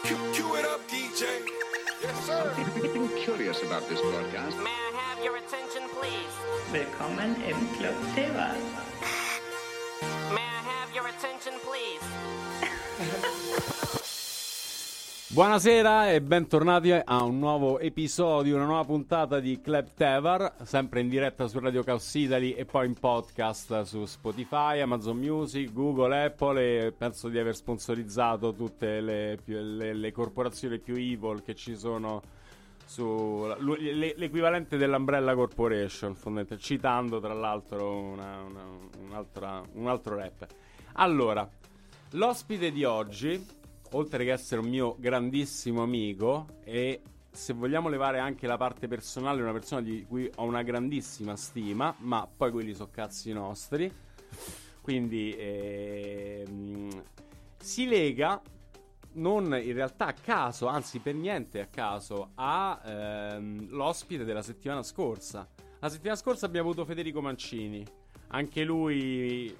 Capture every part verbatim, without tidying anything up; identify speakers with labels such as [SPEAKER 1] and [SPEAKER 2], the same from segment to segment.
[SPEAKER 1] Cue it up, D J. Yes, sir.
[SPEAKER 2] I'm curious about this broadcast.
[SPEAKER 3] May I have your attention, please?
[SPEAKER 4] Willkommen im Club Tevar.
[SPEAKER 3] May I have your attention, please?
[SPEAKER 5] Buonasera e bentornati a un nuovo episodio, una nuova puntata di Club Tevar, sempre in diretta su Radio Chaos Italy e poi in podcast su Spotify, Amazon Music, Google, Apple, e penso di aver sponsorizzato tutte le, le, le corporazioni più evil che ci sono su l'equivalente dell'Umbrella Corporation, fondamentalmente, citando tra l'altro una, una, un'altra, un altro rap. Allora, l'ospite di oggi, oltre che essere un mio grandissimo amico, e se vogliamo levare anche la parte personale, è una persona di cui ho una grandissima stima, ma poi quelli sono cazzi nostri, quindi ehm, si lega non in realtà a caso, anzi per niente a caso, a ehm, l'ospite della settimana scorsa. La settimana scorsa abbiamo avuto Federico Mancini, anche lui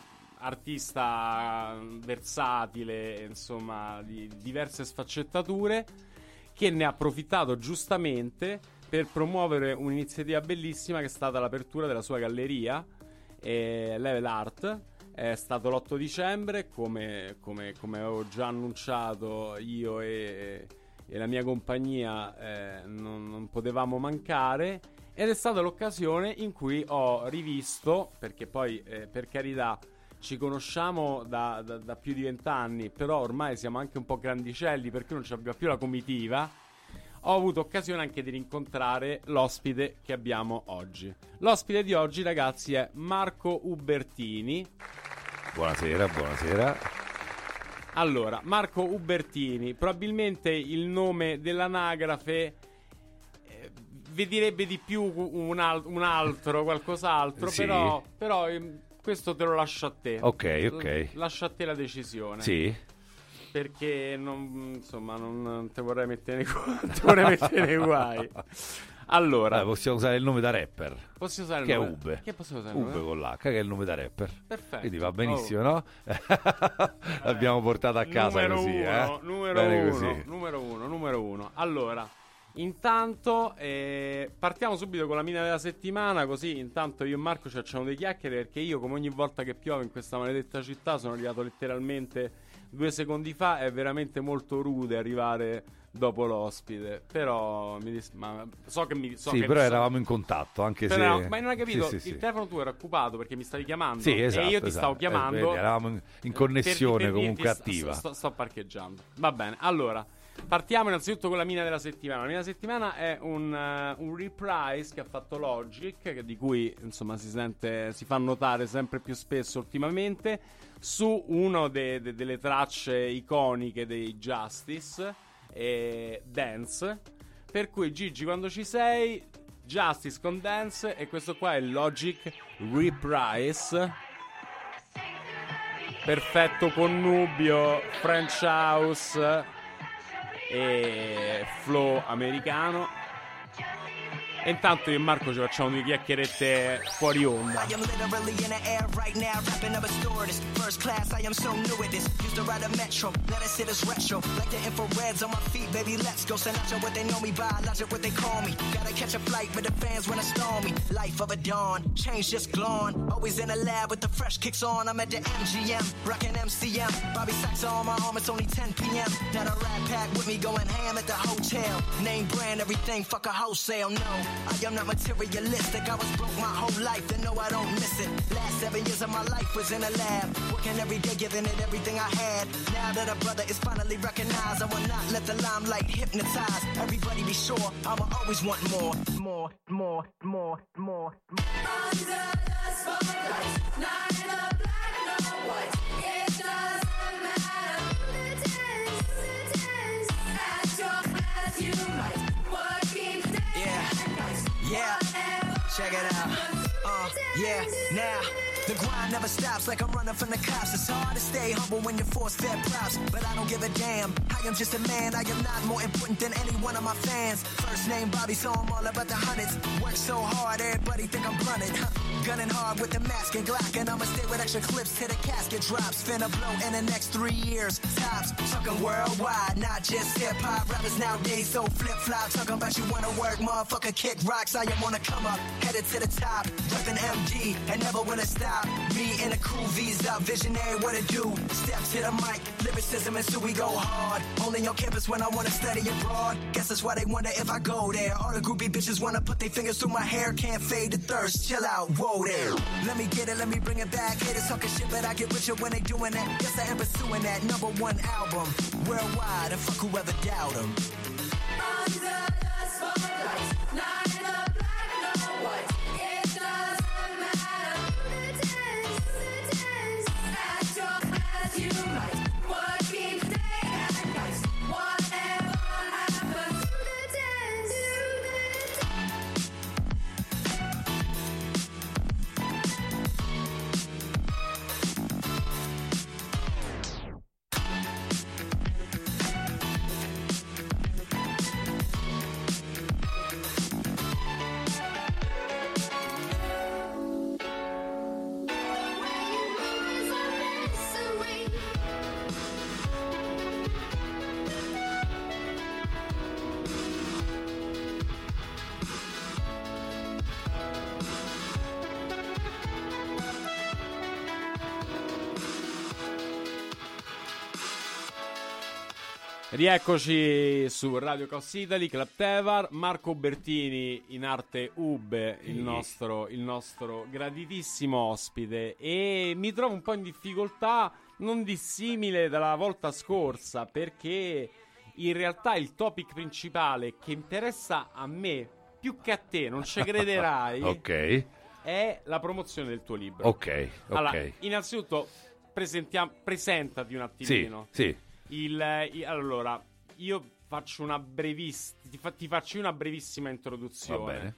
[SPEAKER 5] artista versatile, insomma, di diverse sfaccettature, che ne ha approfittato giustamente per promuovere un'iniziativa bellissima che è stata l'apertura della sua galleria, eh, Level Art. È stato l'otto dicembre, come, come, come avevo già annunciato io e, e la mia compagnia, eh, non, non potevamo mancare, ed è stata l'occasione in cui ho rivisto, perché poi eh, per carità ci conosciamo da, da, da più di vent'anni, però ormai siamo anche un po' grandicelli perché non abbiamo più la comitiva. Ho avuto occasione anche di rincontrare l'ospite che abbiamo oggi. L'ospite di oggi, ragazzi, è Marco Ubertini.
[SPEAKER 6] Buonasera, buonasera.
[SPEAKER 5] Allora, Marco Ubertini, probabilmente il nome dell'anagrafe eh, vi direbbe di più un, al- un altro, qualcos'altro,
[SPEAKER 6] Sì.
[SPEAKER 5] però... però eh, questo te lo lascio a te.
[SPEAKER 6] Ok, ok.
[SPEAKER 5] L- lascio a te la decisione.
[SPEAKER 6] Sì.
[SPEAKER 5] Perché non, insomma, non, non te vorrei mettere nei guai. Te vorrei mettere nei guai. Allora,
[SPEAKER 6] Allora, possiamo usare il nome da rapper.
[SPEAKER 5] possiamo usare il
[SPEAKER 6] Che è
[SPEAKER 5] nome?
[SPEAKER 6] Ube.
[SPEAKER 5] Che posso usare il
[SPEAKER 6] Ube
[SPEAKER 5] nome?
[SPEAKER 6] con l'H, che è il nome da rapper.
[SPEAKER 5] Perfetto.
[SPEAKER 6] Quindi va benissimo,
[SPEAKER 5] Oh.
[SPEAKER 6] no? L'abbiamo portato a casa
[SPEAKER 5] numero
[SPEAKER 6] così,
[SPEAKER 5] uno,
[SPEAKER 6] eh?
[SPEAKER 5] numero
[SPEAKER 6] Bene
[SPEAKER 5] uno,
[SPEAKER 6] così.
[SPEAKER 5] numero uno, numero uno. Allora, intanto eh, partiamo subito con la mina della settimana, così intanto io e Marco ci facciamo due chiacchiere, perché io, come ogni volta che piove in questa maledetta città, sono arrivato letteralmente due secondi fa. È veramente molto rude arrivare dopo l'ospite, però mi dis- ma so che mi so
[SPEAKER 6] Sì,
[SPEAKER 5] che
[SPEAKER 6] però
[SPEAKER 5] so-
[SPEAKER 6] eravamo in contatto, anche se...
[SPEAKER 5] però- ma non hai capito,
[SPEAKER 6] Sì, sì,
[SPEAKER 5] il
[SPEAKER 6] sì.
[SPEAKER 5] telefono tuo era occupato perché mi stavi chiamando,
[SPEAKER 6] Sì, esatto,
[SPEAKER 5] e io ti
[SPEAKER 6] esatto.
[SPEAKER 5] stavo
[SPEAKER 6] Eh,
[SPEAKER 5] chiamando,
[SPEAKER 6] vedi, eravamo in, in
[SPEAKER 5] per-
[SPEAKER 6] connessione
[SPEAKER 5] per
[SPEAKER 6] comunque
[SPEAKER 5] dirti,
[SPEAKER 6] attiva.
[SPEAKER 5] sto, sto, sto parcheggiando. Va bene, allora partiamo innanzitutto con la mina della settimana. La mina della settimana è un, uh, un reprise che ha fatto Logic, che, di cui insomma si sente, si fa notare sempre più spesso ultimamente, su uno de, de, delle tracce iconiche dei Justice, eh, Dance. Per cui Gigi, quando ci sei, Justice con Dance, e questo qua è Logic Reprise. Perfetto connubio French House e flow americano. E intanto io e Marco ci facciamo due chiacchierette fuori onda.
[SPEAKER 7] I am literally in the air right now, rapping up a stewardess. First class, I am so new at this. Used to ride a metro, let us hit us retro. Like the infrareds on my feet, baby, let's go. Send out what they know me by, logic what they call me. Gotta catch a flight with the fans when I stormy. Life of a dawn, change just glowing. Always in the lab with the fresh kicks on. I'm at the M G M, rocking M C M. Bobby Sacks on my arm, it's only ten p.m. Got a rat pack with me going ham at the hotel. Name brand, everything, fuck a wholesale, no. I am not materialistic, I was broke my whole life, and no, I don't miss it. Last seven years of my life was in a lab, working every day, giving it everything I had. Now that a brother is finally recognized, I will not let the limelight hypnotize. Everybody be sure, I'ma always want more, more, more, more, more.
[SPEAKER 8] Under the spotlight, not in the black, no white. It doesn't matter who it is, who it is. As your as you might, working day
[SPEAKER 7] Yeah.
[SPEAKER 8] and night.
[SPEAKER 7] Yeah, check it out. Uh, yeah, now. The grind never stops like I'm running from the cops. It's hard to stay humble when you're force-fed props. But I don't don't give a damn. I am just a man, I am not more important than any one of my fans. First name Bobby, so I'm all about the hundreds. Work so hard, everybody think I'm blunted. Huh. Gunning hard with the mask and Glock, and I'ma stay with extra clips till the casket drops. Finna blow in the next three years. Tops, talking worldwide, not just hip-hop. Rappers nowadays so flip-flop. Talking about you wanna work, motherfucker, kick rocks. I am wanna come up, headed to the top. Reppin' M D, and never wanna stop. Me in a cool V's up, visionary, what it do? Step to the mic, lyricism, and so we go hard. Only on campus when I wanna study abroad. Guess that's why they wonder if I go there. All the groupie bitches wanna put their fingers through my hair. Can't fade the thirst, chill out, whoa there. Let me get it, let me bring it back. Haters talking shit, but I get richer when they doing that. Yes, I am pursuing that number one album worldwide, and fuck whoever doubt them.
[SPEAKER 8] Under the spotlight, not in the black, no white. It doesn't matter who it is, who it is. As strong as you might, working day and night. Whatever happens, who it is, who it is.
[SPEAKER 5] Rieccoci su Radio Caos Italy, Club Tevar, Marco Bertini in arte Ube, il nostro, il nostro graditissimo ospite, e mi trovo un po' in difficoltà, non dissimile dalla volta scorsa, perché in realtà il topic principale che interessa a me più che a te, non ci crederai,
[SPEAKER 6] Ok,
[SPEAKER 5] è la promozione del tuo libro.
[SPEAKER 6] ok, ok.
[SPEAKER 5] Allora, innanzitutto presentiamo, presentati un attimino.
[SPEAKER 6] Sì, sì.
[SPEAKER 5] Il, i- allora, io faccio una brevissima ti, fa- ti faccio una brevissima introduzione.
[SPEAKER 6] Va bene.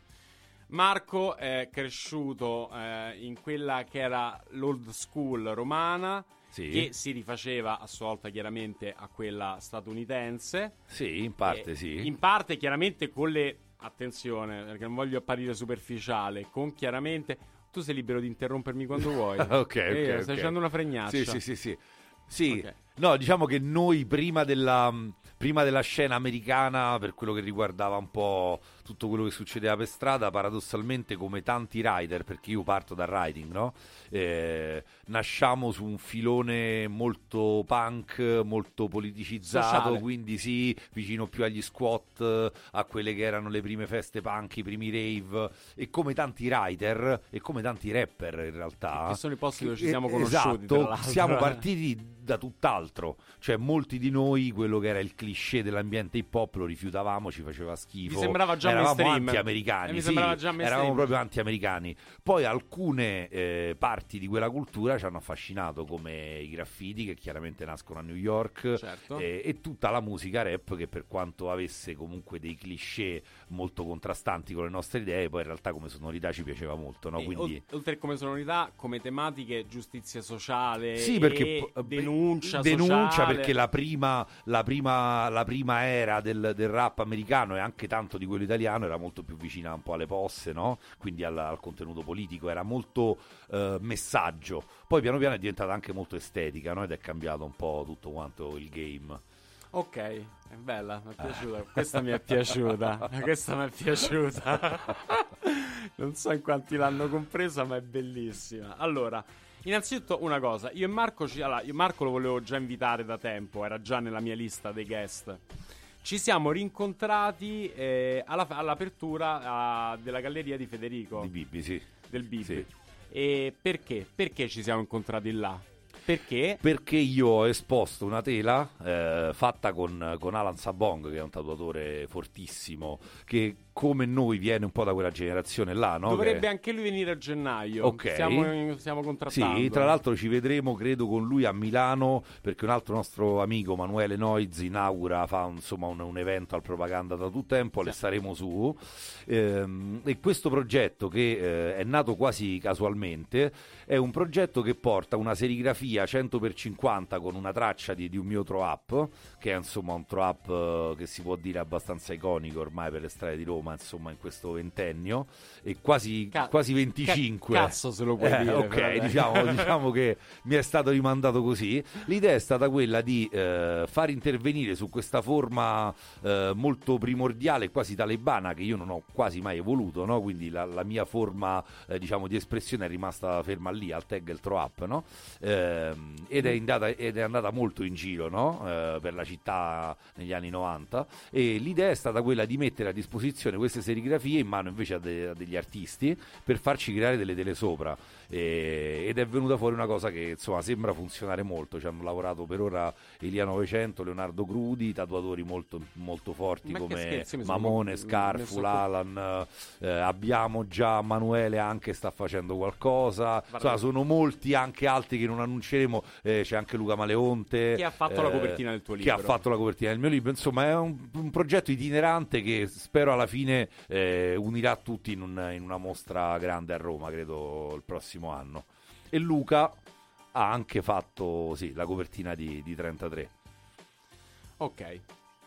[SPEAKER 5] Marco è cresciuto eh, in quella che era l'old school romana,
[SPEAKER 6] Sì.
[SPEAKER 5] che si rifaceva a sua volta chiaramente a quella statunitense.
[SPEAKER 6] Sì, in parte
[SPEAKER 5] Eh,
[SPEAKER 6] sì.
[SPEAKER 5] In parte chiaramente con le... Attenzione, perché non voglio apparire superficiale, con chiaramente... Tu sei libero di interrompermi quando vuoi.
[SPEAKER 6] Ok, ok,
[SPEAKER 5] Eh,
[SPEAKER 6] ok.
[SPEAKER 5] Stai facendo una fregnaccia.
[SPEAKER 6] Sì, sì, sì, sì. Sì,
[SPEAKER 5] Ok.
[SPEAKER 6] no, diciamo che noi prima della, prima della scena americana, per quello che riguardava un po' tutto quello che succedeva per strada, paradossalmente come tanti writer, perché io parto dal writing, no? Eh, nasciamo su un filone molto punk, molto politicizzato,
[SPEAKER 5] Sociale.
[SPEAKER 6] quindi sì, vicino più agli squat, a quelle che erano le prime feste punk, i primi rave, e come tanti writer e come tanti rapper in realtà.
[SPEAKER 5] Che sono i posti dove ci
[SPEAKER 6] Eh,
[SPEAKER 5] siamo conosciuti, tra
[SPEAKER 6] Esatto,
[SPEAKER 5] l'altro.
[SPEAKER 6] siamo partiti da tutt'altro, cioè molti di noi quello che era il cliché dell'ambiente hip hop lo rifiutavamo, ci faceva schifo,
[SPEAKER 5] Mi sembrava già
[SPEAKER 6] eravamo
[SPEAKER 5] mainstream.
[SPEAKER 6] anti-americani,
[SPEAKER 5] Eh, mi
[SPEAKER 6] sì,
[SPEAKER 5] sembrava già mainstream.
[SPEAKER 6] eravamo proprio anti-americani. Poi alcune eh, parti di quella cultura ci hanno affascinato, come i graffiti, che chiaramente nascono a New York,
[SPEAKER 5] Certo.
[SPEAKER 6] eh, e tutta la musica rap, che per quanto avesse comunque dei cliché molto contrastanti con le nostre idee, poi in realtà come sonorità ci piaceva molto, no?
[SPEAKER 5] E
[SPEAKER 6] Quindi
[SPEAKER 5] ol- oltre come sonorità, come tematiche, giustizia sociale,
[SPEAKER 6] sì, perché
[SPEAKER 5] e
[SPEAKER 6] po-
[SPEAKER 5] denuncia
[SPEAKER 6] denuncia
[SPEAKER 5] sociale.
[SPEAKER 6] perché la prima, la prima, la prima era del, del rap americano, e anche tanto di quello italiano, era molto più vicina un po' alle posse, no? Quindi al, al contenuto politico, era molto eh, messaggio. Poi piano piano è diventata anche molto estetica, no? Ed è cambiato un po' tutto quanto il game.
[SPEAKER 5] Ok, è bella, mi è piaciuta. Questa mi è piaciuta. Questa mi è piaciuta. Non so in quanti l'hanno compresa, ma è bellissima. Allora, innanzitutto una cosa. Io e Marco, ci... allora, io Marco lo volevo già invitare da tempo, era già nella mia lista dei guest. Ci siamo rincontrati eh, alla... all'apertura ah, della galleria di Federico.
[SPEAKER 6] Di Bibi, sì.
[SPEAKER 5] Del Bibi.
[SPEAKER 6] Sì.
[SPEAKER 5] E perché? Perché ci siamo incontrati là? Perché?
[SPEAKER 6] Perché io ho esposto una tela eh, fatta con, con Alan Sabong, che è un tatuatore fortissimo, che come noi viene un po' da quella generazione là, no?
[SPEAKER 5] Dovrebbe
[SPEAKER 6] Che...
[SPEAKER 5] anche lui venire a gennaio.
[SPEAKER 6] Ok.
[SPEAKER 5] Stiamo, in- stiamo contrattando.
[SPEAKER 6] Sì, tra l'altro ci vedremo, credo, con lui a Milano, perché un altro nostro amico, Manuele Noiz, inaugura, fa un- insomma un, un evento al Propaganda da tutto tempo, le staremo su. Ehm, e questo progetto, che eh, è nato quasi casualmente, è un progetto che porta una serigrafia cento per cinquanta con una traccia di, di un mio throw-up, che è insomma un throw-up eh, che si può dire abbastanza iconico ormai per le strade di Roma, insomma, in questo ventennio, e quasi,
[SPEAKER 5] Ca-
[SPEAKER 6] quasi venticinque.
[SPEAKER 5] ca- cazzo se lo puoi
[SPEAKER 6] Eh,
[SPEAKER 5] dire,
[SPEAKER 6] ok,
[SPEAKER 5] vabbè.
[SPEAKER 6] diciamo, diciamo che mi è stato rimandato così. L'idea è stata quella di eh, far intervenire su questa forma eh, molto primordiale, quasi talebana, che io non ho quasi mai evoluto, no? Quindi la, la mia forma eh, diciamo di espressione è rimasta ferma lì al tag e il throw up, no? Ehm, ed, è andata, ed è andata molto in giro, no? Eh, per la città negli anni novanta, e l'idea è stata quella di mettere a disposizione queste serigrafie in mano invece a, de- a degli artisti per farci creare delle tele sopra. E- ed è venuta fuori una cosa che insomma sembra funzionare molto. Ci hanno lavorato per ora Elia novecento, Leonardo Crudi, tatuatori molto, molto forti
[SPEAKER 5] Ma che
[SPEAKER 6] come
[SPEAKER 5] scherzi, mi sono-
[SPEAKER 6] Mamone,
[SPEAKER 5] mi
[SPEAKER 6] Scarful,
[SPEAKER 5] sono-
[SPEAKER 6] Alan, eh, abbiamo già Manuele anche sta facendo qualcosa, insomma sono molti anche altri che non annunceremo, eh, c'è anche Luca Maleonte
[SPEAKER 5] Che ha fatto la copertina del tuo
[SPEAKER 6] che
[SPEAKER 5] libro.
[SPEAKER 6] ha fatto la copertina del mio libro, insomma è un, un progetto itinerante che spero alla fine eh, unirà tutti in, un- in una mostra grande a Roma, credo il prossimo anno. E Luca ha anche fatto sì, la copertina di, di trentatré.
[SPEAKER 5] Ok. Eh,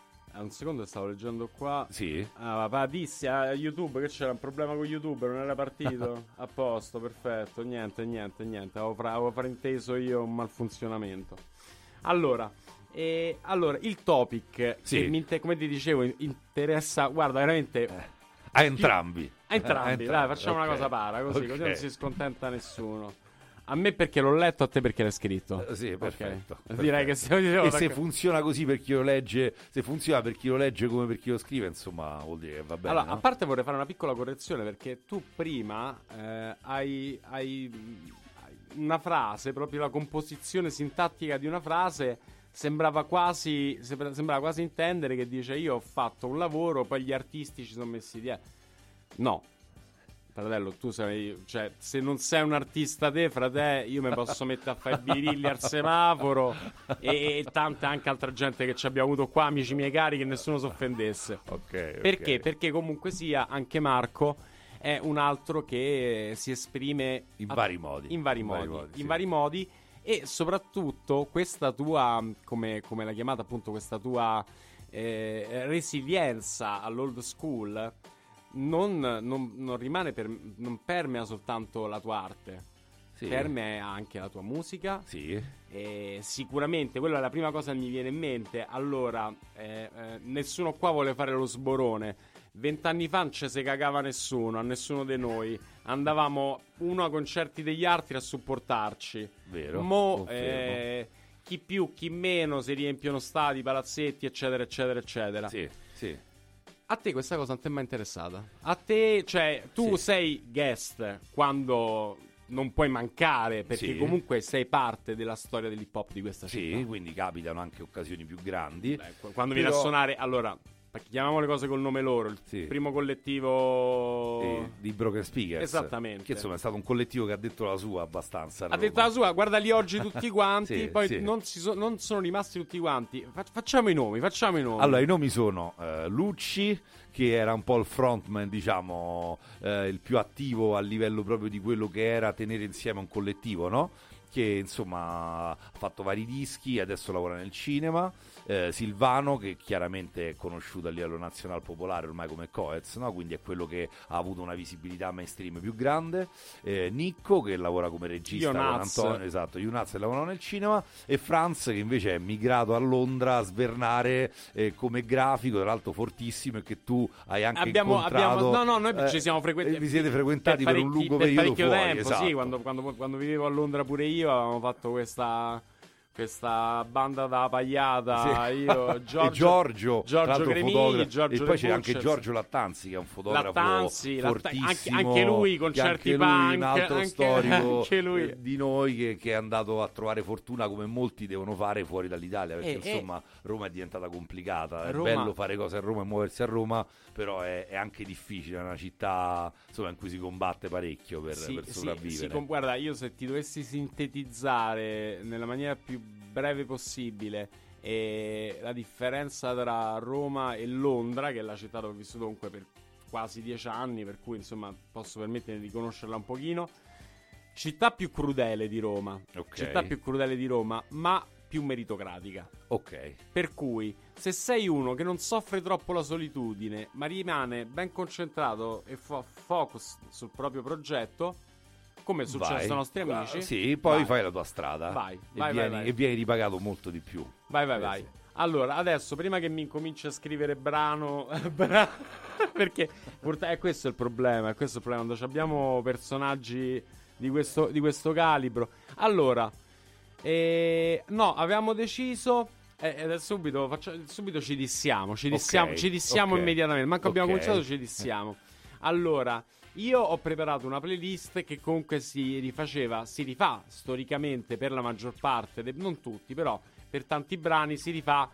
[SPEAKER 5] un secondo, stavo leggendo qua.
[SPEAKER 6] Sì.
[SPEAKER 5] Ah, papà, dissi a YouTube che c'era un problema con YouTube, non era partito. A posto, perfetto. Niente, niente, niente. Avevo, fra- avevo frainteso io un malfunzionamento. Allora, eh, allora il topic,
[SPEAKER 6] Sì.
[SPEAKER 5] che mi inter- come ti dicevo, in- interessa. Guarda, veramente.
[SPEAKER 6] A entrambi.
[SPEAKER 5] A entrambi,
[SPEAKER 6] Eh, a
[SPEAKER 5] dai, facciamo
[SPEAKER 6] ok.
[SPEAKER 5] una cosa para, così,
[SPEAKER 6] Ok.
[SPEAKER 5] così non si scontenta nessuno. A me perché l'ho letto, a te perché l'hai scritto.
[SPEAKER 6] Eh, sì,
[SPEAKER 5] Ok.
[SPEAKER 6] perfetto,
[SPEAKER 5] Direi
[SPEAKER 6] perfetto.
[SPEAKER 5] che stiamo dicendo
[SPEAKER 6] E se funziona così per chi lo legge, se funziona per chi lo legge come per chi lo scrive, insomma, vuol dire che va bene.
[SPEAKER 5] Allora,
[SPEAKER 6] no?
[SPEAKER 5] a parte vorrei fare una piccola correzione, perché tu prima eh, hai, hai hai una frase, proprio la composizione sintattica di una frase sembrava quasi sembra- sembrava quasi intendere che dice: io ho fatto un lavoro, poi gli artisti ci sono messi dietro. No. Fratello, tu sei, cioè, se non sei un artista te, frate, io mi posso mettere a fare i birilli al semaforo e, e tanta anche altra gente che ci abbiamo avuto qua, amici miei cari, che nessuno si offendesse.
[SPEAKER 6] Ok,
[SPEAKER 5] Perché?
[SPEAKER 6] ok.
[SPEAKER 5] Perché comunque sia, anche Marco è un altro che si esprime
[SPEAKER 6] In
[SPEAKER 5] a-
[SPEAKER 6] vari modi.
[SPEAKER 5] in vari
[SPEAKER 6] In
[SPEAKER 5] modi,
[SPEAKER 6] vari modi,
[SPEAKER 5] in
[SPEAKER 6] sì.
[SPEAKER 5] vari modi, e soprattutto questa tua, come, come l'hai chiamata appunto, questa tua eh, resilienza all'old school non, non- non rimane per, non permea soltanto la tua arte,
[SPEAKER 6] Sì.
[SPEAKER 5] permea anche la tua musica.
[SPEAKER 6] Sì.
[SPEAKER 5] E sicuramente quella è la prima cosa che mi viene in mente. Allora, eh, eh, nessuno qua vuole fare lo sborone. Vent'anni fa non ci si cagava nessuno, a nessuno di noi. Andavamo uno a concerti degli altri a supportarci.
[SPEAKER 6] Vero,
[SPEAKER 5] Mo,
[SPEAKER 6] confermo.
[SPEAKER 5] eh, chi più, chi meno si riempiono stadi, palazzetti, eccetera, eccetera, eccetera.
[SPEAKER 6] Sì, sì.
[SPEAKER 5] A te questa cosa non ti è mai interessata? A te, cioè, tu
[SPEAKER 6] Sì.
[SPEAKER 5] sei guest quando non puoi mancare, perché
[SPEAKER 6] Sì.
[SPEAKER 5] comunque sei parte della storia dell'hip hop di questa
[SPEAKER 6] Sì,
[SPEAKER 5] città.
[SPEAKER 6] quindi capitano anche occasioni più grandi.
[SPEAKER 5] Beh, qu- quando vieni a
[SPEAKER 6] Però-
[SPEAKER 5] suonare, allora, perché chiamiamo le cose col nome loro, il
[SPEAKER 6] Sì.
[SPEAKER 5] primo collettivo...
[SPEAKER 6] Sì, di Broken Speakers.
[SPEAKER 5] Esattamente.
[SPEAKER 6] Che insomma è stato un collettivo che ha detto la sua abbastanza. a
[SPEAKER 5] Ha detto
[SPEAKER 6] Roma.
[SPEAKER 5] la sua, guarda lì oggi tutti quanti,
[SPEAKER 6] Sì,
[SPEAKER 5] poi
[SPEAKER 6] sì.
[SPEAKER 5] Non, si so- non sono rimasti tutti quanti. Fa- facciamo i nomi, facciamo i nomi.
[SPEAKER 6] Allora, i nomi sono eh, Lucci, che era un po' il frontman, diciamo, eh, il più attivo a livello proprio di quello che era tenere insieme un collettivo, no? Che insomma ha fatto vari dischi, adesso lavora nel cinema. Eh, Silvano, che chiaramente è conosciuto a livello nazionale popolare ormai come Coez, no? Quindi è quello che ha avuto una visibilità mainstream più grande. Eh, Nicco, che lavora come regista con
[SPEAKER 5] Ionaz.
[SPEAKER 6] Antonio, esatto, Ionaz, che lavora nel cinema, e Franz, che invece è migrato a Londra a svernare eh, come grafico, tra l'altro fortissimo, e che tu hai anche
[SPEAKER 5] Abbiamo,
[SPEAKER 6] incontrato.
[SPEAKER 5] abbiamo, no, no, noi
[SPEAKER 6] eh,
[SPEAKER 5] ci siamo frequentati.
[SPEAKER 6] eh, vi siete frequentati per, un
[SPEAKER 5] parecchi-
[SPEAKER 6] lungo
[SPEAKER 5] per
[SPEAKER 6] periodo
[SPEAKER 5] parecchio
[SPEAKER 6] fuori,
[SPEAKER 5] tempo,
[SPEAKER 6] esatto.
[SPEAKER 5] sì, quando, quando, quando vivevo a Londra pure io avevamo fatto questa questa banda da pagliata,
[SPEAKER 6] Sì.
[SPEAKER 5] io, Giorgio,
[SPEAKER 6] e Giorgio, tra
[SPEAKER 5] Giorgio
[SPEAKER 6] l'altro
[SPEAKER 5] Cremini,
[SPEAKER 6] fotografo.
[SPEAKER 5] Giorgio
[SPEAKER 6] E poi c'è
[SPEAKER 5] De
[SPEAKER 6] anche
[SPEAKER 5] Butchers.
[SPEAKER 6] Giorgio Lattanzi, che è un fotografo
[SPEAKER 5] Lattanzi, Latta-
[SPEAKER 6] fortissimo,
[SPEAKER 5] anche, anche lui con
[SPEAKER 6] che
[SPEAKER 5] certi
[SPEAKER 6] anche lui,
[SPEAKER 5] punk,
[SPEAKER 6] un altro
[SPEAKER 5] anche,
[SPEAKER 6] storico
[SPEAKER 5] anche lui.
[SPEAKER 6] eh, di noi che, che è andato a trovare fortuna, come molti devono fare fuori dall'Italia, perché
[SPEAKER 5] Eh,
[SPEAKER 6] insomma Roma è diventata complicata, è
[SPEAKER 5] Roma-
[SPEAKER 6] bello fare cose a Roma e muoversi a Roma, però è, è anche difficile, è una città insomma in cui si combatte parecchio per,
[SPEAKER 5] Sì,
[SPEAKER 6] per
[SPEAKER 5] sì,
[SPEAKER 6] sopravvivere.
[SPEAKER 5] sì, com- guarda, io se ti dovessi sintetizzare nella maniera più breve possibile eh, la differenza tra Roma e Londra, che è la città dove ho vissuto comunque per quasi dieci anni, per cui insomma posso permettermi di conoscerla un pochino. Città più crudele di Roma,
[SPEAKER 6] Ok.
[SPEAKER 5] città più crudele di Roma, ma più meritocratica.
[SPEAKER 6] Ok.
[SPEAKER 5] Per cui, se sei uno che non soffre troppo la solitudine, ma rimane ben concentrato e fo- focus sul proprio progetto, come è successo
[SPEAKER 6] Vai.
[SPEAKER 5] ai nostri amici,
[SPEAKER 6] Sì, poi
[SPEAKER 5] vai.
[SPEAKER 6] fai la tua strada
[SPEAKER 5] Vai,
[SPEAKER 6] e,
[SPEAKER 5] vai, vai,
[SPEAKER 6] vieni,
[SPEAKER 5] vai.
[SPEAKER 6] e vieni ripagato molto di più.
[SPEAKER 5] Vai, vai,
[SPEAKER 6] Eh,
[SPEAKER 5] vai.
[SPEAKER 6] sì.
[SPEAKER 5] Allora, adesso, prima che mi incominci a scrivere brano, bra- perché purtroppo è questo il problema, è questo il problema, quando abbiamo personaggi di questo, di questo calibro. Allora, eh, no, avevamo deciso... E eh, adesso subito, faccio, subito ci dissiamo, ci dissiamo,
[SPEAKER 6] Ok,
[SPEAKER 5] ci dissiamo
[SPEAKER 6] ok,
[SPEAKER 5] immediatamente. Manco abbiamo
[SPEAKER 6] ok.
[SPEAKER 5] cominciato, ci dissiamo. Allora, io ho preparato una playlist che comunque si rifaceva, si rifà storicamente per la maggior parte, de- non tutti, però per tanti brani si rifà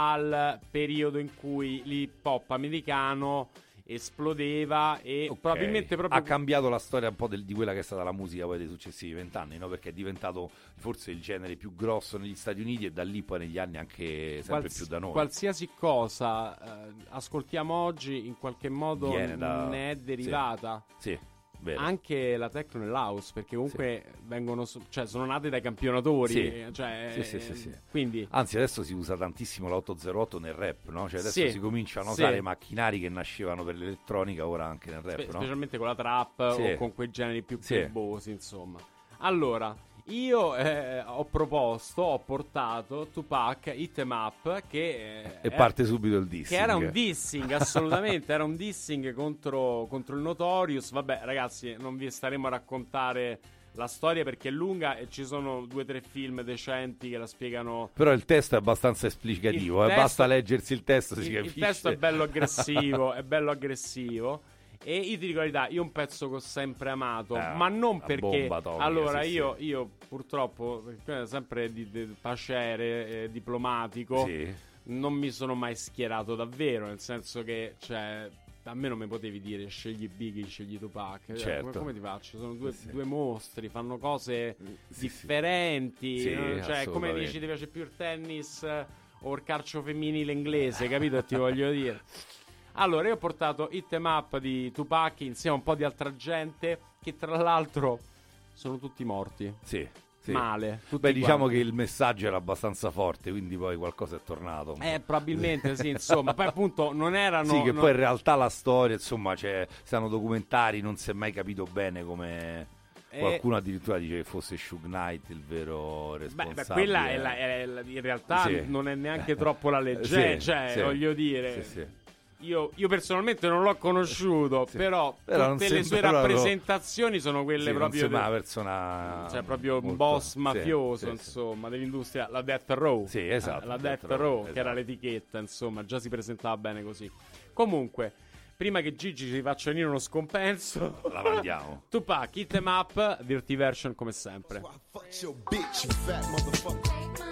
[SPEAKER 5] al periodo in cui l'hip hop americano esplodeva e
[SPEAKER 6] Ok.
[SPEAKER 5] probabilmente proprio
[SPEAKER 6] ha cambiato la storia un po' del- di quella che è stata la musica poi dei successivi vent'anni, no? Perché è diventato forse il genere più grosso negli Stati Uniti e da lì poi negli anni anche sempre
[SPEAKER 5] quals-
[SPEAKER 6] più da noi.
[SPEAKER 5] qualsiasi cosa eh, ascoltiamo oggi in qualche modo
[SPEAKER 6] Viene da-
[SPEAKER 5] ne è derivata.
[SPEAKER 6] Sì, vero.
[SPEAKER 5] Anche la techno e l'house, perché comunque vengono, so- cioè sono nate dai campionatori,
[SPEAKER 6] Sì.
[SPEAKER 5] eh, cioè,
[SPEAKER 6] Sì, sì, sì, sì.
[SPEAKER 5] quindi
[SPEAKER 6] Anzi, adesso si usa tantissimo l'otto zero otto nel rap, no? Cioè adesso
[SPEAKER 5] Sì,
[SPEAKER 6] si cominciano a
[SPEAKER 5] sì.
[SPEAKER 6] usare macchinari che nascevano per l'elettronica, ora anche nel rap,
[SPEAKER 5] spe-
[SPEAKER 6] no?
[SPEAKER 5] specialmente con la trap
[SPEAKER 6] Sì.
[SPEAKER 5] o con quei generi più
[SPEAKER 6] Sì.
[SPEAKER 5] clubosi, insomma. Allora, io eh, ho proposto, ho portato Tupac Hit 'em Up, che eh,
[SPEAKER 6] E
[SPEAKER 5] è-
[SPEAKER 6] parte subito il dissing.
[SPEAKER 5] che era un dissing, assolutamente, era un dissing contro, contro il Notorious. Vabbè, ragazzi, non vi staremo a raccontare la storia perché è lunga e ci sono due o tre film decenti che la spiegano.
[SPEAKER 6] Però il testo è abbastanza esplicativo,
[SPEAKER 5] Il
[SPEAKER 6] eh,
[SPEAKER 5] testo-
[SPEAKER 6] basta leggersi il testo, si
[SPEAKER 5] Il, il
[SPEAKER 6] capisce.
[SPEAKER 5] testo è bello aggressivo, è bello aggressivo. E io ti dico la verità, io un pezzo che ho sempre amato,
[SPEAKER 6] Eh,
[SPEAKER 5] ma non
[SPEAKER 6] la
[SPEAKER 5] perché...
[SPEAKER 6] bomba atomica,
[SPEAKER 5] allora,
[SPEAKER 6] sì,
[SPEAKER 5] io, io purtroppo, perché sempre di, di pacere, eh, diplomatico,
[SPEAKER 6] Sì.
[SPEAKER 5] non mi sono mai schierato davvero, nel senso che, cioè, a me non mi potevi dire scegli Biggie, scegli Tupac. Cioè,
[SPEAKER 6] Certo.
[SPEAKER 5] come, come ti faccio? Sono due,
[SPEAKER 6] Sì, sì.
[SPEAKER 5] due mostri, fanno cose
[SPEAKER 6] Sì,
[SPEAKER 5] differenti.
[SPEAKER 6] Sì,
[SPEAKER 5] no? Cioè, come
[SPEAKER 6] assolutamente.
[SPEAKER 5] dici, ti piace più il tennis eh, o il calcio femminile inglese, capito che ti voglio dire? Allora, io ho portato Hit 'em Up di Tupac insieme a un po' di altra gente che tra l'altro sono tutti morti.
[SPEAKER 6] Sì, sì.
[SPEAKER 5] Male. Tutti
[SPEAKER 6] Beh, diciamo
[SPEAKER 5] quanti.
[SPEAKER 6] che il messaggio era abbastanza forte, quindi poi qualcosa è tornato.
[SPEAKER 5] Eh, probabilmente sì, insomma. Poi appunto non erano...
[SPEAKER 6] sì, che
[SPEAKER 5] no-
[SPEAKER 6] poi in realtà la storia, insomma, c'è, stanno documentari, non si è mai capito bene come...
[SPEAKER 5] Eh,
[SPEAKER 6] Qualcuno addirittura dice che fosse Suge Knight il vero
[SPEAKER 5] Beh,
[SPEAKER 6] responsabile.
[SPEAKER 5] beh, quella è la, è la- in realtà
[SPEAKER 6] Sì.
[SPEAKER 5] non è neanche troppo la leggenda,
[SPEAKER 6] Sì,
[SPEAKER 5] cioè,
[SPEAKER 6] sì.
[SPEAKER 5] voglio dire...
[SPEAKER 6] Sì, sì.
[SPEAKER 5] Io, io personalmente non l'ho conosciuto,
[SPEAKER 6] Sì.
[SPEAKER 5] però,
[SPEAKER 6] Però non
[SPEAKER 5] tutte le sue
[SPEAKER 6] sembra proprio-
[SPEAKER 5] rappresentazioni sono quelle
[SPEAKER 6] Sì, non
[SPEAKER 5] proprio...
[SPEAKER 6] sembra
[SPEAKER 5] de-
[SPEAKER 6] una persona...
[SPEAKER 5] Cioè, proprio un
[SPEAKER 6] molto-
[SPEAKER 5] boss
[SPEAKER 6] sì,
[SPEAKER 5] mafioso,
[SPEAKER 6] sì,
[SPEAKER 5] insomma, dell'industria, la Death Row.
[SPEAKER 6] Sì, esatto,
[SPEAKER 5] Eh, la
[SPEAKER 6] Death
[SPEAKER 5] Death,
[SPEAKER 6] Row,
[SPEAKER 5] Row, che era
[SPEAKER 6] esatto.
[SPEAKER 5] l'etichetta, insomma, già si presentava bene così. Comunque, prima che Gigi ci faccia venire uno scompenso,
[SPEAKER 6] La mandiamo.
[SPEAKER 5] Tupac, Hit 'em Up, Dirty Version come sempre.
[SPEAKER 1] Fuck your bitch, you fat motherfucker.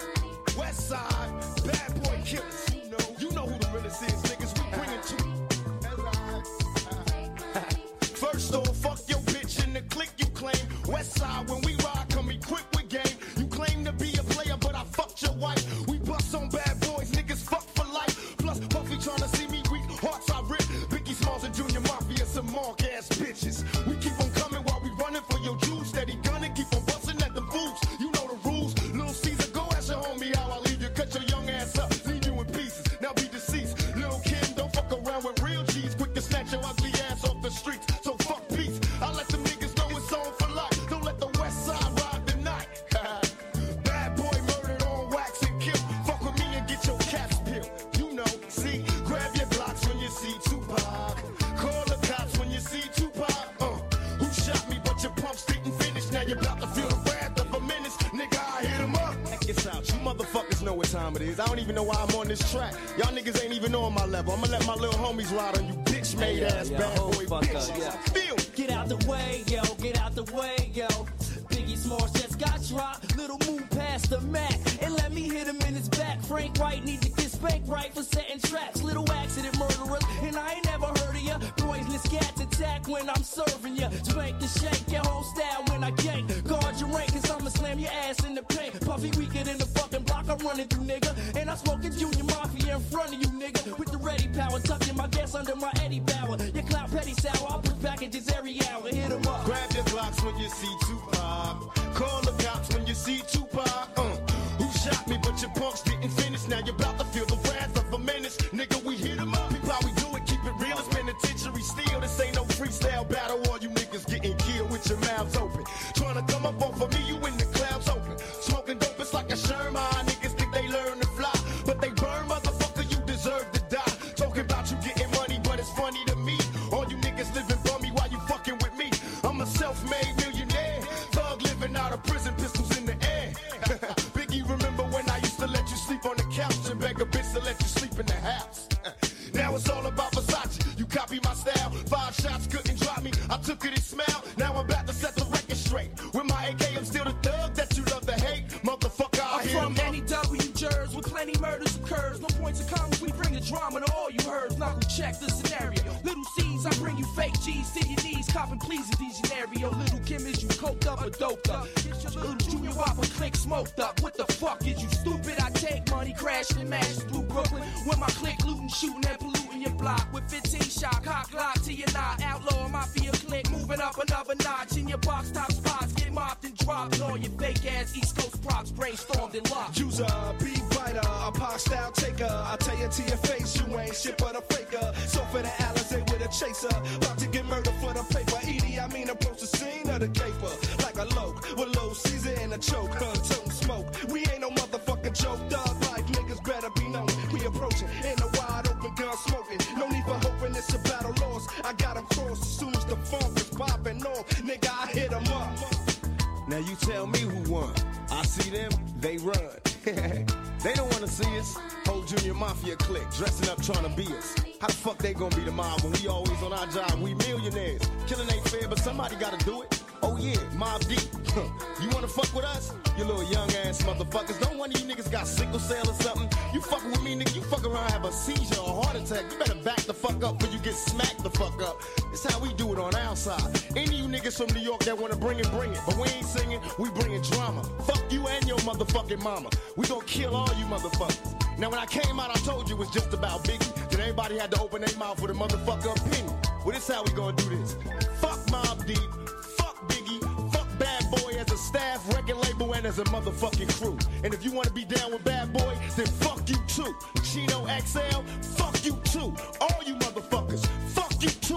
[SPEAKER 1] West side, bad boy killers. You know, you know who the realest is, niggas. We bring it to you. First off, fuck your bitch in the clique you claim. West side, when we ride, come equipped with game. You claim to be a player, but I fucked your wife. We bust on bad boys, niggas fuck for life. Plus, Puffy tryna see me weak, hearts I rip. Biggie Smalls and Junior Mafia, some mark ass bitches. We keep on coming while we running for your juice. Steady gunning, keep on busting at the fools. You know the rules. Little Caesar, go ask your homie how I leave you. Cut your young ass it is. I don't even know why I'm on this track. Y'all niggas ain't even on my level. I'ma let my little homies ride on you bitch made ass
[SPEAKER 9] yeah,
[SPEAKER 1] bad
[SPEAKER 9] hold
[SPEAKER 1] boy
[SPEAKER 9] fuck
[SPEAKER 1] bitch.
[SPEAKER 9] up, yeah.
[SPEAKER 1] Feel me.
[SPEAKER 9] Get out the way, yo, get out the way, yo. Biggie Smalls just got dropped. Little move past the Mac and let me hit him in his back. Frank White need to get spanked right for setting traps. Little accident murderers, and I ain't never heard of ya. Poisonous cat attack when I'm serving ya. Spank the shake, your whole style when I gank. Guard your rank, cause I'ma slam your ass in the paint. Puffy weaker than the fucking block I'm running through, nigga. And I'm smoking Junior Mafia in front of you, nigga. With the ready power, tucking my gas under my Eddie Bauer. Your clout petty sour, I'll push packages every hour. Hit 'em up.
[SPEAKER 1] Grab your blocks when you see Tupac. Call the cops when you see Tupac. Uh, who shot me, but your punks didn't finish. Now you're about to feel the wrath of a menace. Nigga, we hit 'em up. People, how we do it, keep it real. It's penitentiary steel. This ain't no freestyle battle. All you niggas getting killed with your mouths open. Trying to come up off of me, you in the clouds open. Smoking dope, it's like a Sherman. Niggas think they learn to fly, but they burn, motherfucker, you deserve to die. Talking about you getting money, but it's funny to me. All you niggas living bummy while you fucking with me. I'm a self-made millionaire. Thug living out of prison, pistols in the air. Biggie, remember when I used to let you sleep on the couch and beg a bitch to let you sleep in the house? Now it's all about Versace. You copy my style. Five shots couldn't drop me. I took it and smiled. Now I'm about to set the record straight. With my A K, I'm still the thug that you love to hate. Motherfucker, I
[SPEAKER 9] I'm
[SPEAKER 1] hear
[SPEAKER 9] from
[SPEAKER 1] 'em up.
[SPEAKER 9] N E W Jersey, with plenty murders occurs. No points of comments, we bring the drama to all you heard. Knuckle check the scenario. Little C's, I bring you fake G's to your knees. Copping please in these scenario. Little Kim, is you coked up or doped up? Little Junior Whopper click smoked up. What the fuck is you stupid? I take money, crashing and mashing through Brooklyn. With my click looting, shooting and polluting your block. With fifteen shot, cock lock to your knot. Outlaw mafia click, moving up another notch. In your box top spots, get mopped and dropped. And all your fake ass East Coast props brainstormed and locked.
[SPEAKER 10] User, beat writer, a pop style taker. I tell you to your face, you ain't shit but a faker. So for the Alizé with a chaser, about to get murdered for the paper. Edie, I mean approach the scene of the caper. Like a loke, with low Caesar and a choke. Huh, toting smoke. We ain't no motherfucking joke. Dog life niggas better be known. We approaching in a wide open gun smoking. No need for hoping it's a battle lost. I got 'em crossed as soon as the funk is popping off. Nigga, I hit 'em up.
[SPEAKER 1] Now you tell me who won. I see them, they run. They don't wanna see us. Whole Junior Mafia clique, dressing up trying to be us. How the fuck they gonna be the mob when we always on our job? We millionaires. Killing ain't fair, but somebody gotta do it. Oh yeah, Mob Deep. You wanna fuck with us? You little young ass motherfuckers. Don't one of you niggas got sickle cell or something. You fucking with me, nigga. You fuck around, have a seizure or a heart attack. You better back the fuck up before you get smacked the fuck up. It's how we do it on our side. Any of you niggas from New York that wanna bring it, bring it. But we ain't singing, we bringing drama. Fuck you and your motherfucking mama. We gonna kill all you motherfuckers. Now when I came out, I told you it was just about Biggie. Then everybody had to open their mouth with a motherfucker opinion. Well, this how we gonna do this. Fuck Mobb Deep. Biggie, fuck Bad Boy as a staff, record label, and as a motherfucking crew. And if you want to be down with Bad Boy, then fuck you too. Chino X L, fuck you too. All you motherfuckers, fuck you too.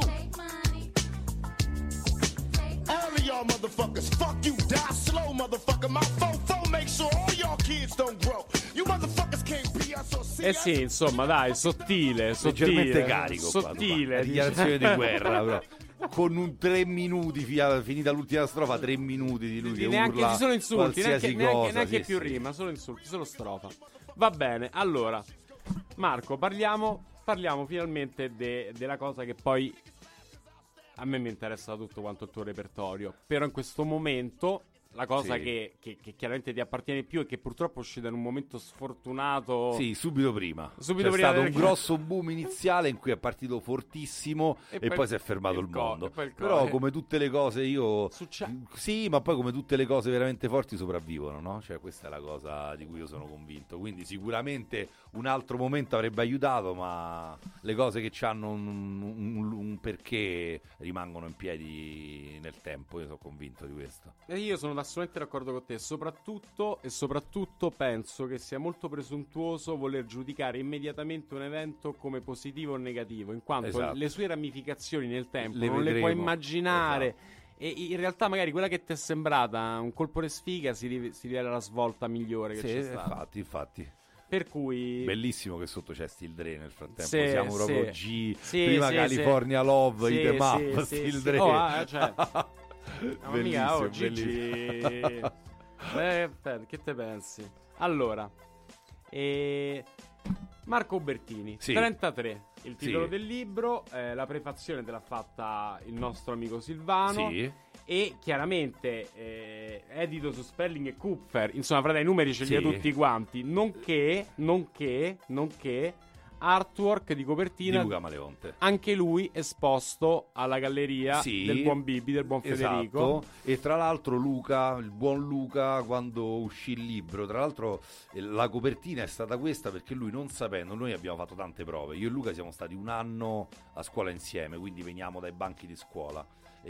[SPEAKER 1] All of y'all motherfuckers, fuck you. Die slow, motherfucker. My fofo make sure all y'all kids don't grow. You motherfuckers can't be us or see
[SPEAKER 5] Eh
[SPEAKER 1] us.
[SPEAKER 5] sì, insomma, dai, sottile, sottile.
[SPEAKER 6] Leggermente carico qua,
[SPEAKER 5] sottile.
[SPEAKER 6] qua. Dichiarazione di guerra, però. Con un tre minuti, fia- finita l'ultima strofa, tre minuti di lui che
[SPEAKER 5] neanche
[SPEAKER 6] urla
[SPEAKER 5] ci sono insulti, neanche,
[SPEAKER 6] qualsiasi
[SPEAKER 5] neanche,
[SPEAKER 6] cosa,
[SPEAKER 5] neanche
[SPEAKER 6] sì,
[SPEAKER 5] più
[SPEAKER 6] sì.
[SPEAKER 5] rima, solo insulti, solo strofa. Va bene, allora, Marco, parliamo, parliamo finalmente de- della cosa che poi a me mi interessa tutto quanto il tuo repertorio, però in questo momento la cosa
[SPEAKER 6] Sì.
[SPEAKER 5] che, che, che chiaramente ti appartiene più e che purtroppo è uscita in un momento sfortunato.
[SPEAKER 6] Sì, subito prima.
[SPEAKER 5] Subito
[SPEAKER 6] C'è
[SPEAKER 5] prima
[SPEAKER 6] stato
[SPEAKER 5] del-
[SPEAKER 6] un grosso boom iniziale in cui è partito fortissimo
[SPEAKER 5] E
[SPEAKER 6] e,
[SPEAKER 5] poi-
[SPEAKER 6] poi si è fermato
[SPEAKER 5] il
[SPEAKER 6] il
[SPEAKER 5] co-
[SPEAKER 6] mondo.
[SPEAKER 5] e poi il co-
[SPEAKER 6] Però
[SPEAKER 5] eh.
[SPEAKER 6] come tutte le cose io
[SPEAKER 5] Succe-
[SPEAKER 6] sì, ma poi come tutte le cose veramente forti sopravvivono, no? Cioè questa è la cosa di cui io sono convinto. Quindi sicuramente un altro momento avrebbe aiutato, ma le cose che hanno un, un- un perché rimangono in piedi nel tempo, io sono convinto di questo.
[SPEAKER 5] E io sono assolutamente d'accordo con te, soprattutto e soprattutto penso che sia molto presuntuoso voler giudicare immediatamente un evento come positivo o negativo, in quanto
[SPEAKER 6] Esatto.
[SPEAKER 5] le sue ramificazioni nel tempo
[SPEAKER 6] Le
[SPEAKER 5] non le puoi
[SPEAKER 6] vedremo.
[SPEAKER 5] immaginare.
[SPEAKER 6] Esatto.
[SPEAKER 5] E in realtà magari quella che ti è sembrata un colpo di sfiga si, rive- si rivela la svolta migliore che
[SPEAKER 6] Sì,
[SPEAKER 5] c'è stata.
[SPEAKER 6] infatti, infatti.
[SPEAKER 5] Per cui
[SPEAKER 6] Bellissimo che sotto c'è Still Dre nel frattempo.
[SPEAKER 5] Sì,
[SPEAKER 6] Siamo proprio
[SPEAKER 5] sì.
[SPEAKER 6] G,
[SPEAKER 5] Sì,
[SPEAKER 6] prima
[SPEAKER 5] sì,
[SPEAKER 6] California
[SPEAKER 5] sì.
[SPEAKER 6] Love,
[SPEAKER 5] Sì,
[SPEAKER 6] Hit 'em Up,
[SPEAKER 5] sì,
[SPEAKER 6] Still
[SPEAKER 5] sì,
[SPEAKER 6] Dre.
[SPEAKER 5] sì. Oh, ah, cioè. Mamma mia, oh,
[SPEAKER 6] Bellissimo,
[SPEAKER 5] Gigi.
[SPEAKER 6] bellissimo.
[SPEAKER 5] Eh, te- che te pensi? Allora, E Marco Bertini,
[SPEAKER 6] Sì.
[SPEAKER 5] trentatré, il titolo
[SPEAKER 6] Sì.
[SPEAKER 5] del libro, eh, la prefazione te l'ha fatta il nostro amico Silvano.
[SPEAKER 6] Sì.
[SPEAKER 5] E chiaramente eh, edito su Spelling e Kupfer, insomma, frate, i numeri ce li ha
[SPEAKER 6] Sì.
[SPEAKER 5] tutti quanti, nonché, nonché, nonché artwork di copertina
[SPEAKER 6] Di Luca Maleonte.
[SPEAKER 5] anche lui esposto alla galleria
[SPEAKER 6] Sì,
[SPEAKER 5] del buon Bibi, del buon Federico.
[SPEAKER 6] esatto. E tra l'altro Luca, il buon Luca, quando uscì il libro, tra l'altro eh, la copertina è stata questa perché lui, non sapendo, noi abbiamo fatto tante prove, io e Luca siamo stati un anno a scuola insieme, quindi veniamo dai banchi di scuola,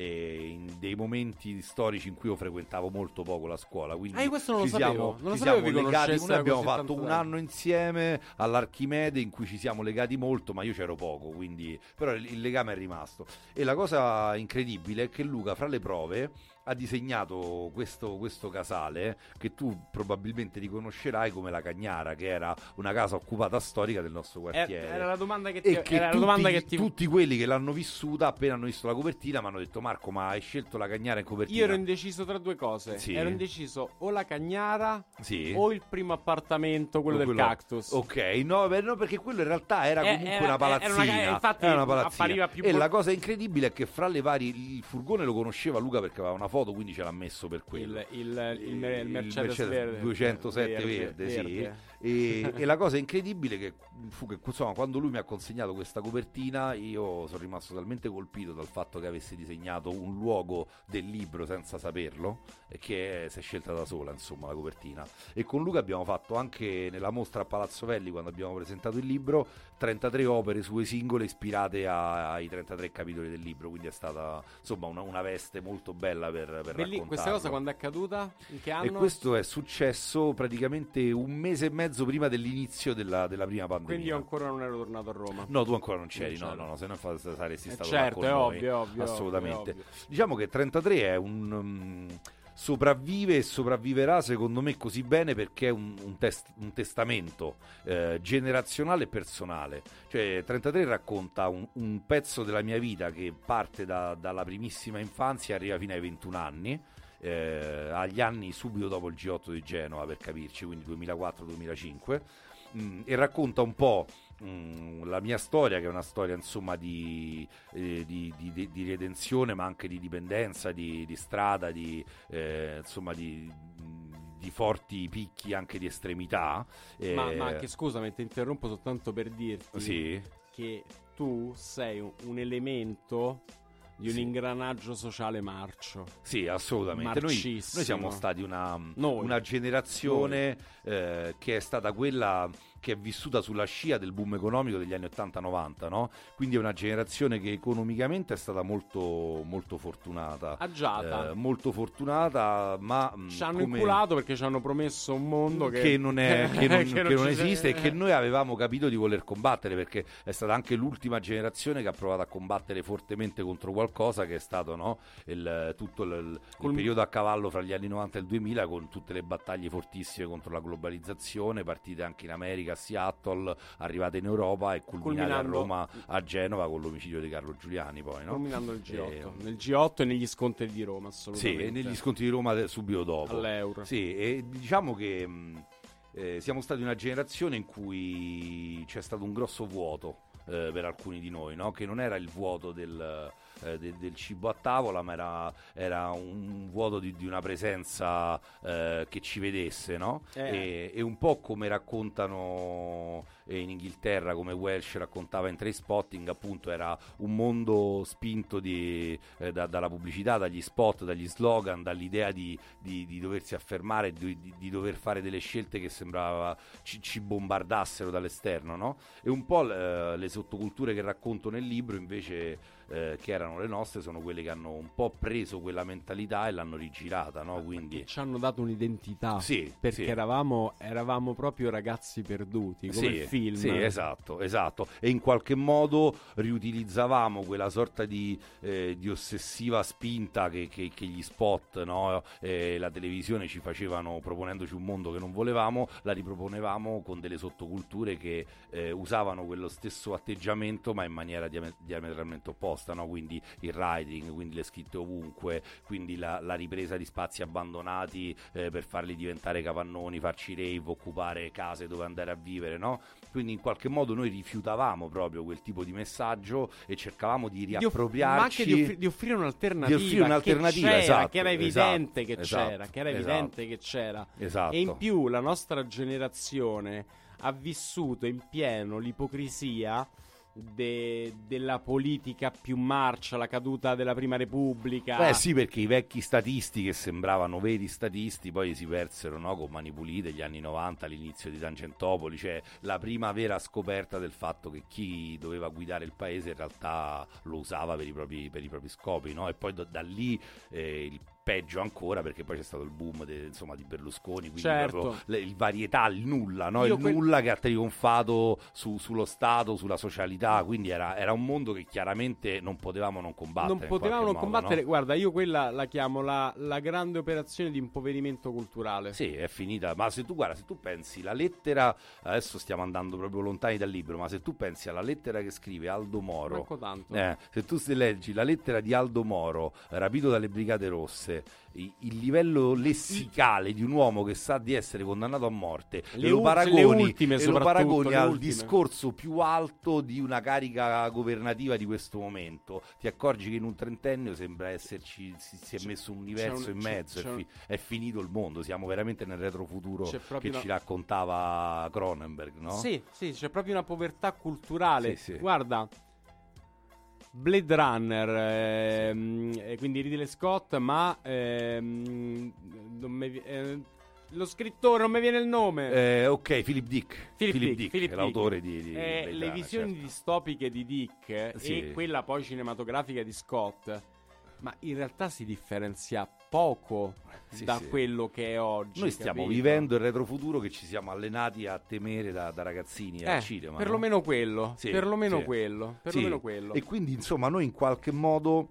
[SPEAKER 6] e in dei momenti storici in cui io frequentavo molto poco la scuola, quindi
[SPEAKER 5] Ah, io questo non lo
[SPEAKER 6] ci
[SPEAKER 5] sapevo,
[SPEAKER 6] siamo,
[SPEAKER 5] non lo
[SPEAKER 6] ci
[SPEAKER 5] sapevo
[SPEAKER 6] siamo
[SPEAKER 5] vi
[SPEAKER 6] legati.
[SPEAKER 5] conoscesse
[SPEAKER 6] Noi abbiamo
[SPEAKER 5] così
[SPEAKER 6] fatto
[SPEAKER 5] tanto
[SPEAKER 6] un
[SPEAKER 5] tempo.
[SPEAKER 6] anno insieme all'Archimede in cui ci siamo legati molto, ma io c'ero poco, quindi però il, il legame è rimasto. E la cosa incredibile è che Luca, fra le prove, ha disegnato questo, questo casale che tu probabilmente riconoscerai come la Cagnara, che era una casa occupata storica del nostro
[SPEAKER 5] Eh,
[SPEAKER 6] quartiere.
[SPEAKER 5] era la domanda che ti,
[SPEAKER 6] E che
[SPEAKER 5] era la
[SPEAKER 6] tutti,
[SPEAKER 5] domanda che ti
[SPEAKER 6] tutti quelli che l'hanno vissuta, appena hanno visto la copertina, mi hanno detto: Marco, ma hai scelto la Cagnara in copertina?
[SPEAKER 5] Io ero indeciso tra due cose.
[SPEAKER 6] Sì.
[SPEAKER 5] Ero indeciso o la Cagnara
[SPEAKER 6] Sì.
[SPEAKER 5] o il primo appartamento, quello,
[SPEAKER 6] O
[SPEAKER 5] del cactus.
[SPEAKER 6] Ok, no, beh, no, perché quello in realtà era
[SPEAKER 5] Eh,
[SPEAKER 6] comunque
[SPEAKER 5] era-
[SPEAKER 6] una palazzina.
[SPEAKER 5] era una- infatti
[SPEAKER 6] Era una palazzina.
[SPEAKER 5] appariva più
[SPEAKER 6] E
[SPEAKER 5] bo-
[SPEAKER 6] la cosa incredibile è che fra le varie, il furgone lo conosceva Luca perché aveva una foto, quindi ce l'ha messo per quello.
[SPEAKER 5] Il, il, il, mer- il Mercedes, verde,
[SPEAKER 6] duecentosette verde, sì.
[SPEAKER 5] verde.
[SPEAKER 6] E, e la cosa incredibile che fu che insomma, quando lui mi ha consegnato questa copertina, io sono rimasto talmente colpito dal fatto che avesse disegnato un luogo del libro senza saperlo, e che si è scelta da sola, insomma, la copertina. E con Luca abbiamo fatto anche nella mostra a Palazzo Velli, quando abbiamo presentato il libro, trentatré opere sue singole ispirate a- ai trentatré capitoli del libro, quindi è stata insomma una, una veste molto bella per, per
[SPEAKER 5] Belli-
[SPEAKER 6] raccontarlo.
[SPEAKER 5] questa cosa quando è accaduta? In che anno?
[SPEAKER 6] E questo è successo praticamente un mese e mezzo prima dell'inizio della, della prima pandemia.
[SPEAKER 5] Quindi io ancora non ero tornato a Roma.
[SPEAKER 6] No, tu ancora non c'eri,
[SPEAKER 5] Non
[SPEAKER 6] no,
[SPEAKER 5] c'ero.
[SPEAKER 6] no, no, se no fa- saresti
[SPEAKER 5] Eh,
[SPEAKER 6] stato
[SPEAKER 5] certo,
[SPEAKER 6] là con
[SPEAKER 5] è
[SPEAKER 6] noi.
[SPEAKER 5] ovvio, ovvio,
[SPEAKER 6] Assolutamente.
[SPEAKER 5] ovvio, ovvio.
[SPEAKER 6] Diciamo che trentatré è un... um, sopravvive e sopravviverà secondo me così bene perché è un, un, test- un testamento eh, generazionale e personale. Cioè trentatré racconta un, un pezzo della mia vita che parte da- dalla primissima infanzia e arriva fino ai ventuno anni, eh, agli anni subito dopo il G otto di Genova, per capirci, quindi duemilaquattro duemilacinque, mm, e racconta un po' mm, la mia storia, che è una storia insomma di, eh, di, di- di- di redenzione, ma anche di dipendenza, di, di strada, di eh, insomma di, di forti picchi anche di estremità.
[SPEAKER 5] Ma,
[SPEAKER 6] eh,
[SPEAKER 5] ma anche scusami, ti interrompo soltanto per dirti
[SPEAKER 6] Sì.
[SPEAKER 5] che tu sei un, un elemento di un
[SPEAKER 6] Sì.
[SPEAKER 5] ingranaggio sociale marcio.
[SPEAKER 6] Sì, assolutamente. Noi,
[SPEAKER 5] Marcissimo.
[SPEAKER 6] noi siamo stati una,
[SPEAKER 5] Noi.
[SPEAKER 6] una generazione eh, che è stata quella che è vissuta sulla scia del boom economico degli anni ottanta novanta, no? Quindi è una generazione che economicamente è stata molto, molto fortunata.
[SPEAKER 5] Agiata.
[SPEAKER 6] Eh, molto fortunata, ma mh,
[SPEAKER 5] Ci hanno
[SPEAKER 6] come-
[SPEAKER 5] inculato perché ci hanno promesso un mondo che,
[SPEAKER 6] che non, è, che non, che non
[SPEAKER 5] ci-
[SPEAKER 6] esiste, e che noi avevamo capito di voler combattere, perché è stata anche l'ultima generazione che ha provato a combattere fortemente contro qualcosa che è stato, no, il, tutto il, il
[SPEAKER 5] Col-
[SPEAKER 6] periodo a cavallo fra gli anni novanta e il duemila, con tutte le battaglie fortissime contro la globalizzazione, partite anche in America, a Seattle, arrivate in Europa e culminate a
[SPEAKER 5] Culminando-
[SPEAKER 6] Roma, a Genova, con l'omicidio di Carlo Giuliani poi, no?
[SPEAKER 5] Culminando il G otto.
[SPEAKER 6] Eh,
[SPEAKER 5] Nel G otto e negli scontri di Roma,
[SPEAKER 6] Sì,
[SPEAKER 5] assolutamente.
[SPEAKER 6] e negli scontri di Roma de- subito dopo.
[SPEAKER 5] All'euro.
[SPEAKER 6] Sì, e diciamo che mh, eh, siamo stati una generazione in cui c'è stato un grosso vuoto eh, per alcuni di noi, no? Che non era il vuoto del, eh, de- del cibo a tavola, ma era, era un vuoto di, di una presenza eh, che ci vedesse, no?
[SPEAKER 5] Eh.
[SPEAKER 6] E, e un po' come raccontano eh, in Inghilterra, come Welsh raccontava in Trainspotting, appunto era un mondo spinto di, eh, da- dalla pubblicità, dagli spot, dagli slogan, dall'idea di, di- di doversi affermare, di, di- di dover fare delle scelte che sembrava ci, ci bombardassero dall'esterno, no? E un po' eh, le sottoculture che racconto nel libro invece, eh, che erano le nostre, sono quelle che hanno un po' preso quella mentalità e l'hanno rigirata, no? Quindi
[SPEAKER 5] Ci hanno dato un'identità.
[SPEAKER 6] Sì,
[SPEAKER 5] Perché
[SPEAKER 6] sì.
[SPEAKER 5] eravamo, eravamo proprio ragazzi perduti, come
[SPEAKER 6] Sì,
[SPEAKER 5] il film.
[SPEAKER 6] sì, esatto, esatto. E in qualche modo riutilizzavamo quella sorta di, eh, di ossessiva spinta che, che- che gli spot, no? Eh, la televisione ci facevano, proponendoci un mondo che non volevamo, la riproponevamo con delle sottoculture che eh, usavano quello stesso atteggiamento, ma in maniera diame- diametralmente opposta. risposta, no? Quindi il writing, quindi le scritte ovunque, quindi la, la ripresa di spazi abbandonati eh, per farli diventare capannoni, farci rave, occupare case dove andare a vivere, no? Quindi in qualche modo noi rifiutavamo proprio quel tipo di messaggio e cercavamo di
[SPEAKER 5] Di off-
[SPEAKER 6] riappropriarci,
[SPEAKER 5] ma anche di, offri- di offrire un'alternativa,
[SPEAKER 6] di offrire un'alternativa,
[SPEAKER 5] che c'era,
[SPEAKER 6] esatto,
[SPEAKER 5] che era evidente
[SPEAKER 6] esatto,
[SPEAKER 5] che
[SPEAKER 6] esatto,
[SPEAKER 5] c'era, che era
[SPEAKER 6] esatto,
[SPEAKER 5] evidente che c'era.
[SPEAKER 6] esatto.
[SPEAKER 5] E in più la nostra generazione ha vissuto in pieno l'ipocrisia de- della politica più marcia, la caduta della Prima Repubblica.
[SPEAKER 6] Beh sì, perché i vecchi statisti che sembravano veri statisti poi si persero, no, con Mani Pulite, gli anni novanta, all'inizio di Tangentopoli, cioè la prima vera scoperta del fatto che chi doveva guidare il paese in realtà lo usava per i propri, per i propri scopi, no? E poi da, da lì eh, il peggio ancora, perché poi c'è stato il boom de, insomma, di Berlusconi, quindi
[SPEAKER 5] Certo.
[SPEAKER 6] proprio le, il varietà, il nulla, no?
[SPEAKER 5] Io
[SPEAKER 6] il
[SPEAKER 5] que-
[SPEAKER 6] nulla che ha trionfato su, sullo Stato, sulla socialità, quindi era, era un mondo che chiaramente non potevamo non combattere.
[SPEAKER 5] Non potevamo non
[SPEAKER 6] modo,
[SPEAKER 5] combattere.
[SPEAKER 6] no?
[SPEAKER 5] Guarda, io quella la chiamo la, la grande operazione di impoverimento culturale.
[SPEAKER 6] Sì, è finita, ma se tu guarda, se tu pensi la lettera, adesso stiamo andando proprio lontani dal libro, ma se tu pensi alla lettera che scrive Aldo Moro,
[SPEAKER 5] Manco tanto.
[SPEAKER 6] eh, se tu se leggi la lettera di Aldo Moro, rapito dalle Brigate Rosse, i- il livello lessicale di un uomo che sa di essere condannato a morte,
[SPEAKER 5] Le
[SPEAKER 6] e lo
[SPEAKER 5] ul-
[SPEAKER 6] paragoni,
[SPEAKER 5] le ultime
[SPEAKER 6] e lo
[SPEAKER 5] soprattutto,
[SPEAKER 6] paragoni
[SPEAKER 5] le
[SPEAKER 6] al
[SPEAKER 5] ultime.
[SPEAKER 6] discorso più alto di una carica governativa di questo momento, ti accorgi che in un trentennio sembra esserci, si, si è
[SPEAKER 5] C'è-
[SPEAKER 6] messo un universo
[SPEAKER 5] c'è un-
[SPEAKER 6] in mezzo,
[SPEAKER 5] c'è-
[SPEAKER 6] è, fi- è finito il mondo, siamo veramente nel retrofuturo
[SPEAKER 5] C'è
[SPEAKER 6] che
[SPEAKER 5] proprio
[SPEAKER 6] ci
[SPEAKER 5] una-
[SPEAKER 6] raccontava Cronenberg, no?
[SPEAKER 5] Sì, sì, c'è proprio una povertà culturale.
[SPEAKER 6] Sì, sì.
[SPEAKER 5] Guarda, Blade Runner, ehm, e quindi Ridley Scott, ma ehm, non mi vi- eh, lo scrittore, non mi viene il nome.
[SPEAKER 6] Eh, ok, Philip Dick,
[SPEAKER 5] Philip
[SPEAKER 6] Philip
[SPEAKER 5] Dick,
[SPEAKER 6] Dick,
[SPEAKER 5] Philip
[SPEAKER 6] è
[SPEAKER 5] Dick.
[SPEAKER 6] l'autore di, di
[SPEAKER 5] Eh,
[SPEAKER 6] Blade
[SPEAKER 5] le
[SPEAKER 6] Runner,
[SPEAKER 5] visioni
[SPEAKER 6] certo.
[SPEAKER 5] distopiche di Dick eh,
[SPEAKER 6] Sì.
[SPEAKER 5] e quella poi cinematografica di Scott, ma in realtà si differenzia poco
[SPEAKER 6] Sì,
[SPEAKER 5] da
[SPEAKER 6] sì.
[SPEAKER 5] quello che è oggi.
[SPEAKER 6] Noi stiamo
[SPEAKER 5] capito?
[SPEAKER 6] vivendo il retrofuturo che ci siamo allenati a temere da, da ragazzini
[SPEAKER 5] Eh,
[SPEAKER 6] al cinema,
[SPEAKER 5] perlomeno
[SPEAKER 6] no?
[SPEAKER 5] quello,
[SPEAKER 6] Sì,
[SPEAKER 5] perlomeno
[SPEAKER 6] sì.
[SPEAKER 5] quello,
[SPEAKER 6] Sì.
[SPEAKER 5] perlomeno quello.
[SPEAKER 6] E quindi insomma noi in qualche modo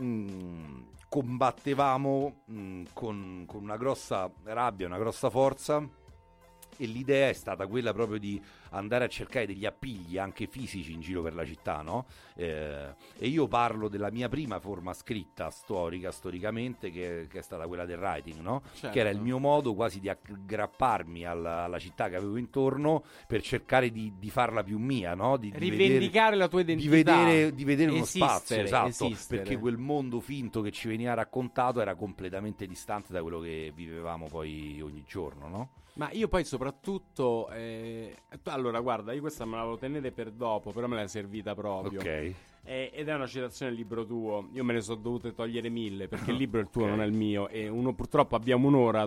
[SPEAKER 6] mh, combattevamo mh, con, con una grossa rabbia, una grossa forza, e l'idea è stata quella proprio di andare a cercare degli appigli anche fisici in giro per la città, no? Eh, e io parlo della mia prima forma scritta storica, storicamente, che, che è stata quella del writing, no?
[SPEAKER 5] Certo.
[SPEAKER 6] Che era il mio modo quasi di aggrapparmi alla, alla città che avevo intorno per cercare di, di farla più mia, no? Di, di
[SPEAKER 5] Rivendicare
[SPEAKER 6] vedere,
[SPEAKER 5] la tua
[SPEAKER 6] di
[SPEAKER 5] identità.
[SPEAKER 6] vedere, di vedere uno
[SPEAKER 5] Esistere,
[SPEAKER 6] spazio, esatto,
[SPEAKER 5] esistere.
[SPEAKER 6] perché quel mondo finto che ci veniva raccontato era completamente distante da quello che vivevamo poi ogni giorno, no?
[SPEAKER 5] Ma io poi soprattutto eh, allora guarda, io questa me la volevo tenere per dopo, però me l'è servita proprio.
[SPEAKER 6] Ok.
[SPEAKER 5] Eh, ed è una citazione del libro tuo. Io me ne sono dovute togliere mille perché il libro è il tuo,
[SPEAKER 6] Ok.
[SPEAKER 5] non è il mio, e uno purtroppo abbiamo un'ora.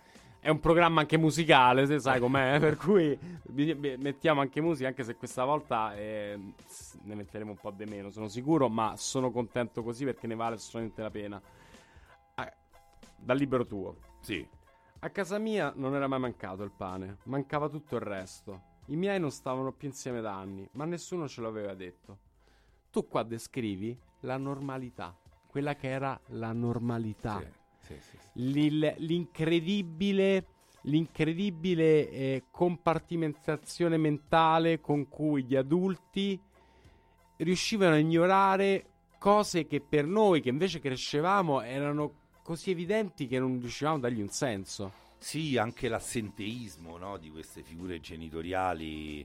[SPEAKER 5] È un programma anche musicale, se sai com'è, per cui bi- bi- mettiamo anche musica, anche se questa volta eh, s- ne metteremo un po' di meno, sono sicuro, ma sono contento così perché ne vale assolutamente la pena. Ah, dal libro tuo.
[SPEAKER 6] Sì.
[SPEAKER 5] A casa mia non era mai mancato il pane, mancava tutto il resto. I miei non stavano più insieme da anni, ma nessuno ce l'aveva detto. Tu qua descrivi la normalità, quella che era la normalità.
[SPEAKER 6] Sì, sì, sì, sì.
[SPEAKER 5] L'il- l'incredibile, l'incredibile eh, compartimentazione mentale con cui gli adulti riuscivano a ignorare cose che per noi, che invece crescevamo, erano così evidenti che non riuscivamo a dargli un senso.
[SPEAKER 6] Sì, anche l'assenteismo, no, di queste figure genitoriali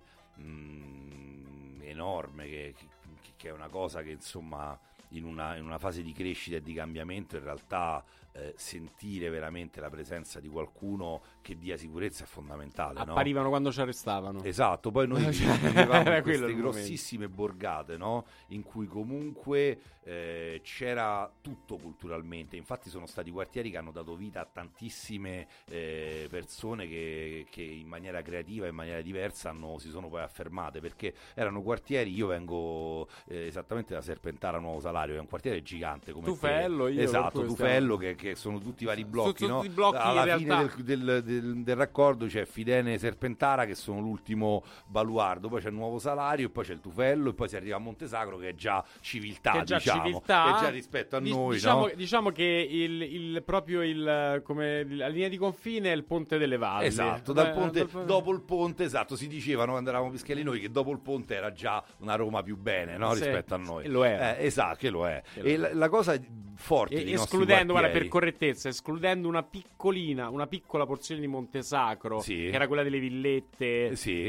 [SPEAKER 6] mh, enorme, che, che- che è una cosa che insomma in una, in una fase di crescita e di cambiamento in realtà eh, sentire veramente la presenza di qualcuno che dia sicurezza è fondamentale, no?
[SPEAKER 5] Apparivano quando ci arrestavano.
[SPEAKER 6] Esatto, poi noi
[SPEAKER 5] Cioè,
[SPEAKER 6] vivevamo
[SPEAKER 5] era
[SPEAKER 6] in
[SPEAKER 5] quello
[SPEAKER 6] queste
[SPEAKER 5] il momento.
[SPEAKER 6] grossissime borgate, no? In cui comunque eh, c'era tutto culturalmente. Infatti sono stati quartieri che hanno dato vita a tantissime eh, persone che, che in maniera creativa, in maniera diversa hanno, si sono poi affermate, perché erano quartieri, io vengo eh, esattamente da Serpentara, Nuovo Salario, Salario, è un quartiere gigante come
[SPEAKER 5] Tufello,
[SPEAKER 6] te.
[SPEAKER 5] io
[SPEAKER 6] esatto,
[SPEAKER 5] per cui
[SPEAKER 6] Tufello che, che sono tutti i vari blocchi,
[SPEAKER 5] sono
[SPEAKER 6] no?
[SPEAKER 5] tutti blocchi,
[SPEAKER 6] alla
[SPEAKER 5] in
[SPEAKER 6] fine
[SPEAKER 5] realtà.
[SPEAKER 6] del, del, del, del raccordo c'è Fidene e Serpentara che sono l'ultimo baluardo, poi c'è il Nuovo Salario e poi c'è il Tufello e poi si arriva a Montesacro che è già civiltà,
[SPEAKER 5] che è già
[SPEAKER 6] diciamo,
[SPEAKER 5] civiltà,
[SPEAKER 6] che è già rispetto a
[SPEAKER 5] Di-
[SPEAKER 6] noi,
[SPEAKER 5] diciamo,
[SPEAKER 6] no?
[SPEAKER 5] diciamo che il, il proprio il come la linea di confine è il Ponte delle Valli.
[SPEAKER 6] Esatto, dal
[SPEAKER 5] Eh,
[SPEAKER 6] ponte,
[SPEAKER 5] dal-
[SPEAKER 6] dopo il ponte, esatto, si dicevano quando eravamo pischelli noi che dopo il ponte era già una Roma più bene, no?
[SPEAKER 5] Sì,
[SPEAKER 6] rispetto a noi.
[SPEAKER 5] e lo era.
[SPEAKER 6] Eh, esatto, che lo è.
[SPEAKER 5] Che lo
[SPEAKER 6] e
[SPEAKER 5] è.
[SPEAKER 6] la, la cosa forte
[SPEAKER 5] E-
[SPEAKER 6] dei nostri
[SPEAKER 5] escludendo, guarda,
[SPEAKER 6] quartieri-
[SPEAKER 5] per correttezza, escludendo una piccolina, una piccola porzione di Montesacro,
[SPEAKER 6] Sì.
[SPEAKER 5] che era quella delle villette
[SPEAKER 6] Sì.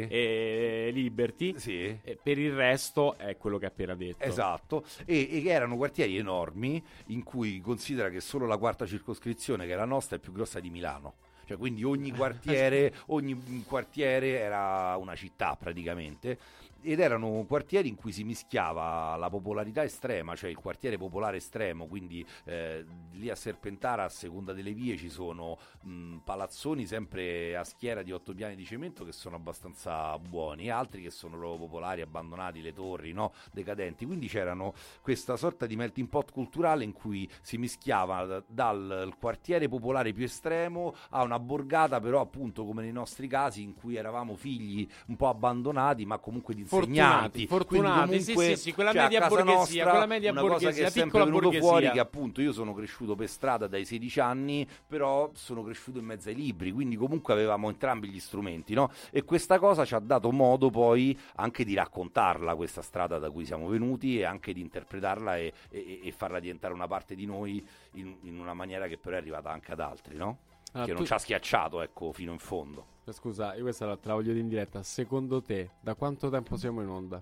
[SPEAKER 5] e Liberty,
[SPEAKER 6] Sì.
[SPEAKER 5] e per il resto è quello che ha appena detto.
[SPEAKER 6] Esatto, e, e erano quartieri enormi in cui considera che solo la quarta circoscrizione, che è la nostra, è più grossa di Milano. Cioè, quindi ogni quartiere, ogni quartiere era una città praticamente. Ed erano quartieri in cui si mischiava la popolarità estrema, cioè il quartiere popolare estremo, quindi eh, lì a Serpentara, a seconda delle vie, ci sono mh, palazzoni sempre a schiera di otto piani di cemento che sono abbastanza buoni, e altri che sono proprio popolari, abbandonati, le torri, no? Decadenti. Quindi c'erano questa sorta di melting pot culturale in cui si mischiava da- dal quartiere popolare più estremo a una borgata, però appunto come nei nostri casi, in cui eravamo figli un po' abbandonati, ma comunque di
[SPEAKER 5] Fortunati,
[SPEAKER 6] insegnanti,
[SPEAKER 5] fortunati,
[SPEAKER 6] quindi
[SPEAKER 5] sì,
[SPEAKER 6] comunque,
[SPEAKER 5] sì, sì, quella
[SPEAKER 6] cioè,
[SPEAKER 5] media
[SPEAKER 6] a casa
[SPEAKER 5] borghesia,
[SPEAKER 6] nostra,
[SPEAKER 5] quella media
[SPEAKER 6] una cosa
[SPEAKER 5] borghesia,
[SPEAKER 6] che è sempre
[SPEAKER 5] piccola
[SPEAKER 6] venuto
[SPEAKER 5] borghesia.
[SPEAKER 6] fuori, che appunto io sono cresciuto per strada dai sedici anni, però sono cresciuto in mezzo ai libri, quindi comunque avevamo entrambi gli strumenti, no? E questa cosa ci ha dato modo poi anche di raccontarla, questa strada da cui siamo venuti, e anche di interpretarla e, e, e farla diventare una parte di noi in, in una maniera che però è arrivata anche ad altri, no?
[SPEAKER 5] Ah,
[SPEAKER 6] che
[SPEAKER 5] tu-
[SPEAKER 6] non ci ha schiacciato, ecco, fino in fondo.
[SPEAKER 5] Scusa, io questa la, te la voglio dire in diretta. Secondo te, da quanto tempo siamo in onda?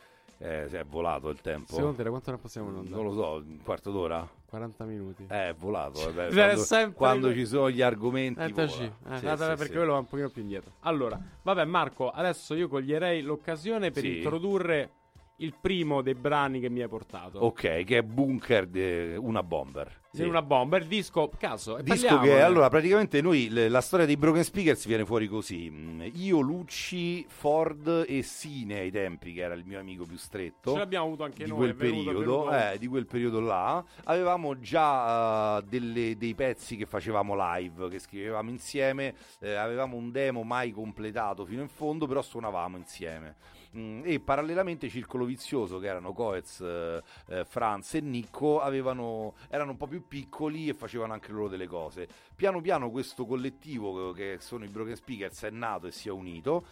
[SPEAKER 6] Eh, si è volato il tempo.
[SPEAKER 5] Secondo te, da quanto tempo siamo in onda?
[SPEAKER 6] Non lo so, un quarto d'ora?
[SPEAKER 5] quaranta minuti.
[SPEAKER 6] Eh, è volato. Vabbè,
[SPEAKER 5] Cioè,
[SPEAKER 6] quando,
[SPEAKER 5] sempre-
[SPEAKER 6] quando ci sono gli argomenti.
[SPEAKER 5] Eccoci,
[SPEAKER 6] vola.
[SPEAKER 5] eh,
[SPEAKER 6] Sì,
[SPEAKER 5] guarda,
[SPEAKER 6] sì,
[SPEAKER 5] perché
[SPEAKER 6] sì.
[SPEAKER 5] quello va un pochino più indietro. Allora, vabbè, Marco, adesso io coglierei l'occasione per
[SPEAKER 6] Sì.
[SPEAKER 5] introdurre il primo dei brani che mi hai portato.
[SPEAKER 6] Ok, che è Bunker, de- una bomber.
[SPEAKER 5] Sì, una bomba, il disco, caso, e
[SPEAKER 6] Disco
[SPEAKER 5] parliamone.
[SPEAKER 6] che allora praticamente noi le- la storia dei Broken Speakers viene fuori così. Mm, Io, Lucci, Ford e Sine ai tempi, che era il mio amico più stretto
[SPEAKER 5] Ce l'abbiamo avuto anche
[SPEAKER 6] di
[SPEAKER 5] noi,
[SPEAKER 6] quel
[SPEAKER 5] è venuto, è
[SPEAKER 6] periodo,
[SPEAKER 5] venuto.
[SPEAKER 6] eh, di quel periodo là, avevamo già eh, delle- dei pezzi che facevamo live, che scrivevamo insieme, eh, avevamo un demo mai completato fino in fondo, però suonavamo insieme. Mm, e parallelamente Circolo Vizioso, che erano Coez, eh, eh, Franz e Nicco, avevano, erano un po' più piccoli e facevano anche loro delle cose. Piano piano questo collettivo, che sono i Broken Speakers, è nato e si è unito.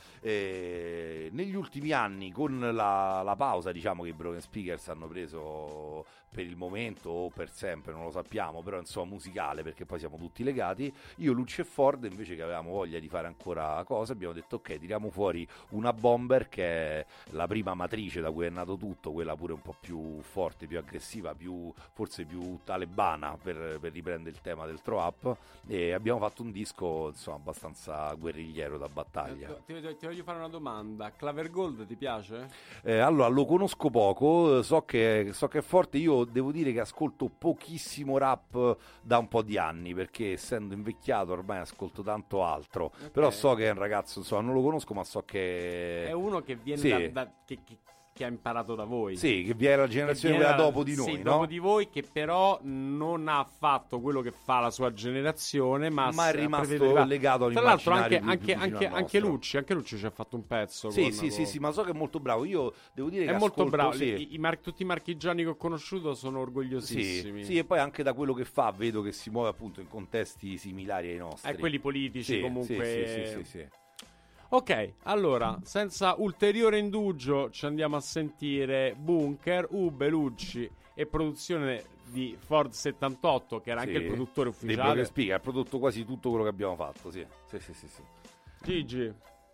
[SPEAKER 6] E negli ultimi anni, con la, la pausa, diciamo, che i Broken Speakers hanno preso per il momento o per sempre, non lo sappiamo, però insomma musicale, perché poi siamo tutti legati, io, Lucci e Ford, invece che avevamo voglia di fare ancora cose, abbiamo detto ok, tiriamo fuori una bomber, che è la prima matrice da cui è nato tutto, quella pure un po' più forte, più aggressiva, più forse più talebana, per, per riprendere il tema del throw up, e abbiamo fatto un disco insomma abbastanza guerrigliero da battaglia.
[SPEAKER 5] Ti, ti- ti voglio fare una domanda. Claver Gold ti piace?
[SPEAKER 6] Eh, allora, lo conosco poco, so che, so che è forte. Io devo dire che ascolto pochissimo rap da un po' di anni, perché essendo invecchiato ormai ascolto tanto altro.
[SPEAKER 5] Ok.
[SPEAKER 6] Però so che è un ragazzo, insomma, non lo conosco, ma so che
[SPEAKER 5] È uno che viene
[SPEAKER 6] Sì.
[SPEAKER 5] da, da- che, che- che ha imparato da voi.
[SPEAKER 6] Sì, che viene la generazione
[SPEAKER 5] Che viene
[SPEAKER 6] quella
[SPEAKER 5] da-
[SPEAKER 6] dopo di noi,
[SPEAKER 5] sì,
[SPEAKER 6] no?
[SPEAKER 5] dopo di voi, che però non ha fatto quello che fa la sua generazione, ma,
[SPEAKER 6] Ma è
[SPEAKER 5] s- ha
[SPEAKER 6] rimasto
[SPEAKER 5] preferito-
[SPEAKER 6] legato
[SPEAKER 5] Tra l'altro anche,
[SPEAKER 6] all'immaginario più-
[SPEAKER 5] anche,
[SPEAKER 6] più vicino
[SPEAKER 5] anche,
[SPEAKER 6] al
[SPEAKER 5] anche
[SPEAKER 6] nostro.
[SPEAKER 5] Lucci, anche Lucci ci ha fatto un pezzo.
[SPEAKER 6] Sì,
[SPEAKER 5] con-
[SPEAKER 6] sì, sì,
[SPEAKER 5] con-
[SPEAKER 6] sì, ma so che è molto bravo. Io devo dire che
[SPEAKER 5] È molto
[SPEAKER 6] ascolto,
[SPEAKER 5] bravo.
[SPEAKER 6] sì.
[SPEAKER 5] I- i mar- tutti i marchigiani che ho conosciuto sono orgogliosissimi.
[SPEAKER 6] Sì, sì, e poi anche da quello che fa vedo che si muove appunto in contesti similari ai nostri.
[SPEAKER 5] Eh, quelli politici,
[SPEAKER 6] Sì,
[SPEAKER 5] comunque.
[SPEAKER 6] sì, sì, sì, sì, sì.
[SPEAKER 5] Ok, allora, senza ulteriore indugio ci andiamo a sentire Bunker, Ube, Lucci e produzione di Ford settantotto, che era anche
[SPEAKER 6] Sì,
[SPEAKER 5] il produttore
[SPEAKER 6] dei Broken
[SPEAKER 5] ufficiale.
[SPEAKER 6] Speaker, ha prodotto quasi tutto quello che abbiamo fatto, sì. Sì, sì, sì, sì.
[SPEAKER 5] Gigi.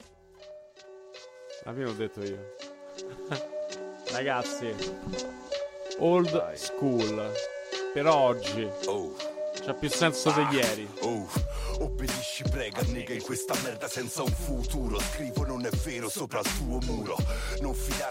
[SPEAKER 5] La fine ho detto io. Ragazzi, old
[SPEAKER 6] Vai.
[SPEAKER 5] school. Per oggi c'ha più senso di ieri.
[SPEAKER 1] Oh, obbedisci, prega, nega in questa merda senza un futuro. Scrivo non è vero sopra il tuo muro. Non fidarti di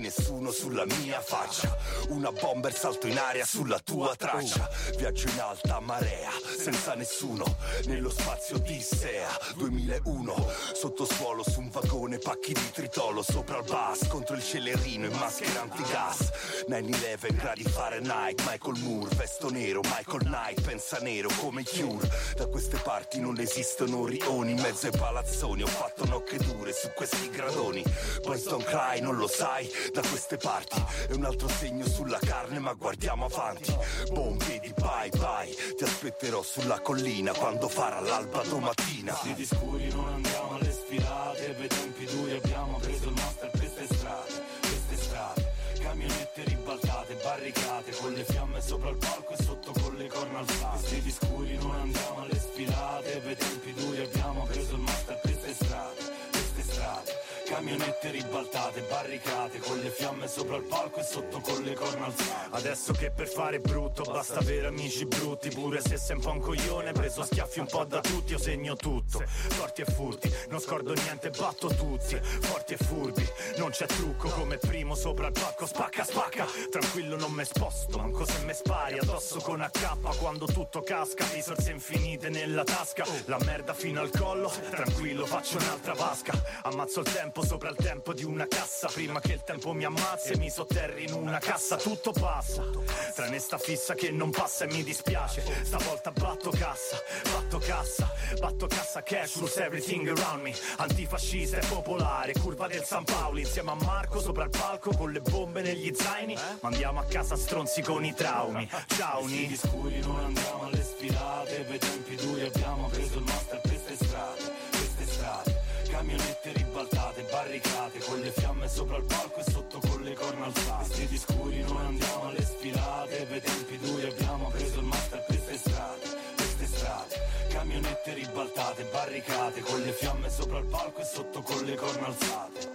[SPEAKER 1] nessuno sulla mia faccia. Una bomber salto in aria sulla tua traccia. Viaggio in alta marea, senza nessuno, nello spazio Odissea. duemilauno, sottosuolo su un vagone, pacchi di tritolo sopra il bus, contro il celerino e maschera antigas. nove undici gradi Fahrenheit, Michael Moore, vesto nero, Michael Knight, pensa nero come i Cure. Da queste parti non esistono rioni, in mezzo ai palazzoni ho fatto nocche dure su questi gradoni. Boys don't cry, non lo sai, da queste parti è un altro segno sulla carne, ma guardiamo avanti. Bombe di bye bye, ti aspetterò sulla collina quando farà l'alba domattina.
[SPEAKER 11] Siti scuri non andiamo alle sfilate, per tempi duri abbiamo preso il master per queste strade, queste strade, camionette ribaltate, barricate, con le fiamme sopra il palco e sotto con le corna alzate. Siti scuri non andiamo alle sfilate, per tempi duri abbiamo preso il master per queste strade, queste strade, camionette ribaltate, barricate, con le fiamme sopra il palco e sotto con le corna alzate. Adesso che per fare brutto basta avere amici brutti, pure se sei un po' un coglione, preso schiaffi un po' da tutti, io segno tutto, forti e furti, non scordo niente, batto tutti, forti e furbi, non c'è trucco come primo sopra il palco, spacca spacca, tranquillo non me sposto, manco se me spari addosso con A K quando tutto casca, risorse infinite nella tasca, la merda fino al collo, tranquillo faccio un'altra vasca, ammazzo il tempo sopra il tempo di una cassa, prima che il tempo mi ammazzi e mi sotterri in una cassa, tutto passa, tranne sta fissa che non passa e mi dispiace, stavolta batto cassa, batto cassa, batto cassa, cash rules everything around me, antifascista e popolare, curva del San Paolo, insieme a Marco sopra il palco con le bombe negli zaini, mandiamo a casa stronzi con i traumi, ciao ni scuri non andiamo alle sfilate, per tempi duri abbiamo preso il master per queste strade, queste strade, camionette ribaltate, barricate, con le fiamme sopra il palco e sotto con le corna alzate. Vestiti scuri non andiamo alle sfilate, per tempi duri abbiamo preso il master per queste strade, queste strade, camionette ribaltate, barricate, con le fiamme sopra il palco e sotto con le corna alzate.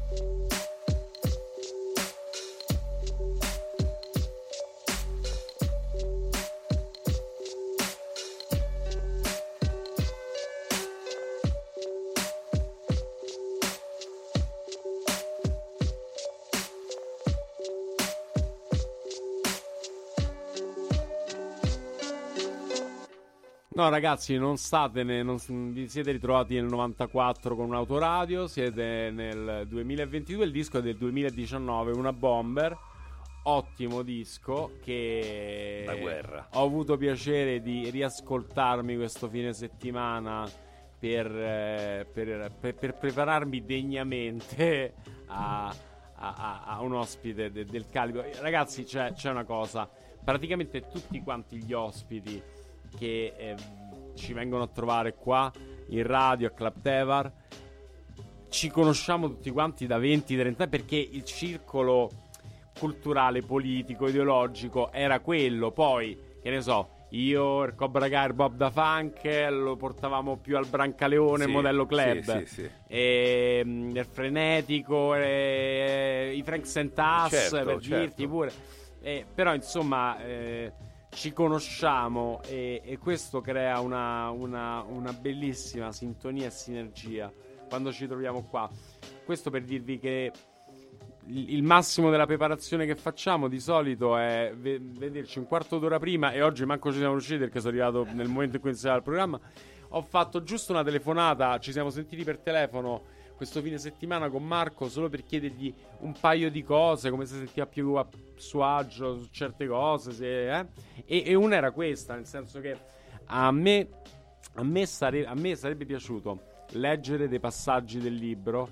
[SPEAKER 5] No ragazzi, non state, ne, non vi siete ritrovati nel novantaquattro con un autoradio, siete nel duemilaventidue, il disco è del duemiladiciannove, una bomber, ottimo disco che
[SPEAKER 6] la guerra.
[SPEAKER 5] Ho avuto piacere di riascoltarmi questo fine settimana per, eh, per, per, per prepararmi degnamente a, a, a, a un ospite de, del calibro. Ragazzi, c'è, c'è una cosa, praticamente tutti quanti gli ospiti che eh, ci vengono a trovare qua in radio a Club Tevar ci conosciamo tutti quanti da venti trenta anni, perché il circolo culturale, politico, ideologico era quello. Poi, che ne so, io, il Cobra Kai, il Bob da Funk lo portavamo più al Brancaleone,
[SPEAKER 6] sì,
[SPEAKER 5] modello club,
[SPEAKER 6] sì, sì, sì.
[SPEAKER 5] E, mh, il Frenetico, e, i Frank Sentas,
[SPEAKER 6] certo,
[SPEAKER 5] per
[SPEAKER 6] certo.
[SPEAKER 5] dirti pure, e, però insomma eh, ci conosciamo e, e questo crea una, una, una bellissima sintonia e sinergia quando ci troviamo qua. Questo per dirvi che il, il massimo della preparazione che facciamo di solito è ve- vederci un quarto d'ora prima, e oggi manco ci siamo riusciti perché sono arrivato nel momento in cui iniziava il programma. Ho fatto giusto una telefonata, ci siamo sentiti per telefono questo fine settimana con Marco solo per chiedergli un paio di cose, come si sentiva più a suo agio su certe cose, se, eh? e, e una era questa, nel senso che a me, a me, sare- a me sarebbe piaciuto leggere dei passaggi del libro,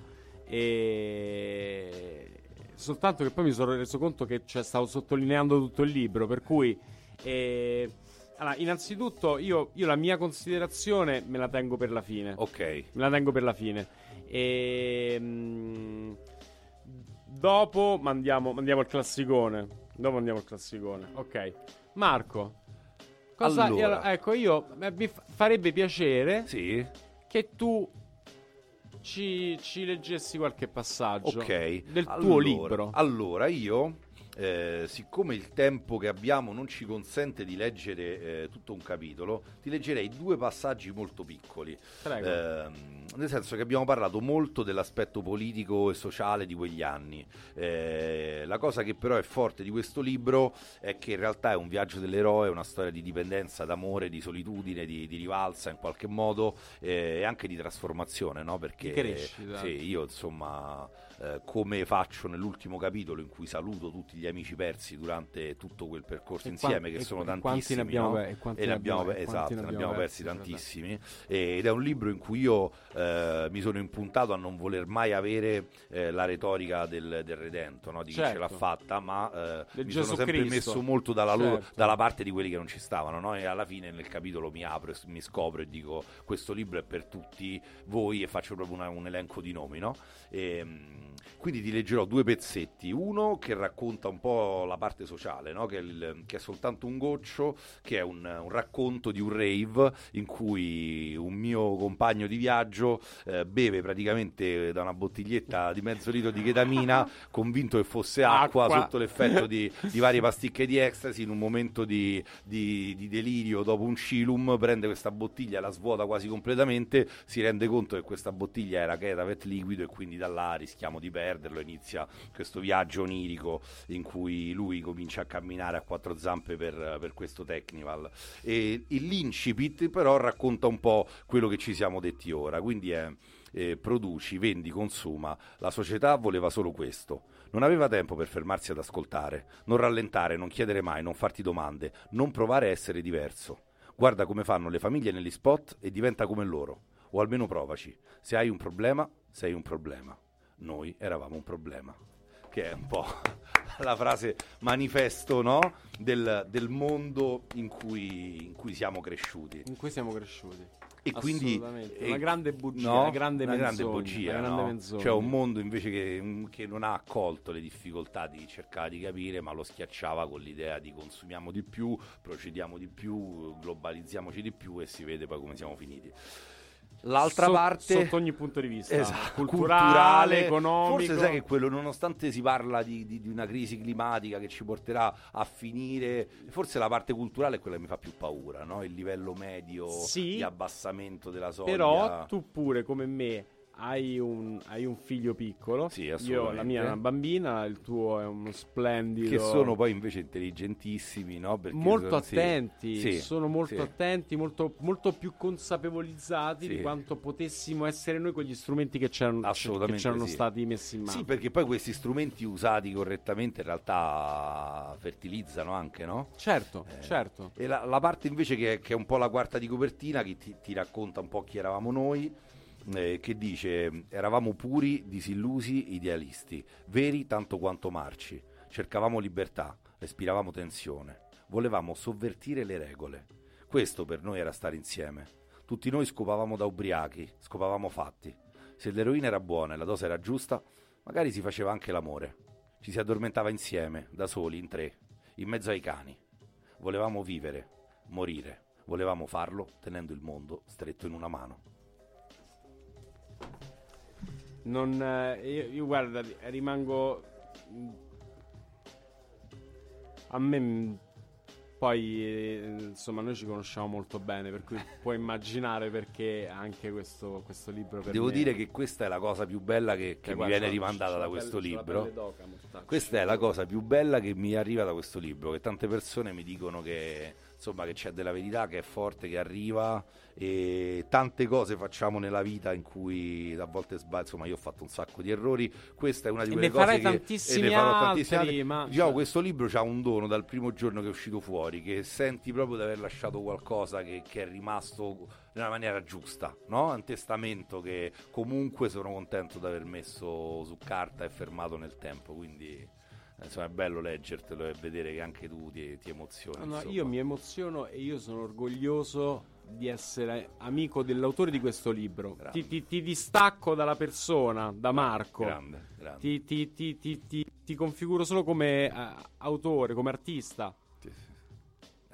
[SPEAKER 5] e soltanto che poi mi sono reso conto che cioè, stavo sottolineando tutto il libro, per cui eh, allora, innanzitutto io, io la mia considerazione me la tengo per la fine.
[SPEAKER 6] Ok.
[SPEAKER 5] Me la tengo per la fine. E mh, dopo mandiamo, mandiamo il classicone. Dopo andiamo al classicone. Ok. Marco, cosa
[SPEAKER 6] allora.
[SPEAKER 5] io, ecco, io eh, mi f- farebbe piacere
[SPEAKER 6] sì.
[SPEAKER 5] che tu ci, ci leggessi qualche passaggio
[SPEAKER 6] Ok.
[SPEAKER 5] del
[SPEAKER 6] allora,
[SPEAKER 5] tuo libro.
[SPEAKER 6] Allora, io eh, siccome il tempo che abbiamo non ci consente di leggere eh, tutto un capitolo, ti leggerei due passaggi molto piccoli.
[SPEAKER 5] Prego.
[SPEAKER 6] Eh, nel senso che abbiamo parlato molto dell'aspetto politico e sociale di quegli anni. Eh, la cosa che però è forte di questo libro è che in realtà è un viaggio dell'eroe, una storia di dipendenza, d'amore, di solitudine, di, di rivalsa in qualche modo eh, e anche di trasformazione, no? Perché
[SPEAKER 5] Di crescita.
[SPEAKER 6] sì, io insomma eh, come faccio nell'ultimo capitolo in cui saluto tutti gli amici persi durante tutto quel percorso
[SPEAKER 5] E
[SPEAKER 6] insieme,
[SPEAKER 5] quan-
[SPEAKER 6] che
[SPEAKER 5] e
[SPEAKER 6] sono
[SPEAKER 5] qu- quanti
[SPEAKER 6] tantissimi,
[SPEAKER 5] ne abbiamo
[SPEAKER 6] no?
[SPEAKER 5] pe- e quanti
[SPEAKER 6] e ne
[SPEAKER 5] ne
[SPEAKER 6] abbiamo,
[SPEAKER 5] abbiamo-
[SPEAKER 6] pe-
[SPEAKER 5] e quanti
[SPEAKER 6] esatto,
[SPEAKER 5] ne
[SPEAKER 6] ne
[SPEAKER 5] abbiamo
[SPEAKER 6] abbiamo persi
[SPEAKER 5] persi,
[SPEAKER 6] tantissimi, ed è un libro in cui io eh, mi sono impuntato a non voler mai avere eh, la retorica del, del redento, no? Di chi
[SPEAKER 5] Certo.
[SPEAKER 6] ce l'ha fatta, ma eh,
[SPEAKER 5] Del
[SPEAKER 6] mi
[SPEAKER 5] Gesù
[SPEAKER 6] sono sempre
[SPEAKER 5] Cristo.
[SPEAKER 6] messo molto dalla, loro-
[SPEAKER 5] Certo.
[SPEAKER 6] dalla parte di quelli che non ci stavano, no? E alla fine nel capitolo mi apro e s- mi scopro e dico questo libro è per tutti voi, e faccio proprio una- un elenco di nomi, no? E, mh, quindi ti leggerò due pezzetti, uno che racconta un po' la parte sociale, no? che, è il- che è soltanto un goccio, che è un, un racconto di un rave in cui un mio compagno di viaggio eh, beve praticamente da una bottiglietta di mezzo litro di chetamina, convinto che fosse acqua,
[SPEAKER 5] Acqua.
[SPEAKER 6] sotto l'effetto di, di varie pasticche di ecstasy, in un momento di, di- di delirio dopo un chilum, prende questa bottiglia, la svuota quasi completamente, si rende conto che questa bottiglia era Ketavet liquido e quindi da là rischiamo di perderlo, inizia questo viaggio onirico in cui lui comincia a camminare a quattro zampe per, per questo Technival. E l'incipit però racconta un po' quello che ci siamo detti ora, quindi è eh, produci, vendi, consuma. La società voleva solo questo. Non aveva tempo per fermarsi ad ascoltare, non rallentare, non chiedere mai, non farti domande, non provare a essere diverso. Guarda come fanno le famiglie negli spot e diventa come loro, o almeno provaci. Se hai un problema, sei un problema. Noi eravamo un problema. Che è un po' la frase manifesto, no? del, del mondo in cui, in cui siamo cresciuti.
[SPEAKER 5] In cui siamo cresciuti.
[SPEAKER 6] E quindi
[SPEAKER 5] Assolutamente.
[SPEAKER 6] e-
[SPEAKER 5] Una grande bugia,
[SPEAKER 6] no?
[SPEAKER 5] una grande
[SPEAKER 6] Una grande
[SPEAKER 5] menzogna,
[SPEAKER 6] bugia,
[SPEAKER 5] una grande
[SPEAKER 6] no?
[SPEAKER 5] menzogna.
[SPEAKER 6] Cioè un mondo invece che, che non ha accolto le difficoltà di cercare di capire, ma lo schiacciava con l'idea di consumiamo di più, procediamo di più, globalizziamoci di più, e si vede poi come siamo finiti. L'altra
[SPEAKER 5] Sot-
[SPEAKER 6] parte
[SPEAKER 5] sotto ogni punto di vista,
[SPEAKER 6] esatto,
[SPEAKER 5] culturale, economico.
[SPEAKER 6] Forse sai che quello, nonostante si parla di, di, di una crisi climatica che ci porterà a finire, forse la parte culturale è quella che mi fa più paura, no? Il livello medio
[SPEAKER 5] Sì,
[SPEAKER 6] di abbassamento della soglia.
[SPEAKER 5] Però tu pure come me hai un, hai un figlio piccolo.
[SPEAKER 6] Sì,
[SPEAKER 5] Io,
[SPEAKER 6] assolutamente.
[SPEAKER 5] la mia è una bambina, il tuo è uno splendido.
[SPEAKER 6] Che sono poi invece intelligentissimi, no? Perché
[SPEAKER 5] molto
[SPEAKER 6] sono, sì,
[SPEAKER 5] attenti,
[SPEAKER 6] sì,
[SPEAKER 5] sono molto
[SPEAKER 6] sì.
[SPEAKER 5] attenti, molto, molto più consapevolizzati
[SPEAKER 6] Sì.
[SPEAKER 5] di quanto potessimo essere noi con gli strumenti che c'erano,
[SPEAKER 6] Assolutamente
[SPEAKER 5] che c'erano
[SPEAKER 6] sì.
[SPEAKER 5] stati messi in mano.
[SPEAKER 6] Sì, perché poi questi strumenti usati correttamente in realtà fertilizzano anche, no?
[SPEAKER 5] Certo,
[SPEAKER 6] Eh,
[SPEAKER 5] certo.
[SPEAKER 6] E la, la parte invece che è, che è un po' la quarta di copertina, che ti, ti racconta un po' chi eravamo noi, eh, che dice: eravamo puri, disillusi, idealisti, veri tanto quanto marci, cercavamo libertà, respiravamo tensione, volevamo sovvertire le regole. Questo per noi era stare insieme. Tutti noi scopavamo da ubriachi, scopavamo fatti. Se l'eroina era buona e la dose era giusta, magari si faceva anche l'amore. Ci si addormentava insieme, da soli, in tre, in mezzo ai cani. Volevamo vivere, morire. Volevamo farlo tenendo il mondo stretto in una mano.
[SPEAKER 5] Non, eh, io, io guarda, rimango mh, a me mh, poi eh, insomma noi ci conosciamo molto bene, per cui puoi immaginare perché anche questo, questo libro per
[SPEAKER 6] Devo
[SPEAKER 5] me-
[SPEAKER 6] dire che questa è la cosa più bella che, che
[SPEAKER 5] Eh,
[SPEAKER 6] mi
[SPEAKER 5] guarda,
[SPEAKER 6] viene
[SPEAKER 5] c'ho-
[SPEAKER 6] rimandata
[SPEAKER 5] c'ho
[SPEAKER 6] da
[SPEAKER 5] la
[SPEAKER 6] questo
[SPEAKER 5] pelle- c'ho la
[SPEAKER 6] libro.
[SPEAKER 5] pelle d'oca, mortacci.
[SPEAKER 6] Questa è la cosa più bella che mi arriva da questo libro, che tante persone mi dicono che insomma che c'è della verità, che è forte, che arriva, e tante cose facciamo nella vita in cui a volte sbaglio, insomma io ho fatto un sacco di errori, questa è una di
[SPEAKER 5] E
[SPEAKER 6] quelle
[SPEAKER 5] ne
[SPEAKER 6] cose
[SPEAKER 5] farai
[SPEAKER 6] che
[SPEAKER 5] tantissimi
[SPEAKER 6] e ne farò
[SPEAKER 5] altri,
[SPEAKER 6] tantissimi altri.
[SPEAKER 5] ma-
[SPEAKER 6] Diciamo,
[SPEAKER 5] cioè-
[SPEAKER 6] questo libro c'ha un dono dal primo giorno che è uscito fuori, che senti proprio di aver lasciato qualcosa che, che è rimasto nella maniera giusta, no? Un testamento che comunque sono contento di aver messo su carta e fermato nel tempo, quindi insomma è bello leggertelo e vedere che anche tu ti, ti emozioni.
[SPEAKER 5] No, no,
[SPEAKER 6] insomma.
[SPEAKER 5] io mi emoziono e io sono orgoglioso di essere amico dell'autore di questo libro. Ti, ti- ti distacco dalla persona, da Marco.
[SPEAKER 6] Grande, grande.
[SPEAKER 5] Ti, ti- ti- ti- ti- ti configuro solo come eh, autore, come artista.
[SPEAKER 6] Sì, sì, sì. Grande.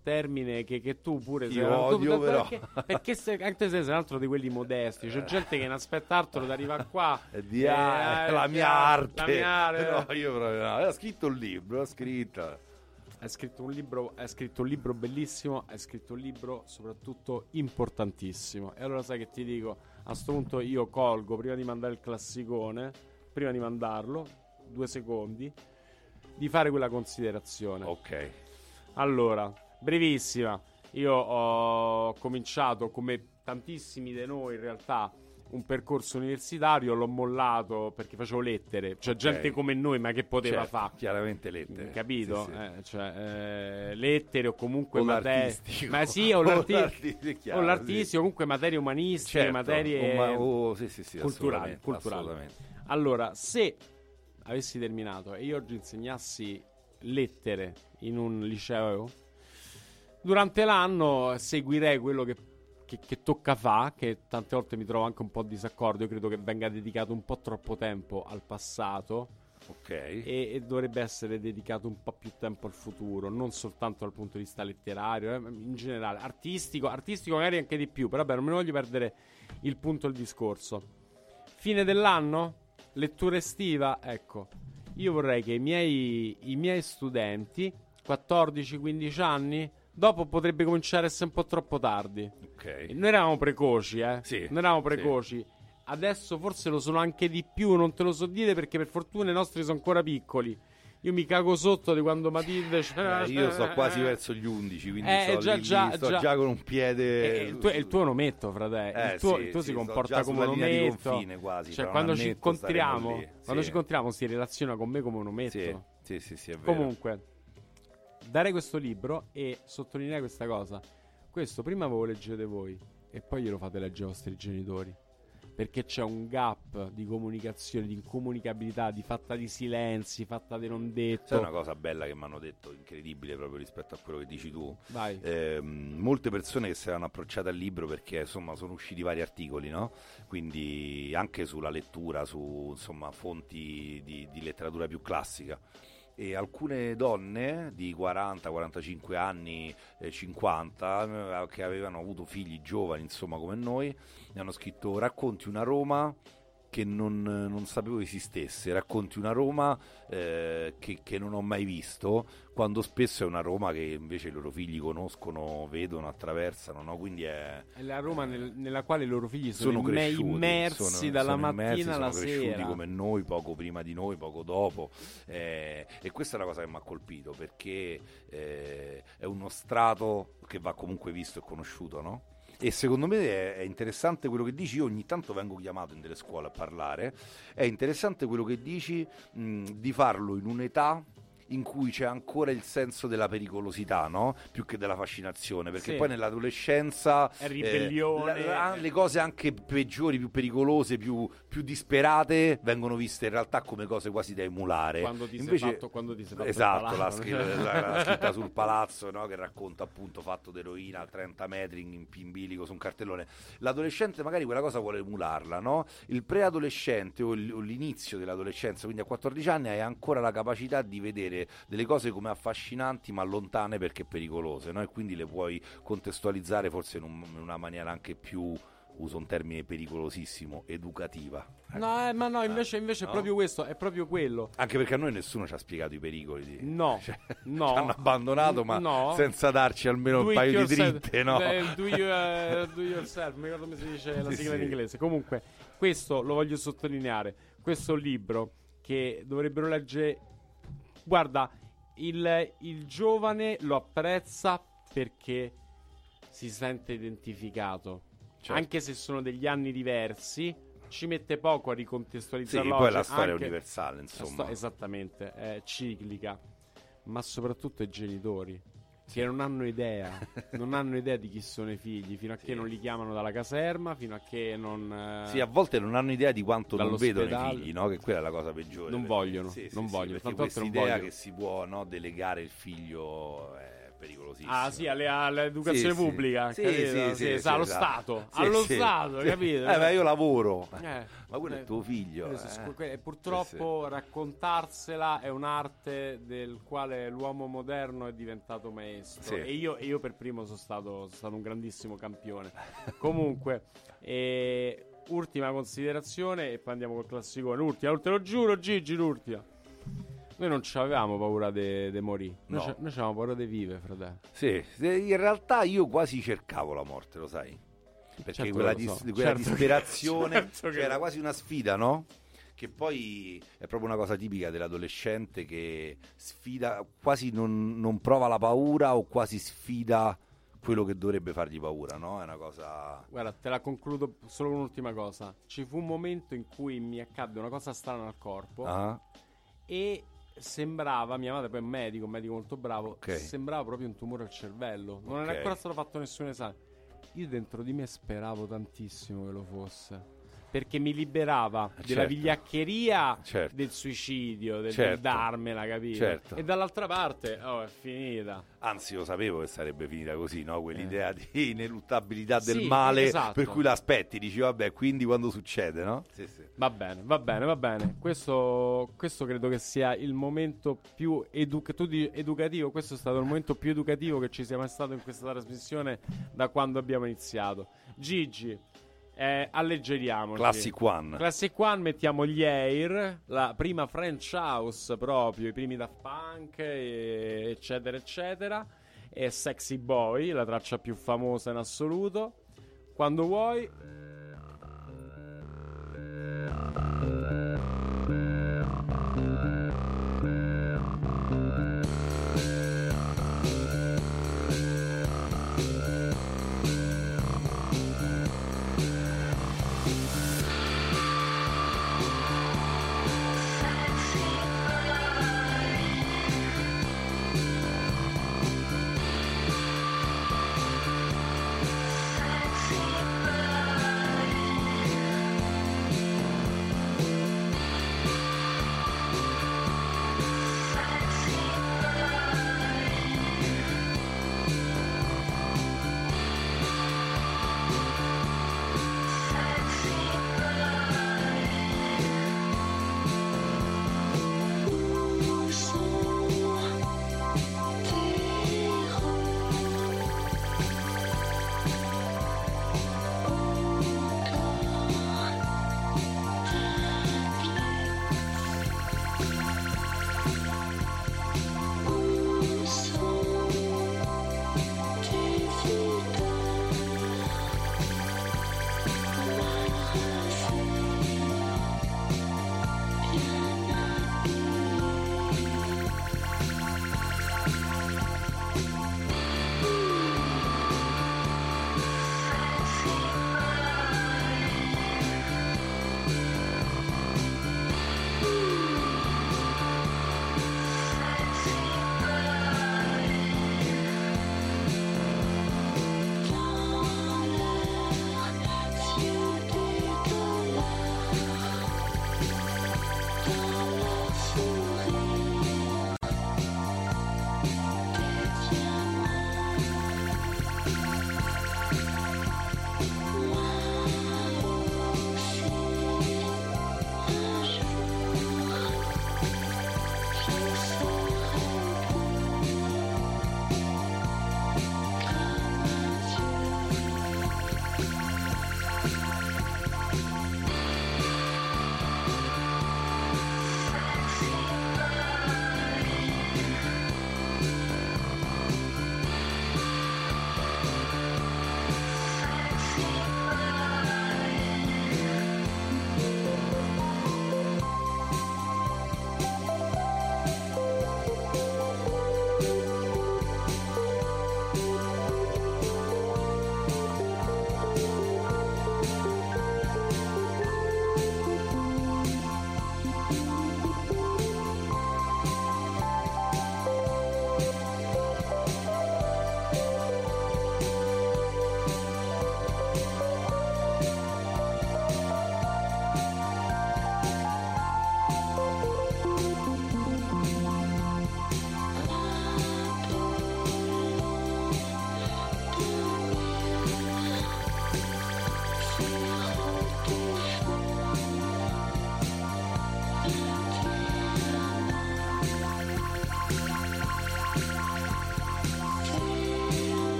[SPEAKER 5] termine che, che tu pure
[SPEAKER 6] Io
[SPEAKER 5] sei
[SPEAKER 6] odio,
[SPEAKER 5] tu,
[SPEAKER 6] però.
[SPEAKER 5] perché, perché sei, anche se sei un altro di quelli modesti, c'è gente che non aspetta altro da arrivare qua
[SPEAKER 6] E di
[SPEAKER 5] eh,
[SPEAKER 6] ah,
[SPEAKER 5] eh,
[SPEAKER 6] la mia
[SPEAKER 5] la
[SPEAKER 6] arte.
[SPEAKER 5] mia arte.
[SPEAKER 6] No, io proprio no. Ha scritto un libro, ha scritto.
[SPEAKER 5] Hai scritto un libro, hai scritto un libro bellissimo, hai scritto un libro soprattutto importantissimo. E allora sai che ti dico, a sto punto io colgo, prima di mandare il classicone, prima di mandarlo, due secondi, di fare quella considerazione.
[SPEAKER 6] Ok.
[SPEAKER 5] Allora, brevissima, io ho cominciato come tantissimi di noi in realtà un percorso universitario, l'ho mollato perché facevo lettere, cioè
[SPEAKER 6] Ok.
[SPEAKER 5] gente come noi, ma che poteva
[SPEAKER 6] Certo,
[SPEAKER 5] fare?
[SPEAKER 6] chiaramente lettere.
[SPEAKER 5] Capito?
[SPEAKER 6] Sì, sì.
[SPEAKER 5] Eh, cioè, eh, lettere o comunque
[SPEAKER 6] O
[SPEAKER 5] materie,
[SPEAKER 6] l'artistico.
[SPEAKER 5] ma sì, o,
[SPEAKER 6] O
[SPEAKER 5] l'arti-
[SPEAKER 6] l'arti- è chiaro,
[SPEAKER 5] o l'artistico,
[SPEAKER 6] sì.
[SPEAKER 5] comunque materie umanistiche,
[SPEAKER 6] Certo,
[SPEAKER 5] materie
[SPEAKER 6] o ma- o- sì, sì, sì,
[SPEAKER 5] culturali,
[SPEAKER 6] assolutamente,
[SPEAKER 5] culturali.
[SPEAKER 6] assolutamente.
[SPEAKER 5] Allora, se avessi terminato e io oggi insegnassi lettere in un liceo, durante l'anno seguirei quello che Che, che tocca fa, che tante volte mi trovo anche un po' disaccordo. Io credo che venga dedicato un po' troppo tempo al passato,
[SPEAKER 6] Ok.
[SPEAKER 5] e, e dovrebbe essere dedicato un po' più tempo al futuro, non soltanto dal punto di vista letterario, eh, in generale, artistico, artistico magari anche di più, però vabbè, non me ne voglio perdere il punto del discorso. Fine dell'anno? Lettura estiva? Ecco, io vorrei che i miei, i miei studenti, quattordici quindici anni, dopo potrebbe cominciare a essere un po' troppo tardi.
[SPEAKER 6] Ok.
[SPEAKER 5] Noi eravamo precoci, eh?
[SPEAKER 6] Sì,
[SPEAKER 5] Noi eravamo
[SPEAKER 6] sì.
[SPEAKER 5] precoci. Adesso forse lo sono anche di più, non te lo so dire perché per fortuna i nostri sono ancora piccoli. Io mi cago sotto di quando Matilde...
[SPEAKER 6] Eh, io sto quasi verso gli undici, quindi
[SPEAKER 5] Eh,
[SPEAKER 6] sto,
[SPEAKER 5] già,
[SPEAKER 6] lì,
[SPEAKER 5] già,
[SPEAKER 6] sto
[SPEAKER 5] già.
[SPEAKER 6] già con un piede.
[SPEAKER 5] Eh, il, tuo, il tuo è un ometto, frate.
[SPEAKER 6] Eh,
[SPEAKER 5] il tuo,
[SPEAKER 6] sì,
[SPEAKER 5] il tuo
[SPEAKER 6] sì,
[SPEAKER 5] si
[SPEAKER 6] sto
[SPEAKER 5] comporta
[SPEAKER 6] già
[SPEAKER 5] come
[SPEAKER 6] sulla
[SPEAKER 5] un
[SPEAKER 6] linea di
[SPEAKER 5] ometto.
[SPEAKER 6] confine quasi,
[SPEAKER 5] Cioè,
[SPEAKER 6] tra
[SPEAKER 5] quando
[SPEAKER 6] un
[SPEAKER 5] ci
[SPEAKER 6] annetto staremo
[SPEAKER 5] incontriamo,
[SPEAKER 6] lì.
[SPEAKER 5] quando
[SPEAKER 6] Sì.
[SPEAKER 5] ci incontriamo si relaziona con me come un ometto.
[SPEAKER 6] Sì, sì, sì, sì, è vero.
[SPEAKER 5] Comunque, darei questo libro e sottolineare questa cosa. Questo prima ve lo leggete voi e poi glielo fate leggere ai vostri genitori. Perché c'è un gap di comunicazione, di incomunicabilità, di fatta di silenzi, fatta di non detto.
[SPEAKER 6] Sai una cosa bella che mi hanno detto, incredibile proprio rispetto a quello che dici tu?
[SPEAKER 5] Vai.
[SPEAKER 6] Eh, molte persone che si erano approcciate al libro perché insomma sono usciti vari articoli, no? Quindi anche sulla lettura, su insomma fonti di, di letteratura più classica. E alcune donne di quaranta quarantacinque anni, eh, cinquanta, eh, che avevano avuto figli giovani, insomma come noi, mi hanno scritto: racconti una Roma che non, non sapevo esistesse, racconti una Roma eh, che, che non ho mai visto, quando spesso è una Roma che invece i loro figli conoscono, vedono, attraversano, no? Quindi è,
[SPEAKER 5] È la Roma nel- nella quale i loro figli sono,
[SPEAKER 6] sono
[SPEAKER 5] imme-
[SPEAKER 6] cresciuti,
[SPEAKER 5] immersi
[SPEAKER 6] sono-
[SPEAKER 5] dalla
[SPEAKER 6] sono
[SPEAKER 5] mattina
[SPEAKER 6] immersi,
[SPEAKER 5] alla
[SPEAKER 6] sono cresciuti
[SPEAKER 5] sera.
[SPEAKER 6] come noi, poco prima di noi, poco dopo, eh, e questa è una cosa che mi ha colpito perché eh, è uno strato che va comunque visto e conosciuto, no? E secondo me è, è interessante quello che dici. Io ogni tanto vengo chiamato in delle scuole a parlare. È interessante quello che dici, mh, di farlo in un'età in cui c'è ancora il senso della pericolosità, no? Più che della fascinazione, perché
[SPEAKER 5] Sì.
[SPEAKER 6] poi nell'adolescenza
[SPEAKER 5] È ribellione.
[SPEAKER 6] eh, la- la- le cose anche peggiori, più pericolose, più, più disperate vengono viste in realtà come cose quasi da emulare.
[SPEAKER 5] Quando ti sei
[SPEAKER 6] Invece,
[SPEAKER 5] fatto- quando ti sei fatto il
[SPEAKER 6] esatto, la,
[SPEAKER 5] palazzo.
[SPEAKER 6] scri- la- la scritta sul palazzo, no? Che racconta appunto fatto d'eroina a trenta metri in, in bilico su un cartellone. L'adolescente magari quella cosa vuole emularla, no? Il preadolescente o, il- o l'inizio dell'adolescenza, quindi a quattordici anni, hai ancora la capacità di vedere delle cose come affascinanti ma lontane perché pericolose, no? E quindi le puoi contestualizzare forse in, un- in una maniera anche più, uso un termine pericolosissimo, educativa.
[SPEAKER 5] No, eh, ma no, invece, invece
[SPEAKER 6] no?
[SPEAKER 5] è proprio questo, è proprio quello.
[SPEAKER 6] Anche perché a noi nessuno ci ha spiegato i pericoli di...
[SPEAKER 5] No,
[SPEAKER 6] cioè,
[SPEAKER 5] no.
[SPEAKER 6] ci hanno abbandonato, ma
[SPEAKER 5] No.
[SPEAKER 6] senza darci almeno
[SPEAKER 5] Do
[SPEAKER 6] un
[SPEAKER 5] it
[SPEAKER 6] paio di
[SPEAKER 5] yourself.
[SPEAKER 6] dritte, no?
[SPEAKER 5] Eh, do, you, eh, do yourself, mi ricordo come si dice la
[SPEAKER 6] Sì,
[SPEAKER 5] sigla
[SPEAKER 6] sì.
[SPEAKER 5] in inglese. Comunque, questo lo voglio sottolineare. Questo è un libro che dovrebbero leggere. Guarda, il, il giovane lo apprezza perché si sente identificato.
[SPEAKER 6] Certo.
[SPEAKER 5] Anche se sono degli anni diversi, ci mette poco a
[SPEAKER 6] Sì,
[SPEAKER 5] ricontestualizzarlo.
[SPEAKER 6] poi
[SPEAKER 5] oggi,
[SPEAKER 6] la storia è
[SPEAKER 5] anche-
[SPEAKER 6] universale,
[SPEAKER 5] la
[SPEAKER 6] insomma.
[SPEAKER 5] sto- esattamente, è ciclica. Ma soprattutto i genitori che non hanno idea, non hanno idea di chi sono i figli, fino a che non li chiamano dalla caserma, fino a che non... eh,
[SPEAKER 6] Sì, a volte non hanno idea di quanto non vedono i
[SPEAKER 5] dall'ospedale.
[SPEAKER 6] figli, no? Che quella è la cosa peggiore.
[SPEAKER 5] Non
[SPEAKER 6] perché-
[SPEAKER 5] vogliono,
[SPEAKER 6] sì, sì,
[SPEAKER 5] non
[SPEAKER 6] sì,
[SPEAKER 5] vogliono,
[SPEAKER 6] perché
[SPEAKER 5] tante volte
[SPEAKER 6] questa
[SPEAKER 5] non
[SPEAKER 6] idea
[SPEAKER 5] vogliono.
[SPEAKER 6] che si può, no, delegare il figlio è pericolosissimo.
[SPEAKER 5] Ah sì, alle- all'educazione
[SPEAKER 6] Sì, sì.
[SPEAKER 5] pubblica,
[SPEAKER 6] Sì,
[SPEAKER 5] capito?
[SPEAKER 6] sì,
[SPEAKER 5] Sì,
[SPEAKER 6] sì,
[SPEAKER 5] sa, allo
[SPEAKER 6] sì,
[SPEAKER 5] Stato,
[SPEAKER 6] esatto. Sì,
[SPEAKER 5] allo
[SPEAKER 6] sì,
[SPEAKER 5] Stato,
[SPEAKER 6] sì.
[SPEAKER 5] capito?
[SPEAKER 6] Eh, ma io lavoro.
[SPEAKER 5] Eh,
[SPEAKER 6] Ma quello è tuo figlio.
[SPEAKER 5] eh,
[SPEAKER 6] eh.
[SPEAKER 5] E purtroppo raccontarsela è un'arte del quale l'uomo moderno è diventato maestro.
[SPEAKER 6] Sì.
[SPEAKER 5] E io, e io per primo sono stato, sono stato un grandissimo campione. Comunque, eh, ultima considerazione e poi andiamo col classicone. L'ultima, te lo giuro, Gigi, l'ultima. Noi non avevamo paura di morire. Noi,
[SPEAKER 6] No.
[SPEAKER 5] c'è- noi avevamo paura di vivere, fratello.
[SPEAKER 6] Sì, in realtà io quasi cercavo la morte, lo sai? Perché
[SPEAKER 5] Certo
[SPEAKER 6] quella,
[SPEAKER 5] che lo
[SPEAKER 6] dis-
[SPEAKER 5] so.
[SPEAKER 6] quella
[SPEAKER 5] Certo che-
[SPEAKER 6] disperazione,
[SPEAKER 5] certo che
[SPEAKER 6] cioè, era
[SPEAKER 5] lo-
[SPEAKER 6] quasi una sfida, no? Che poi è proprio una cosa tipica dell'adolescente che sfida, quasi non, non prova la paura o quasi sfida quello che dovrebbe fargli paura, no? È una cosa...
[SPEAKER 5] Guarda, te la concludo solo con un'ultima cosa. Ci fu un momento in cui mi accadde una cosa strana al corpo
[SPEAKER 6] Ah,
[SPEAKER 5] e sembrava, mia madre poi è un medico, un medico molto bravo,
[SPEAKER 6] Ok.
[SPEAKER 5] sembrava proprio un tumore al cervello. Non
[SPEAKER 6] Ok.
[SPEAKER 5] era ancora stato fatto nessun esame. Io dentro di me speravo tantissimo che lo fosse. Perché mi liberava della
[SPEAKER 6] Certo.
[SPEAKER 5] vigliaccheria
[SPEAKER 6] Certo.
[SPEAKER 5] del suicidio, del, del
[SPEAKER 6] Certo.
[SPEAKER 5] darmela, capito?
[SPEAKER 6] Certo.
[SPEAKER 5] E dall'altra parte, oh, è finita.
[SPEAKER 6] anzi, lo sapevo che sarebbe finita così, no? Quell'idea di ineluttabilità del
[SPEAKER 5] Sì,
[SPEAKER 6] male,
[SPEAKER 5] esatto.
[SPEAKER 6] per cui l'aspetti, dici, vabbè, quindi quando succede, no? Sì, sì.
[SPEAKER 5] Va bene, va bene, va bene. Questo, questo credo che sia il momento più edu- tu di- educativo. Questo è stato il momento più educativo che ci sia mai stato in questa trasmissione da quando abbiamo iniziato. Gigi, eh, alleggeriamoci.
[SPEAKER 6] Classic One.
[SPEAKER 5] Classic One, mettiamo gli Air, la prima French House proprio, i primi Daft Punk, e- eccetera, eccetera. E Sexy Boy, la traccia più famosa in assoluto. Quando vuoi.
[SPEAKER 8] Sexy boy.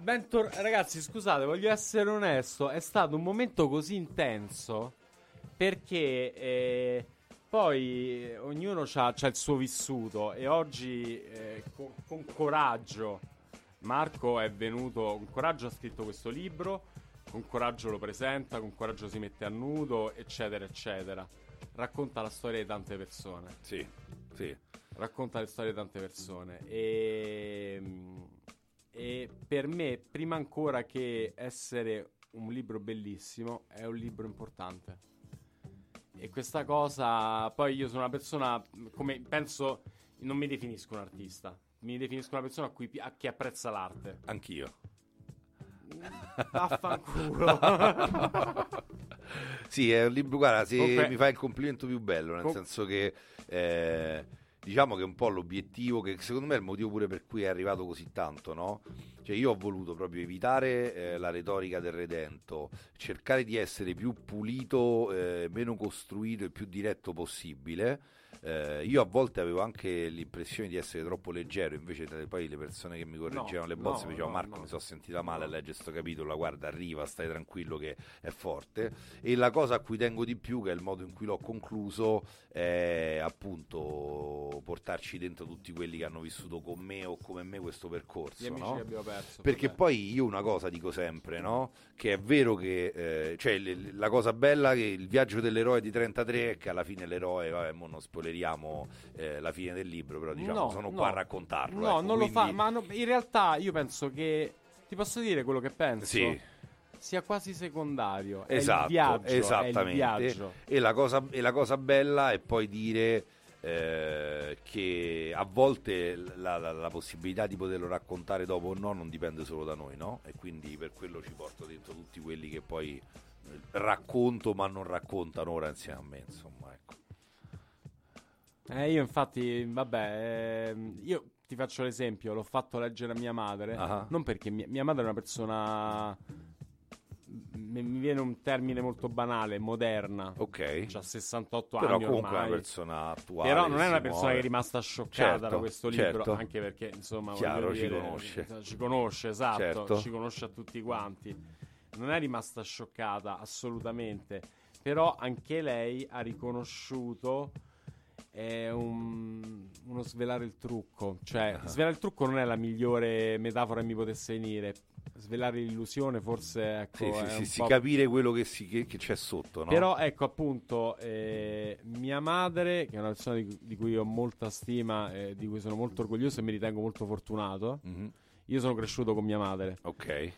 [SPEAKER 5] Bentor- ragazzi, scusate, voglio essere onesto. È stato un momento così intenso perché eh, poi eh, ognuno ha il suo vissuto. E oggi eh, con, con coraggio Marco è venuto, con coraggio ha scritto questo libro, con coraggio lo presenta, con coraggio si mette a nudo, eccetera, eccetera. Racconta la storia di tante persone.
[SPEAKER 6] Sì, sì.
[SPEAKER 5] Racconta le storie di tante persone. E, e per me, prima ancora che essere un libro bellissimo, è un libro importante. E questa cosa, poi io sono una persona, come penso, non mi definisco un artista, mi definisco una persona a cui a chi apprezza l'arte.
[SPEAKER 6] Anch'io.
[SPEAKER 5] Vaffanculo.
[SPEAKER 6] Sì, è un libro, guarda, se
[SPEAKER 5] Comunque-
[SPEAKER 6] mi fai il complimento più bello, nel
[SPEAKER 5] Com-
[SPEAKER 6] senso che eh, diciamo che un po' l'obiettivo, che secondo me è il motivo pure per cui è arrivato così tanto, no? Cioè io ho voluto proprio evitare eh, la retorica del redento, cercare di essere più pulito, eh, meno costruito e più diretto possibile. Eh, io a volte avevo anche l'impressione di essere troppo leggero, invece te- poi le persone che mi correggevano
[SPEAKER 5] No,
[SPEAKER 6] le bozze
[SPEAKER 5] no,
[SPEAKER 6] mi dicevano:
[SPEAKER 5] no,
[SPEAKER 6] Marco,
[SPEAKER 5] no.
[SPEAKER 6] mi sono sentita male a leggere sto capitolo, guarda, arriva, stai tranquillo che è forte. E la cosa a cui tengo di più, che è il modo in cui l'ho concluso, è appunto portarci dentro tutti quelli che hanno vissuto con me o come me questo percorso,
[SPEAKER 5] Gli amici
[SPEAKER 6] no?
[SPEAKER 5] che abbiamo perso.
[SPEAKER 6] Perché
[SPEAKER 5] vabbè.
[SPEAKER 6] poi io una cosa dico sempre, no? Che è vero che eh, cioè le- la cosa bella che il viaggio dell'eroe di trentatré è che alla fine l'eroe, vabbè, mo non spoileriamo eh, la fine del libro, però diciamo
[SPEAKER 5] No,
[SPEAKER 6] sono
[SPEAKER 5] no.
[SPEAKER 6] qua a raccontarlo.
[SPEAKER 5] No,
[SPEAKER 6] ecco,
[SPEAKER 5] non lo
[SPEAKER 6] quindi-
[SPEAKER 5] fa, ma no- in realtà io penso che, ti posso dire quello che penso?
[SPEAKER 6] Sì.
[SPEAKER 5] Sia quasi secondario. È
[SPEAKER 6] Esatto,
[SPEAKER 5] il viaggio, è il
[SPEAKER 6] esattamente.
[SPEAKER 5] viaggio.
[SPEAKER 6] E la cosa, e la cosa bella è poi dire eh, che a volte la, la- la possibilità di poterlo raccontare dopo o no non dipende solo da noi, no? E quindi per quello ci porto dentro tutti quelli che poi eh, racconto ma non raccontano ora insieme a me, insomma, ecco.
[SPEAKER 5] Eh, io infatti, vabbè, ehm, io ti faccio l'esempio, l'ho fatto leggere a mia madre,
[SPEAKER 6] Ah.
[SPEAKER 5] non perché mia, mia madre è una persona, mi, mi viene un termine molto banale, moderna,
[SPEAKER 6] Ok.
[SPEAKER 5] ha sessantotto
[SPEAKER 6] Però
[SPEAKER 5] anni
[SPEAKER 6] comunque è
[SPEAKER 5] ormai.
[SPEAKER 6] una persona attuale.
[SPEAKER 5] Però non è
[SPEAKER 6] si
[SPEAKER 5] una persona
[SPEAKER 6] muove.
[SPEAKER 5] che è rimasta scioccata
[SPEAKER 6] Certo,
[SPEAKER 5] da questo libro,
[SPEAKER 6] certo.
[SPEAKER 5] anche perché insomma
[SPEAKER 6] Chiaro,
[SPEAKER 5] voglio
[SPEAKER 6] ci
[SPEAKER 5] dire,
[SPEAKER 6] conosce.
[SPEAKER 5] ci conosce, esatto,
[SPEAKER 6] Certo.
[SPEAKER 5] ci conosce a tutti quanti. Non è rimasta scioccata assolutamente, però anche lei ha riconosciuto è un- uno svelare il trucco, cioè
[SPEAKER 6] Ah.
[SPEAKER 5] svelare il trucco non è la migliore metafora che mi potesse venire. Svelare l'illusione forse, ecco,
[SPEAKER 6] Sì, sì,
[SPEAKER 5] è
[SPEAKER 6] sì,
[SPEAKER 5] un
[SPEAKER 6] sì,
[SPEAKER 5] po'.
[SPEAKER 6] capire quello che, si, che, che c'è sotto, no?
[SPEAKER 5] Però ecco appunto eh, mia madre, che è una persona di, di cui ho molta stima, eh, di cui sono molto orgoglioso e mi ritengo molto fortunato.
[SPEAKER 6] Mhm.
[SPEAKER 5] Io sono cresciuto con mia madre.
[SPEAKER 6] Ok.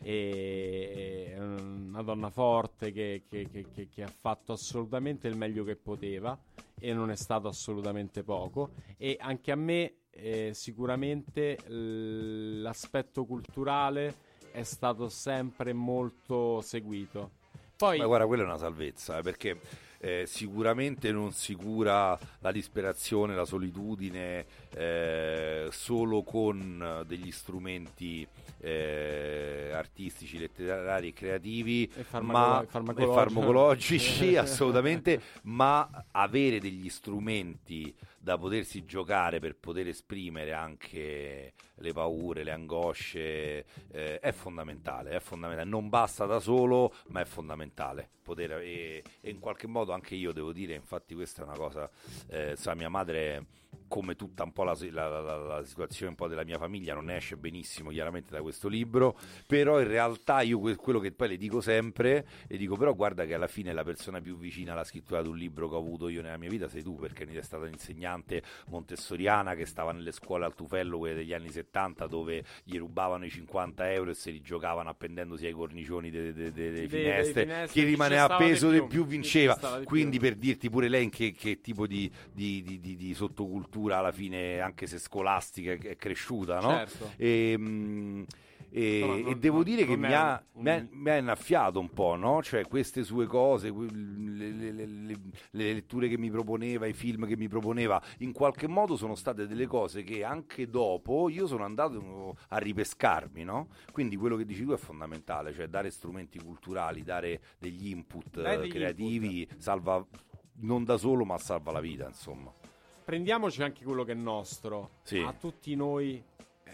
[SPEAKER 5] E è una donna forte che, che- che- che- che ha fatto assolutamente il meglio che poteva e non è stato assolutamente poco. E anche a me eh, sicuramente l- l'aspetto culturale è stato sempre molto seguito. Poi
[SPEAKER 6] Ma guarda, quella è una salvezza, eh, perché eh, sicuramente non si cura la disperazione, la solitudine eh, solo con degli strumenti eh, artistici, letterari e creativi,
[SPEAKER 5] E farmacolo-
[SPEAKER 6] ma,
[SPEAKER 5] e
[SPEAKER 6] e
[SPEAKER 5] farmacologici.
[SPEAKER 6] farmacologici, assolutamente, ma avere degli strumenti da potersi giocare per poter esprimere anche le paure, le angosce, eh, è fondamentale, è fondamentale. Non basta da solo, ma è fondamentale poter, e, e in qualche modo anche io devo dire, infatti questa è una cosa, eh, sa, mia madre, come tutta un po' la, la- la- la situazione un po' della mia famiglia, non ne esce benissimo chiaramente da questo libro, però in realtà io que- quello che poi le dico sempre, le dico però guarda che alla fine la persona più vicina alla scrittura di un libro che ho avuto io nella mia vita sei tu, perché sei stata un'insegnante montessoriana che stava nelle scuole al Tufello, quelle degli anni settanta, dove gli rubavano i cinquanta euro e se li giocavano appendendosi ai cornicioni delle de- de- delle
[SPEAKER 5] Dei- dei
[SPEAKER 6] finestre,
[SPEAKER 5] finestre,
[SPEAKER 6] chi
[SPEAKER 5] chi
[SPEAKER 6] rimaneva
[SPEAKER 5] ci stava di
[SPEAKER 6] appeso di
[SPEAKER 5] più,
[SPEAKER 6] più
[SPEAKER 5] chi ci
[SPEAKER 6] vinceva,
[SPEAKER 5] stava di
[SPEAKER 6] quindi
[SPEAKER 5] più.
[SPEAKER 6] per dirti pure lei in che, che tipo di, di, di, di, di sottocultura alla fine, anche se scolastica, è è cresciuta, no?
[SPEAKER 5] Certo.
[SPEAKER 6] E, mm, e,
[SPEAKER 5] No, non-
[SPEAKER 6] e devo
[SPEAKER 5] non-
[SPEAKER 6] dire che
[SPEAKER 5] non
[SPEAKER 6] mi
[SPEAKER 5] è
[SPEAKER 6] ha,
[SPEAKER 5] un-
[SPEAKER 6] mi, ha, mi ha innaffiato un po', no? Cioè queste sue cose, que- le, le- le- le- le letture che mi proponeva, i film che mi proponeva, in qualche modo sono state delle cose che anche dopo io sono andato a ripescarmi, no? Quindi quello che dici tu è fondamentale, cioè dare strumenti culturali, dare degli input
[SPEAKER 5] Dai
[SPEAKER 6] eh,
[SPEAKER 5] degli
[SPEAKER 6] creativi, salva non da solo ma salva la vita, insomma.
[SPEAKER 5] prendiamoci anche quello che è nostro.
[SPEAKER 6] Sì.
[SPEAKER 5] A tutti noi eh,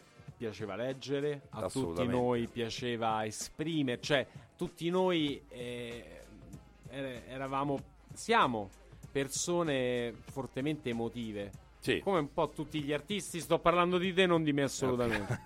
[SPEAKER 5] piaceva leggere, a tutti
[SPEAKER 6] Assolutamente.
[SPEAKER 5] noi piaceva esprimere, cioè tutti noi eh, er- eravamo, siamo persone fortemente emotive,
[SPEAKER 6] Sì.
[SPEAKER 5] come un po' tutti gli artisti. Sto parlando di te, non di me assolutamente.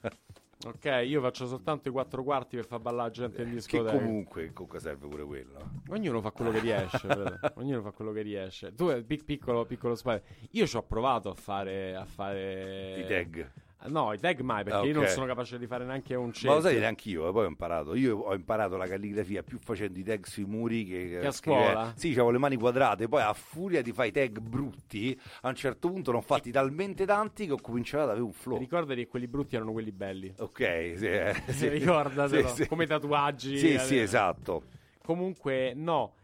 [SPEAKER 5] Ok, io faccio soltanto i quattro quarti per far ballare la gente in
[SPEAKER 6] Che
[SPEAKER 5] discoteca.
[SPEAKER 6] comunque, comunque serve pure quello.
[SPEAKER 5] Ognuno fa quello che riesce, frate. Ognuno fa quello che riesce. Tu è pic- piccolo, piccolo spazio. Io ci ho provato a fare, a fare...
[SPEAKER 6] I tag.
[SPEAKER 5] No, i tag mai, perché
[SPEAKER 6] Ah,
[SPEAKER 5] io non
[SPEAKER 6] ok.
[SPEAKER 5] sono capace di fare neanche un
[SPEAKER 6] Ma
[SPEAKER 5] cerchio.
[SPEAKER 6] lo sai neanche io, eh, poi ho imparato. Io ho imparato la calligrafia più facendo i tag sui muri che,
[SPEAKER 5] Che a
[SPEAKER 6] scrivere-
[SPEAKER 5] scuola?
[SPEAKER 6] Sì, avevo le mani quadrate, poi a furia di fare i tag brutti, a un certo punto ne ho fatti talmente tanti che ho cominciato ad avere un flow.
[SPEAKER 5] Ricordati che quelli brutti erano quelli belli.
[SPEAKER 6] Ok, sì, eh, sì.
[SPEAKER 5] Ricordatelo,
[SPEAKER 6] Sì, sì.
[SPEAKER 5] come tatuaggi.
[SPEAKER 6] Sì,
[SPEAKER 5] eh,
[SPEAKER 6] sì, esatto.
[SPEAKER 5] Comunque, no,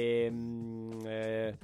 [SPEAKER 5] ehm, eh,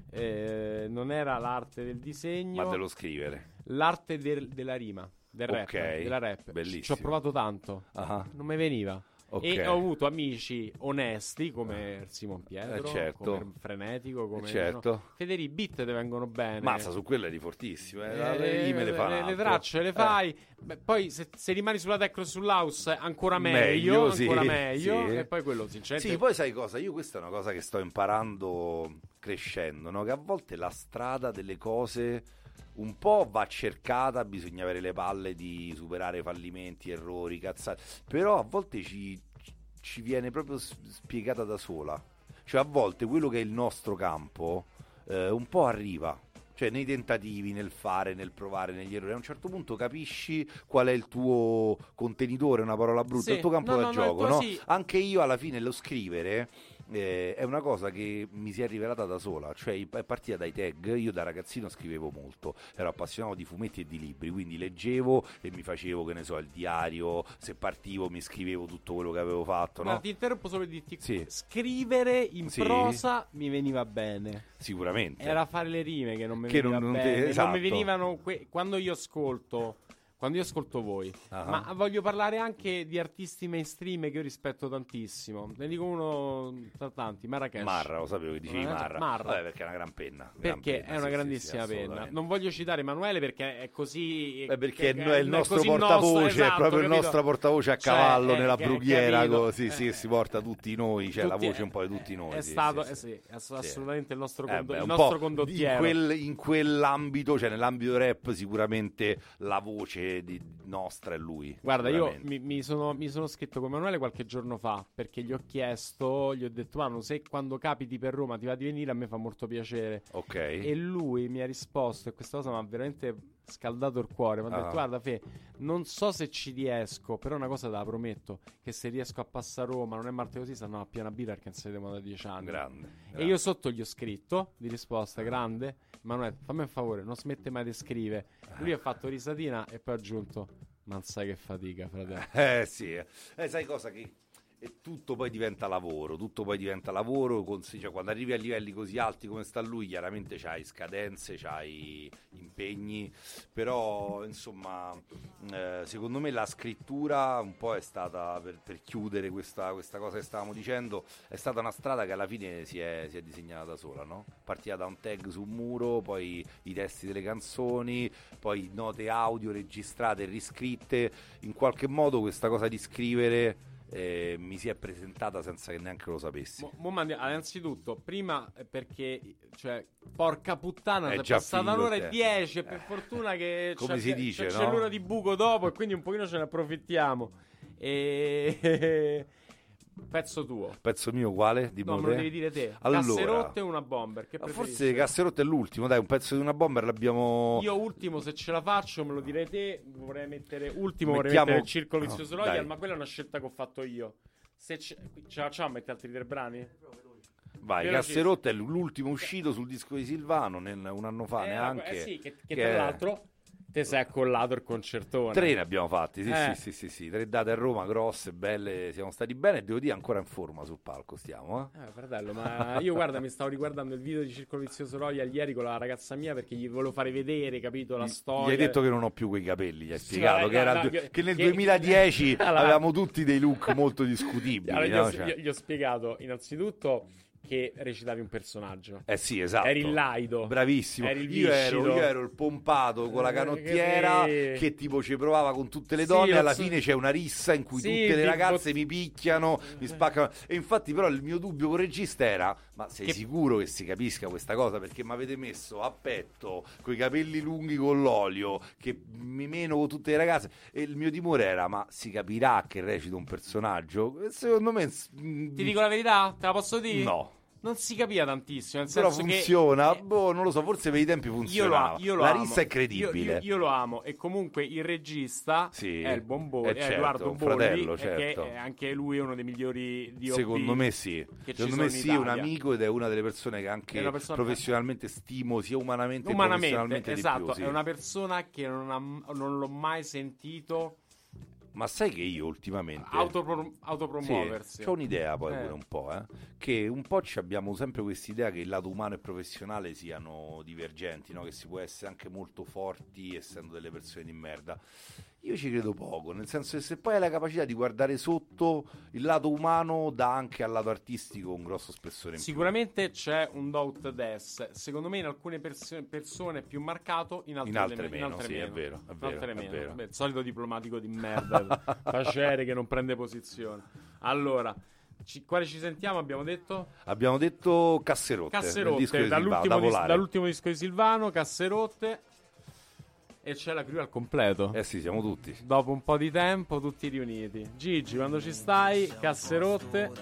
[SPEAKER 5] eh, non era l'arte del disegno,
[SPEAKER 6] Ma dello scrivere.
[SPEAKER 5] l'arte del- della rima, del rap,
[SPEAKER 6] Ok,
[SPEAKER 5] della rap.
[SPEAKER 6] bellissimo.
[SPEAKER 5] Ci ho provato tanto,
[SPEAKER 6] Ah,
[SPEAKER 5] non mi veniva.
[SPEAKER 6] ok.
[SPEAKER 5] E ho avuto amici onesti come Simon Pietro,
[SPEAKER 6] Eh, certo.
[SPEAKER 5] come Frenetico, come
[SPEAKER 6] Eh, certo.
[SPEAKER 5] no, Federi, i beat te vengono bene.
[SPEAKER 6] Mazza, su quello eri fortissimo. Eh.
[SPEAKER 5] Eh,
[SPEAKER 6] le rime le fa un
[SPEAKER 5] le, le
[SPEAKER 6] altro.
[SPEAKER 5] tracce le
[SPEAKER 6] Eh.
[SPEAKER 5] fai. Beh, poi se, se rimani sulla techno e sull'house ancora meglio,
[SPEAKER 6] Meglio, sì,
[SPEAKER 5] ancora meglio.
[SPEAKER 6] sì.
[SPEAKER 5] E poi quello sinceramente
[SPEAKER 6] Sì, poi sai cosa? Io questa è una cosa che sto imparando crescendo, no? Che a volte la strada delle cose un po' va cercata, bisogna avere le palle di superare fallimenti, errori, cazzate, però a volte ci, ci viene proprio s- spiegata da sola. Cioè a volte quello che è il nostro campo eh, un po' arriva. Cioè nei tentativi, nel fare, nel provare, negli errori, a un certo punto capisci qual è il tuo contenitore, una parola brutta,
[SPEAKER 5] Sì.
[SPEAKER 6] il tuo campo
[SPEAKER 5] No,
[SPEAKER 6] da
[SPEAKER 5] no, no,
[SPEAKER 6] gioco,
[SPEAKER 5] il
[SPEAKER 6] no?
[SPEAKER 5] tuo sì.
[SPEAKER 6] Anche io alla fine lo scrivere eh, è una cosa che mi si è rivelata da sola, cioè è partita dai tag. Io da ragazzino scrivevo molto, ero appassionato di fumetti e di libri, quindi leggevo e mi facevo, che ne so, il diario, se partivo mi scrivevo tutto quello che avevo fatto,
[SPEAKER 5] Ma
[SPEAKER 6] no?
[SPEAKER 5] ti interrompo solo per dirti,
[SPEAKER 6] Sì.
[SPEAKER 5] scrivere in
[SPEAKER 6] Sì.
[SPEAKER 5] prosa mi veniva bene.
[SPEAKER 6] Sicuramente.
[SPEAKER 5] Era fare le rime che non mi
[SPEAKER 6] Che
[SPEAKER 5] veniva
[SPEAKER 6] non- non te-
[SPEAKER 5] bene. Non
[SPEAKER 6] esatto.
[SPEAKER 5] mi venivano que- quando io ascolto quando io ascolto voi.
[SPEAKER 6] Ah.
[SPEAKER 5] Ma voglio parlare anche di artisti mainstream che io rispetto tantissimo. Ne dico uno tra tanti, Marrakesh.
[SPEAKER 6] Marra, lo sapevo che dicevi
[SPEAKER 5] Eh,
[SPEAKER 6] Marra.
[SPEAKER 5] Marra.
[SPEAKER 6] Vabbè, perché è una gran penna. gran
[SPEAKER 5] Perché
[SPEAKER 6] penna,
[SPEAKER 5] è una
[SPEAKER 6] sì,
[SPEAKER 5] grandissima
[SPEAKER 6] sì, sì,
[SPEAKER 5] penna.
[SPEAKER 6] assolutamente.
[SPEAKER 5] Non voglio citare Emanuele perché è così.
[SPEAKER 6] Beh, perché
[SPEAKER 5] che-
[SPEAKER 6] è il nostro
[SPEAKER 5] così
[SPEAKER 6] portavoce,
[SPEAKER 5] nostro,
[SPEAKER 6] è
[SPEAKER 5] esatto,
[SPEAKER 6] proprio il
[SPEAKER 5] capito?
[SPEAKER 6] nostro portavoce a
[SPEAKER 5] Cioè,
[SPEAKER 6] cavallo
[SPEAKER 5] eh,
[SPEAKER 6] nella
[SPEAKER 5] che-
[SPEAKER 6] brughiera,
[SPEAKER 5] capito?
[SPEAKER 6] co- sì, sì,
[SPEAKER 5] Eh,
[SPEAKER 6] si porta tutti noi, cioè la
[SPEAKER 5] tutti-
[SPEAKER 6] voce un po' di tutti noi.
[SPEAKER 5] È
[SPEAKER 6] sì,
[SPEAKER 5] stato,
[SPEAKER 6] sì,
[SPEAKER 5] eh
[SPEAKER 6] sì.
[SPEAKER 5] sì, è ass- assolutamente il nostro,
[SPEAKER 6] Eh,
[SPEAKER 5] condo-
[SPEAKER 6] beh,
[SPEAKER 5] il
[SPEAKER 6] un
[SPEAKER 5] nostro
[SPEAKER 6] po'
[SPEAKER 5] condottiero.
[SPEAKER 6] in, quel- in quell'ambito, cioè nell'ambito rap, sicuramente la voce di- nostra è lui.
[SPEAKER 5] Guarda, io
[SPEAKER 6] sicuramente.
[SPEAKER 5] mi, mi sono, mi sono scritto con Emanuele qualche giorno fa perché gli ho chiesto, gli ho detto, Manu, se quando capiti per Roma ti va di venire, a me fa molto piacere.
[SPEAKER 6] Ok.
[SPEAKER 5] E lui mi ha risposto, e questa cosa mi ha veramente scaldato il cuore. Mi ha
[SPEAKER 6] Ah.
[SPEAKER 5] detto, guarda Fe, non so se ci riesco, però una cosa te la prometto, che se riesco a passare a Roma, non è martedì così, stanno a piena birra perché non si vediamo da dieci anni.
[SPEAKER 6] Grande,
[SPEAKER 5] E
[SPEAKER 6] grande.
[SPEAKER 5] io sotto gli ho scritto di risposta, grande, Emanuele, fammi un favore, non smette mai di scrivere. Lui ha fatto risatina e poi ha aggiunto, ma non sai che fatica, fratello.
[SPEAKER 6] Eh sì, eh, Eh, sai cosa che e tutto poi diventa lavoro, tutto poi diventa lavoro, con- cioè, quando arrivi a livelli così alti come sta lui, chiaramente c'hai scadenze, c'hai impegni, però insomma eh, secondo me la scrittura un po' è stata, per, per chiudere questa, questa cosa che stavamo dicendo, è stata una strada che alla fine si è, si è disegnata da sola, no? Partita da un tag su un muro, poi i testi delle canzoni, poi note audio registrate e riscritte, in qualche modo questa cosa di scrivere eh, mi si è presentata senza che neanche lo sapessi.
[SPEAKER 5] Mo, mo mandi- allora, innanzitutto, prima eh, perché, cioè, porca puttana,
[SPEAKER 6] È
[SPEAKER 5] è
[SPEAKER 6] già
[SPEAKER 5] passata
[SPEAKER 6] finito
[SPEAKER 5] un'ora
[SPEAKER 6] il
[SPEAKER 5] e
[SPEAKER 6] tempo.
[SPEAKER 5] dieci, e per fortuna che
[SPEAKER 6] Come
[SPEAKER 5] c'è,
[SPEAKER 6] si dice,
[SPEAKER 5] c'è,
[SPEAKER 6] no?
[SPEAKER 5] c'è l'ora di buco dopo, e quindi un pochino ce ne approfittiamo. E... pezzo tuo.
[SPEAKER 6] Pezzo mio quale? Di
[SPEAKER 5] No, me lo devi dire te.
[SPEAKER 6] Allora,
[SPEAKER 5] Casserotte o una bomber? Che
[SPEAKER 6] ma
[SPEAKER 5] preferisci?
[SPEAKER 6] forse Casserotte è l'ultimo, dai, un pezzo di una bomber l'abbiamo...
[SPEAKER 5] Io ultimo, se ce la faccio, me lo direi te. Vorrei mettere ultimo,
[SPEAKER 6] Mettiamo-
[SPEAKER 5] vorrei mettere il Circolo
[SPEAKER 6] no,
[SPEAKER 5] Vizioso
[SPEAKER 6] dai.
[SPEAKER 5] Royal, ma quella è una scelta che ho fatto io. Se ce, ce la facciamo, metti altri tre brani?
[SPEAKER 6] Vai,
[SPEAKER 5] Veloci-
[SPEAKER 6] Casserotte è l'ultimo uscito sul disco di Silvano, nel- un anno fa
[SPEAKER 5] Eh,
[SPEAKER 6] neanche.
[SPEAKER 5] eh sì, che, che
[SPEAKER 6] che
[SPEAKER 5] tra
[SPEAKER 6] è-
[SPEAKER 5] l'altro te sei accollato il concertone.
[SPEAKER 6] Tre ne abbiamo fatti, sì,
[SPEAKER 5] Eh.
[SPEAKER 6] sì, sì, sì, sì, tre date a Roma, grosse, belle, siamo stati bene e devo dire ancora in forma sul palco stiamo, eh.
[SPEAKER 5] Eh, fratello, ma io guarda, mi stavo riguardando il video di Circolo Vizioso Royal ieri con la ragazza mia perché gli volevo fare vedere, capito, la storia.
[SPEAKER 6] Gli hai detto che non ho più quei capelli, gli hai
[SPEAKER 5] Sì,
[SPEAKER 6] spiegato
[SPEAKER 5] no,
[SPEAKER 6] che, era
[SPEAKER 5] no,
[SPEAKER 6] il-
[SPEAKER 5] che-
[SPEAKER 6] che nel
[SPEAKER 5] che-
[SPEAKER 6] duemiladieci
[SPEAKER 5] Allora-
[SPEAKER 6] avevamo tutti dei look molto discutibili,
[SPEAKER 5] Allora, gli,
[SPEAKER 6] no?
[SPEAKER 5] ho,
[SPEAKER 6] Cioè-
[SPEAKER 5] gli- gli ho spiegato innanzitutto che recitavi un personaggio.
[SPEAKER 6] Eh sì, esatto.
[SPEAKER 5] Eri il laido.
[SPEAKER 6] Bravissimo.
[SPEAKER 5] Eri il
[SPEAKER 6] io, ero,
[SPEAKER 5] viscido.
[SPEAKER 6] io ero il pompato con la
[SPEAKER 5] Eh,
[SPEAKER 6] canottiera
[SPEAKER 5] che-
[SPEAKER 6] che tipo ci provava con tutte le
[SPEAKER 5] Sì,
[SPEAKER 6] donne. Alla
[SPEAKER 5] so-
[SPEAKER 6] fine c'è una rissa in cui
[SPEAKER 5] Sì,
[SPEAKER 6] tutte le
[SPEAKER 5] di-
[SPEAKER 6] ragazze mi picchiano, mi spaccano. E infatti però il mio dubbio con il regista era: ma sei
[SPEAKER 5] Che-
[SPEAKER 6] sicuro che si capisca questa cosa? Perché mi avete messo a petto coi capelli lunghi con l'olio, che mi meno con tutte le ragazze. E il mio timore era: ma si capirà che recito un personaggio? E secondo me
[SPEAKER 5] Ti dico la verità? Te la posso dire?
[SPEAKER 6] no.
[SPEAKER 5] Non si capiva tantissimo, nel
[SPEAKER 6] Però
[SPEAKER 5] senso
[SPEAKER 6] funziona,
[SPEAKER 5] che... eh,
[SPEAKER 6] boh, non lo so, forse per i tempi
[SPEAKER 5] Io lo,
[SPEAKER 6] funzionava.
[SPEAKER 5] io lo
[SPEAKER 6] La
[SPEAKER 5] amo.
[SPEAKER 6] rissa è credibile.
[SPEAKER 5] Io, io- io lo amo. E comunque il regista
[SPEAKER 6] Sì.
[SPEAKER 5] è il buon Bolli,
[SPEAKER 6] Eh,
[SPEAKER 5] è
[SPEAKER 6] certo,
[SPEAKER 5] Edoardo
[SPEAKER 6] un
[SPEAKER 5] Bolli,
[SPEAKER 6] fratello,
[SPEAKER 5] e
[SPEAKER 6] certo.
[SPEAKER 5] che è anche lui è uno dei migliori D O P
[SPEAKER 6] Secondo me sì.
[SPEAKER 5] che ci
[SPEAKER 6] Secondo
[SPEAKER 5] sono
[SPEAKER 6] me
[SPEAKER 5] in
[SPEAKER 6] sì, è un
[SPEAKER 5] Italia.
[SPEAKER 6] amico ed è una delle persone che anche
[SPEAKER 5] È una persona-
[SPEAKER 6] professionalmente stimo, sia umanamente, che
[SPEAKER 5] Umanamente,
[SPEAKER 6] professionalmente
[SPEAKER 5] esatto,
[SPEAKER 6] di più. Sì.
[SPEAKER 5] è una persona che non, ha- non l'ho mai sentito
[SPEAKER 6] Ma sai che io ultimamente
[SPEAKER 5] autopro- autopromuoversi.
[SPEAKER 6] Sì, c'ho un'idea poi
[SPEAKER 5] Eh.
[SPEAKER 6] pure un po', eh, che un po' ci abbiamo sempre quest'idea che il lato umano e professionale siano divergenti, no? Che si può essere anche molto forti essendo delle persone di merda. Io ci credo poco, nel senso che se poi hai la capacità di guardare sotto, il lato umano dà anche al lato artistico un grosso spessore in più.
[SPEAKER 5] Sicuramente c'è un doubt des. Secondo me in alcune pers- persone è più marcato, in altre,
[SPEAKER 6] In altre
[SPEAKER 5] le-
[SPEAKER 6] meno,
[SPEAKER 5] in altre
[SPEAKER 6] sì,
[SPEAKER 5] meno.
[SPEAKER 6] è vero, è
[SPEAKER 5] In
[SPEAKER 6] vero,
[SPEAKER 5] altre
[SPEAKER 6] è
[SPEAKER 5] meno.
[SPEAKER 6] vero.
[SPEAKER 5] Beh, il solito diplomatico di merda, facere che non prende posizione. Allora, ci- quale ci sentiamo? Abbiamo detto?
[SPEAKER 6] Abbiamo detto Casserotte, del disco
[SPEAKER 5] Casserotte,
[SPEAKER 6] di Silvano,
[SPEAKER 5] dall'ultimo,
[SPEAKER 6] da
[SPEAKER 5] dis-
[SPEAKER 6] volare.
[SPEAKER 5] dall'ultimo disco di Silvano, Casserotte. E c'è la crew al completo.
[SPEAKER 6] Eh sì, siamo tutti.
[SPEAKER 5] Dopo un po' di tempo, tutti riuniti. Gigi, quando ci stai? Casserotte.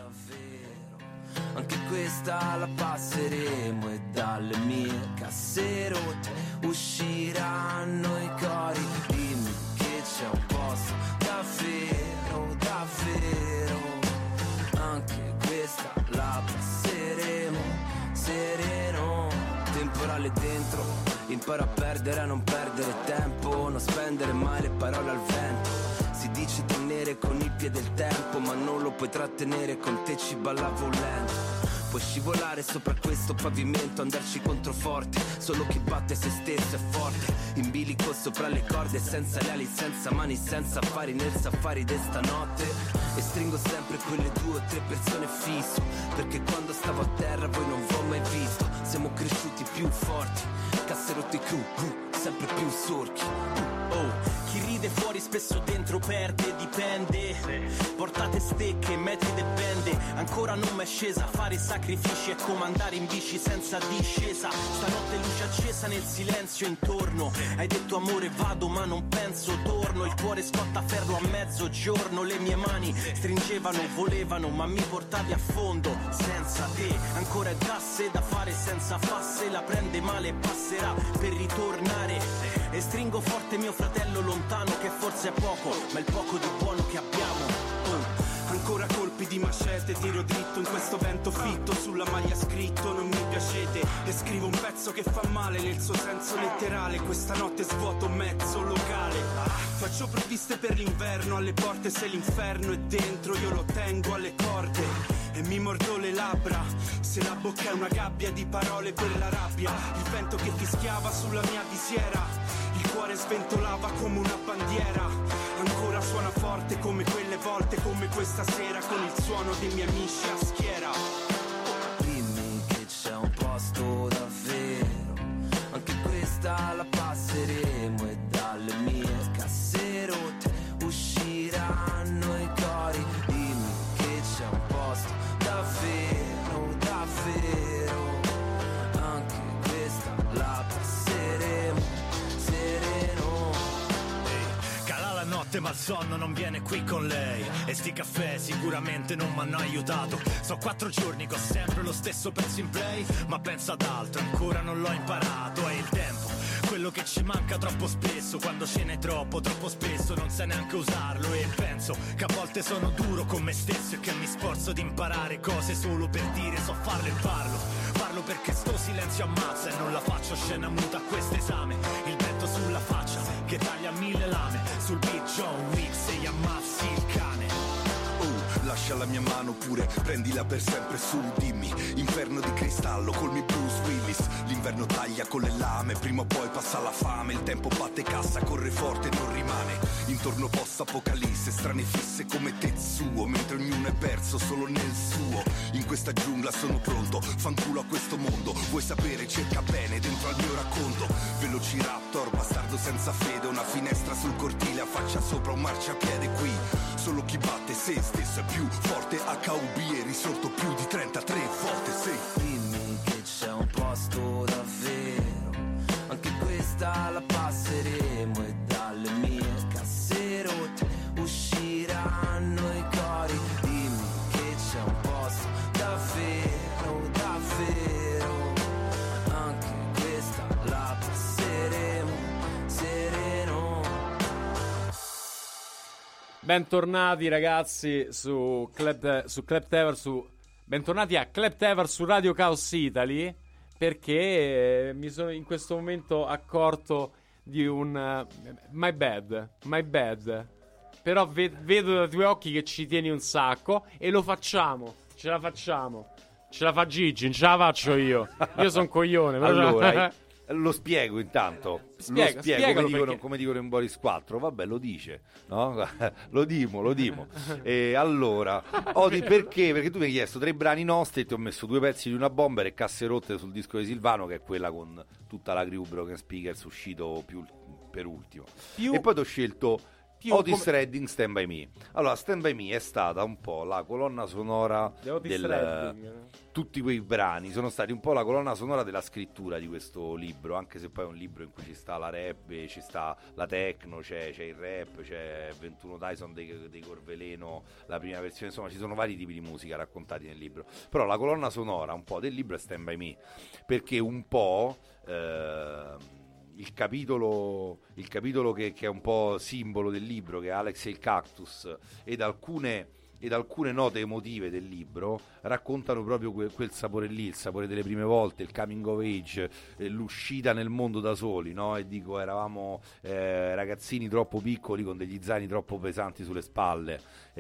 [SPEAKER 9] Anche questa la passeremo e dalle mie casse rotte usciranno i cori. Dimmi che c'è un posto davvero, davvero. Anche questa la passeremo sereno. Temporale dentro, imparo a perdere, a non perdere tempo, non spendere mai le parole al vento. Si dice tenere con il piede il tempo, ma non lo puoi trattenere, con te ci ballavo lento. Puoi scivolare sopra questo pavimento, andarci controforte, solo chi batte se stesso è forte. In bilico sopra le corde, senza le ali, senza mani, senza affari nel safari di stanotte. E stringo sempre quelle due o tre persone fisso, perché quando stavo a terra voi non v'ho mai visto. Siamo cresciuti più forti, Casserotte crew, uh, sempre più sorchi. Uh, oh. Chi ride fuori spesso dentro perde, dipende. Portate stecche, metri de bende. Ancora non m'è scesa, fare sacrifici è come andare in bici senza discesa. Stanotte luce accesa nel silenzio intorno. Hai detto amore vado ma non penso torno. Il cuore scotta ferro a mezzogiorno. Le mie mani stringevano, volevano ma mi portavi a fondo. Senza te ancora è gasse da fare senza fasse. La prende male passerà per ritornare. E stringo forte mio fratello lontano, che forse è poco, ma il poco di buono che abbiamo. Oh.
[SPEAKER 10] Ancora colpi di macete, tiro dritto in questo vento fitto. Sulla maglia scritto non mi piacete. E scrivo un pezzo che fa male nel suo senso letterale. Questa notte svuoto mezzo locale. Faccio provviste per l'inverno, alle porte se l'inferno è dentro io lo tengo alle corde. E mi mordo le labbra, se la bocca è una gabbia di parole per la rabbia. Il vento che fischiava sulla mia visiera, il cuore sventolava come una bandiera. Ancora suona forte come quelle volte, come questa sera con il suono dei miei amici a schiera.
[SPEAKER 9] Dimmi che c'è un posto davvero, anche questa la passeremo e dalle mie casse rotte usciranno i cori. Dimmi che c'è un posto davvero, davvero, anche questa la passeremo sereno.
[SPEAKER 11] Cala la notte ma il sonno non viene qui con lei. E sti caffè sicuramente non m'hanno aiutato. So quattro giorni che ho sempre lo stesso pezzo in play, ma penso ad altro, ancora non l'ho imparato. È il tempo, quello che ci manca troppo spesso. Quando ce n'è troppo, troppo spesso non sai neanche usarlo. E penso che a volte sono duro con me stesso e che mi sforzo di imparare cose solo per dire so farlo e parlo. Parlo perché sto silenzio ammazza e non la faccio scena muta a quest'esame. Il vento sulla faccia che taglia mille lame. Sul beat John Wick se gli ammazzi il cane.
[SPEAKER 10] Uh, lascia
[SPEAKER 12] lascia la mia mano pure, prendila per sempre su, dimmi. Inferno di cristallo, colmi Bruce Willis. L'inverno taglia con le lame, prima o poi passa la fame. Il tempo batte cassa, corre forte e non rimane. Intorno post apocalisse, strane fisse come Tetsuo, mentre ognuno è perso solo nel suo. In questa giungla sono pronto, fanculo a questo mondo. Vuoi sapere, cerca bene dentro al mio racconto. Velociraptor, bastardo senza fede. Una finestra sul cortile, a faccia sopra un marciapiede qui. Solo chi batte se stesso è più forte. H U B è risorto più di trentatré volte, sì.
[SPEAKER 9] Dimmi che c'è un posto davvero, anche questa la passeremo e dalle mie casse rotte usciranno i cori. Dimmi che c'è un posto davvero, davvero, anche questa la passeremo sereno.
[SPEAKER 5] Bentornati ragazzi su Club, su Club Tever, su bentornati a Club Tever su Radio Chaos Italy, perché mi sono in questo momento accorto di un uh, my bad, my bad. Però ve- vedo dai tuoi occhi che ci tieni un sacco e lo facciamo, ce la facciamo. Ce la fa Gigi, non ce la faccio io. Io sono un coglione. Però...
[SPEAKER 6] Allora, lo spiego intanto.
[SPEAKER 5] Spiega,
[SPEAKER 6] lo spiego come dicono,
[SPEAKER 5] perché...
[SPEAKER 6] come dicono in Boris quattro. Vabbè, lo dice, no? Lo dimo, lo dimo. E allora, Odi, perché? Perché tu mi hai chiesto tre brani nostri e ti ho messo due pezzi di Una Bomber e Casse Rotte sul disco di Silvano, che è quella con tutta la crew Broken Speakers uscito più per ultimo. Più... E poi ti ho scelto Più Otis come... Redding, Stand By Me. Allora, Stand By Me è stata un po' la colonna sonora del... Tutti quei brani sono stati un po' la colonna sonora della scrittura di questo libro, anche se poi è un libro in cui ci sta la rap, ci sta la techno, c'è, c'è il rap, c'è ventuno Tyson dei, dei Corveleno, la prima versione, insomma ci sono vari tipi di musica raccontati nel libro. Però la colonna sonora un po' del libro è Stand By Me, perché un po'... Eh, Il capitolo, il capitolo che, che è un po' simbolo del libro, che è Alex e il Cactus, ed alcune, ed alcune note emotive del libro raccontano proprio quel, quel sapore lì, il sapore delle prime volte, il coming of age, eh, l'uscita nel mondo da soli, no? E dico, eravamo eh, ragazzini troppo piccoli con degli zaini troppo pesanti sulle spalle,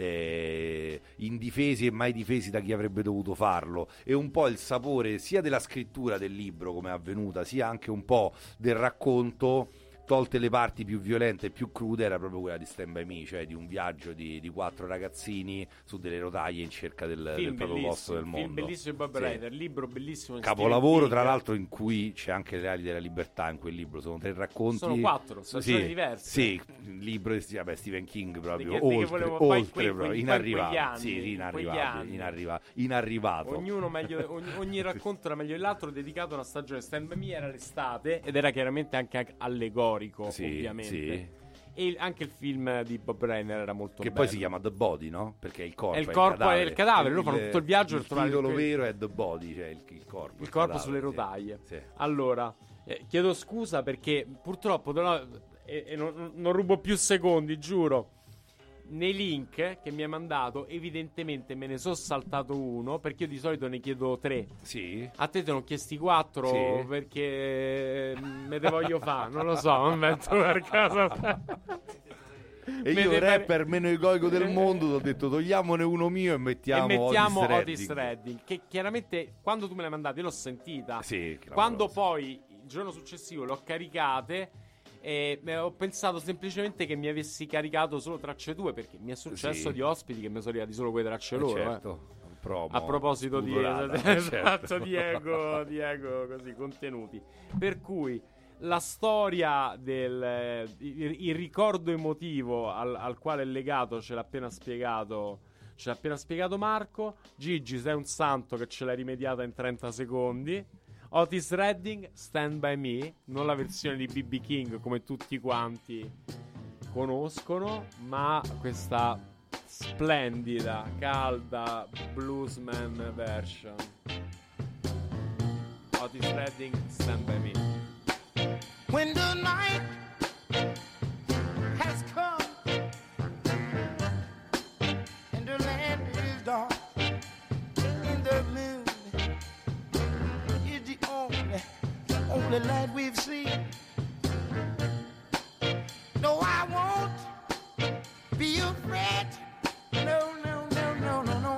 [SPEAKER 6] eh, indifesi e mai difesi da chi avrebbe dovuto farlo, e un po' il sapore sia della scrittura del libro come è avvenuta, sia anche un po' del racconto, tolte le parti più violente e più crude, era proprio quella di Stand By Me, cioè di un viaggio di, di quattro ragazzini su delle rotaie in cerca del, del proprio posto del mondo.
[SPEAKER 5] Film bellissimo, Bob
[SPEAKER 6] sì.
[SPEAKER 5] Ryder, libro bellissimo,
[SPEAKER 6] capolavoro tra l'altro, in cui c'è anche le ali della libertà in quel libro, sono tre racconti,
[SPEAKER 5] sono quattro, sono
[SPEAKER 6] sì,
[SPEAKER 5] storie diverse.
[SPEAKER 6] Sì, il libro di vabbè, Stephen King proprio,
[SPEAKER 5] di che,
[SPEAKER 6] oltre,
[SPEAKER 5] di
[SPEAKER 6] oltre
[SPEAKER 5] quei,
[SPEAKER 6] proprio,
[SPEAKER 5] quei,
[SPEAKER 6] inarrivabile,
[SPEAKER 5] anni,
[SPEAKER 6] sì, sì, inarrivabile, inarriva,
[SPEAKER 5] inarrivato.
[SPEAKER 6] inarrivato.
[SPEAKER 5] Ognuno meglio, ogni, ogni racconto era meglio dell'altro, dedicato a una stagione. Stand By Me era l'estate ed era chiaramente anche allegorico,
[SPEAKER 6] sì,
[SPEAKER 5] ovviamente.
[SPEAKER 6] Sì.
[SPEAKER 5] E anche il film di Bob Reiner era molto
[SPEAKER 6] che
[SPEAKER 5] bello.
[SPEAKER 6] Che poi si chiama The Body, no? Perché il corpo è
[SPEAKER 5] il corpo
[SPEAKER 6] è
[SPEAKER 5] il cadavere,
[SPEAKER 6] il,
[SPEAKER 5] loro fanno tutto il viaggio
[SPEAKER 6] il
[SPEAKER 5] per trovare
[SPEAKER 6] titolo
[SPEAKER 5] il
[SPEAKER 6] vero è The Body, cioè il, il corpo.
[SPEAKER 5] Il,
[SPEAKER 6] il
[SPEAKER 5] corpo
[SPEAKER 6] cadavere,
[SPEAKER 5] sulle rotaie.
[SPEAKER 6] Sì, sì.
[SPEAKER 5] Allora, eh, chiedo scusa perché purtroppo no, e, e non, non rubo più secondi, giuro. Nei link che mi hai mandato, evidentemente me ne sono saltato uno, perché io di solito ne chiedo tre.
[SPEAKER 6] Sì.
[SPEAKER 5] A te te ne ho chiesti quattro,
[SPEAKER 6] sì.
[SPEAKER 5] Perché me te voglio fare, non lo so, non metto per caso.
[SPEAKER 6] E io, rapper meno egoico del mondo, ti ho detto togliamone uno mio e mettiamo,
[SPEAKER 5] e mettiamo
[SPEAKER 6] Otis,
[SPEAKER 5] Otis
[SPEAKER 6] Redding.
[SPEAKER 5] Redding. Che chiaramente quando tu me l'hai mandata io l'ho sentita.
[SPEAKER 6] Sì,
[SPEAKER 5] quando poi il giorno successivo l'ho caricate, e ho pensato semplicemente che mi avessi caricato solo tracce tue, perché mi è successo
[SPEAKER 6] sì.
[SPEAKER 5] di ospiti che mi sono arrivati solo quelle tracce
[SPEAKER 6] eh
[SPEAKER 5] loro.
[SPEAKER 6] Certo.
[SPEAKER 5] Eh.
[SPEAKER 6] Promo,
[SPEAKER 5] a proposito di,
[SPEAKER 6] spudorata,
[SPEAKER 5] esatto,
[SPEAKER 6] certo.
[SPEAKER 5] di ego, di ego così, contenuti. Per cui la storia del il, il ricordo emotivo al, al quale è legato ce l'ha appena spiegato ce l'ha appena spiegato Marco. Gigi, sei un santo che ce l'hai rimediata in trenta secondi. Otis Redding, Stand By Me, non la versione di B B King come tutti quanti conoscono, ma questa splendida, calda bluesman version. Otis Redding, Stand By Me.
[SPEAKER 1] When the night has come and the land is dark and the moon is the only, only light we've seen. No, I won't be afraid. No, no, no, no, no, no.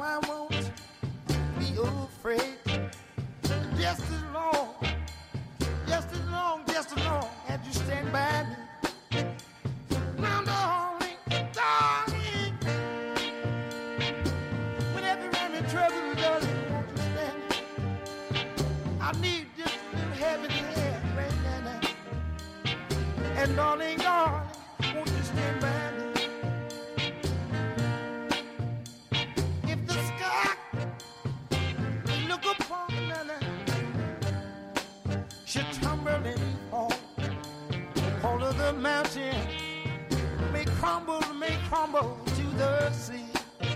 [SPEAKER 1] And darling, darling, won't you stand by me? If the sky look upon me, should tumble and fall, all of the mountain may crumble, may crumble to the sea.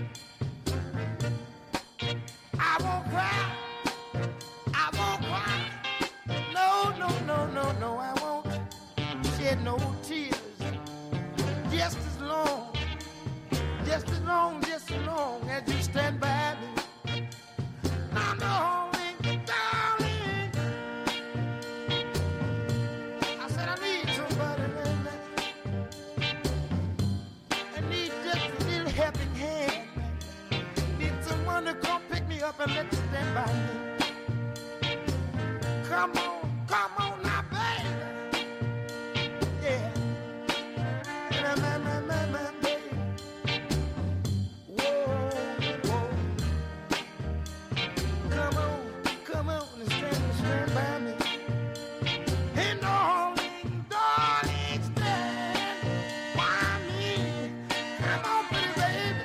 [SPEAKER 1] I won't cry, I won't cry, no, no, no, no, no, I won't shed no tears, just as long, just as long, just as long as you stand by me. Now, darling, darling, I said I need somebody, man, man. I need just a little helping hand, need someone to come pick me up and let you stand by me. Come on, come on now, baby. Yeah. Na, na, na, na, na, baby. Whoa, whoa. Come on, come on and stand, stand by me. And darling, darling, stand by me. Come on, pretty baby.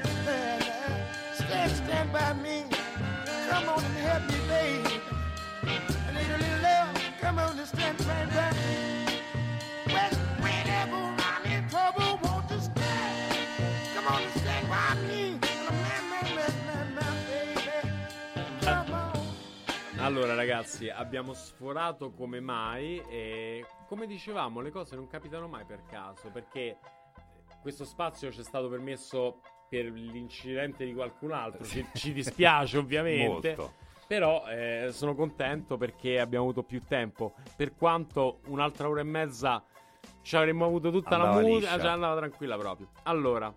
[SPEAKER 1] Stand, stand by me. Come on and help me, baby. I need a little love. Come on and stand, stand by me. When- Whenever I'm in trouble, won't you stand? Come on and stand by me. Man, man, man, man, man, baby. Come on.
[SPEAKER 5] Allora ragazzi, abbiamo sforato come mai e come dicevamo le cose non capitano mai per caso, perché questo spazio ci è stato permesso per l'incidente di qualcun altro, ci, ci dispiace ovviamente.
[SPEAKER 6] Molto.
[SPEAKER 5] Però eh, sono contento perché abbiamo avuto più tempo. Per quanto un'altra ora e mezza ci avremmo avuto tutta
[SPEAKER 6] Andava
[SPEAKER 5] la musica,
[SPEAKER 6] liscia.
[SPEAKER 5] cioè andava tranquilla proprio. Allora,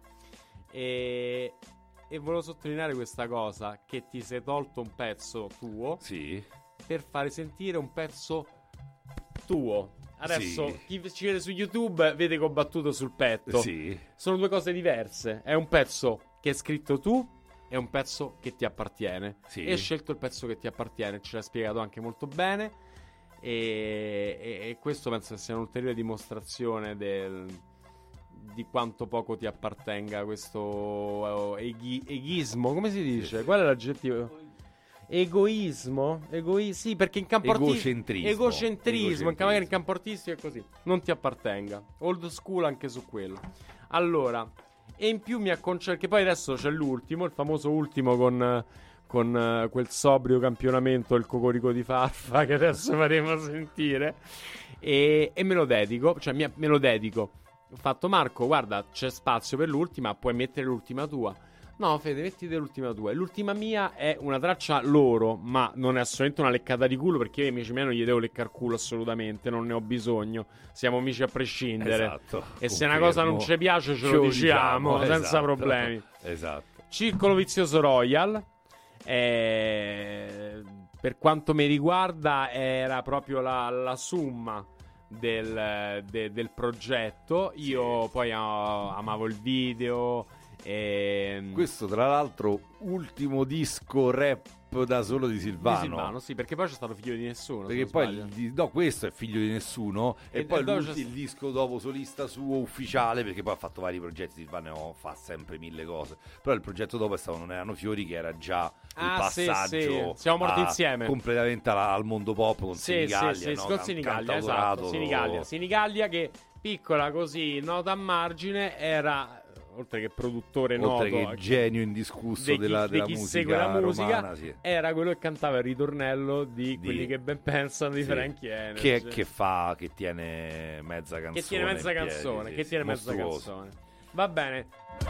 [SPEAKER 5] e, e volevo sottolineare questa cosa, che ti sei tolto un pezzo tuo
[SPEAKER 6] Sì.
[SPEAKER 5] per fare sentire un pezzo tuo. Adesso
[SPEAKER 6] Sì.
[SPEAKER 5] chi ci vede su YouTube vede che ho battuto sul petto.
[SPEAKER 6] Sì.
[SPEAKER 5] Sono due cose diverse. È un pezzo che hai scritto tu, è un pezzo che ti appartiene.
[SPEAKER 6] Sì.
[SPEAKER 5] E hai scelto il pezzo che ti appartiene, ce l'hai spiegato anche molto bene. E, e- e questo penso che sia un'ulteriore dimostrazione del, di quanto poco ti appartenga questo eh, eghi- eghismo. Come si dice? Qual è l'aggettivo? Egoismo? Egoi- sì, perché in campo artistico
[SPEAKER 6] Egocentrismo.
[SPEAKER 5] Egocentrismo, in, magari in
[SPEAKER 6] Egocentrismo.
[SPEAKER 5] campo artistico è così. Non ti appartenga. Old school anche su quello. Allora, e in più mi acconcerto che poi adesso c'è l'ultimo, il famoso ultimo con, con eh, quel sobrio campionamento, il cocorico di Farfa, che adesso faremo sentire. E, e me lo dedico, cioè mi- me lo dedico. Ho fatto: Marco, guarda, c'è spazio per l'ultima, puoi mettere l'ultima tua. No, Fede, mettiti l'ultima tua. E l'ultima mia è una traccia loro, ma non è assolutamente una leccata di culo, perché io ai miei amici miei non gli devo leccar culo assolutamente, non ne ho bisogno. Siamo amici a prescindere.
[SPEAKER 6] Esatto,
[SPEAKER 5] E se una
[SPEAKER 6] confermo.
[SPEAKER 5] cosa non ci piace ce
[SPEAKER 6] Ce
[SPEAKER 5] lo
[SPEAKER 6] lo
[SPEAKER 5] diciamo,
[SPEAKER 6] diciamo,
[SPEAKER 5] senza
[SPEAKER 6] esatto.
[SPEAKER 5] problemi.
[SPEAKER 6] Esatto.
[SPEAKER 5] Circolo Vizioso Royal, eh, per quanto mi riguarda, era proprio la, la summa del, de- del progetto. Io poi ah, amavo il video. E...
[SPEAKER 6] Questo tra l'altro ultimo disco rap da solo di Silvano.
[SPEAKER 5] Di Silvano, sì, perché poi c'è stato Figlio di Nessuno.
[SPEAKER 6] Perché
[SPEAKER 5] se non
[SPEAKER 6] poi
[SPEAKER 5] sbaglio.
[SPEAKER 6] il, di- no, questo è Figlio di Nessuno e,
[SPEAKER 5] E-
[SPEAKER 6] poi
[SPEAKER 5] e dopo
[SPEAKER 6] l'ulti-
[SPEAKER 5] c'è-
[SPEAKER 6] il disco dopo solista suo ufficiale, perché poi ha fatto vari progetti. Silvano fa sempre mille cose, però il progetto dopo è stato Non erano fiori, che era già
[SPEAKER 5] Ah,
[SPEAKER 6] il
[SPEAKER 5] sì,
[SPEAKER 6] passaggio
[SPEAKER 5] sì. Siamo morti
[SPEAKER 6] a-
[SPEAKER 5] insieme.
[SPEAKER 6] completamente alla- al mondo pop con
[SPEAKER 5] Sì,
[SPEAKER 6] Senigallia,
[SPEAKER 5] sì, sì,
[SPEAKER 6] no?
[SPEAKER 5] con
[SPEAKER 6] Can-
[SPEAKER 5] Senigallia,
[SPEAKER 6] cantautorato.
[SPEAKER 5] esatto, Senigallia. Senigallia che, piccola così, nota a margine, era, oltre che produttore
[SPEAKER 6] oltre
[SPEAKER 5] noto,
[SPEAKER 6] che genio indiscusso
[SPEAKER 5] di chi-
[SPEAKER 6] della,
[SPEAKER 5] di
[SPEAKER 6] della
[SPEAKER 5] chi
[SPEAKER 6] musica,
[SPEAKER 5] segue la musica,
[SPEAKER 6] romana, sì.
[SPEAKER 5] era quello che cantava il ritornello di,
[SPEAKER 6] Di-
[SPEAKER 5] quelli che ben pensano di
[SPEAKER 6] Sì.
[SPEAKER 5] Frankie Energy.
[SPEAKER 6] che, che fa che tiene mezza canzone
[SPEAKER 5] Che tiene mezza
[SPEAKER 6] in piedi,
[SPEAKER 5] canzone,
[SPEAKER 6] sì,
[SPEAKER 5] che
[SPEAKER 6] sì,
[SPEAKER 5] tiene mezza
[SPEAKER 6] mostruoso.
[SPEAKER 5] canzone. Va bene.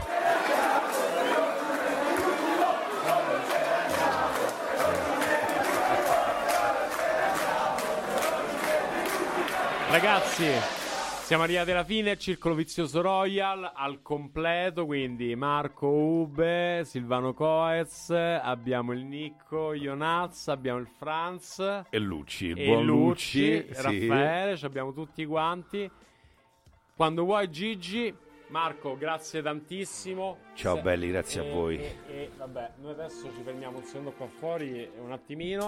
[SPEAKER 5] Ragazzi, siamo arrivati alla fine. Circolo Vizioso Royal al completo, quindi Marco Ube, Silvano Coez, abbiamo il Nicco Ionaz, abbiamo il Franz
[SPEAKER 6] E Lucci,
[SPEAKER 5] e
[SPEAKER 6] buon
[SPEAKER 5] Lucci,
[SPEAKER 6] Lucci, sì.
[SPEAKER 5] Raffaele, ci abbiamo tutti quanti. Quando vuoi Gigi. Marco, grazie tantissimo.
[SPEAKER 6] Ciao
[SPEAKER 5] Se-
[SPEAKER 6] belli, grazie
[SPEAKER 5] e-
[SPEAKER 6] a voi.
[SPEAKER 5] E, e, vabbè, noi adesso ci fermiamo un secondo qua fuori un attimino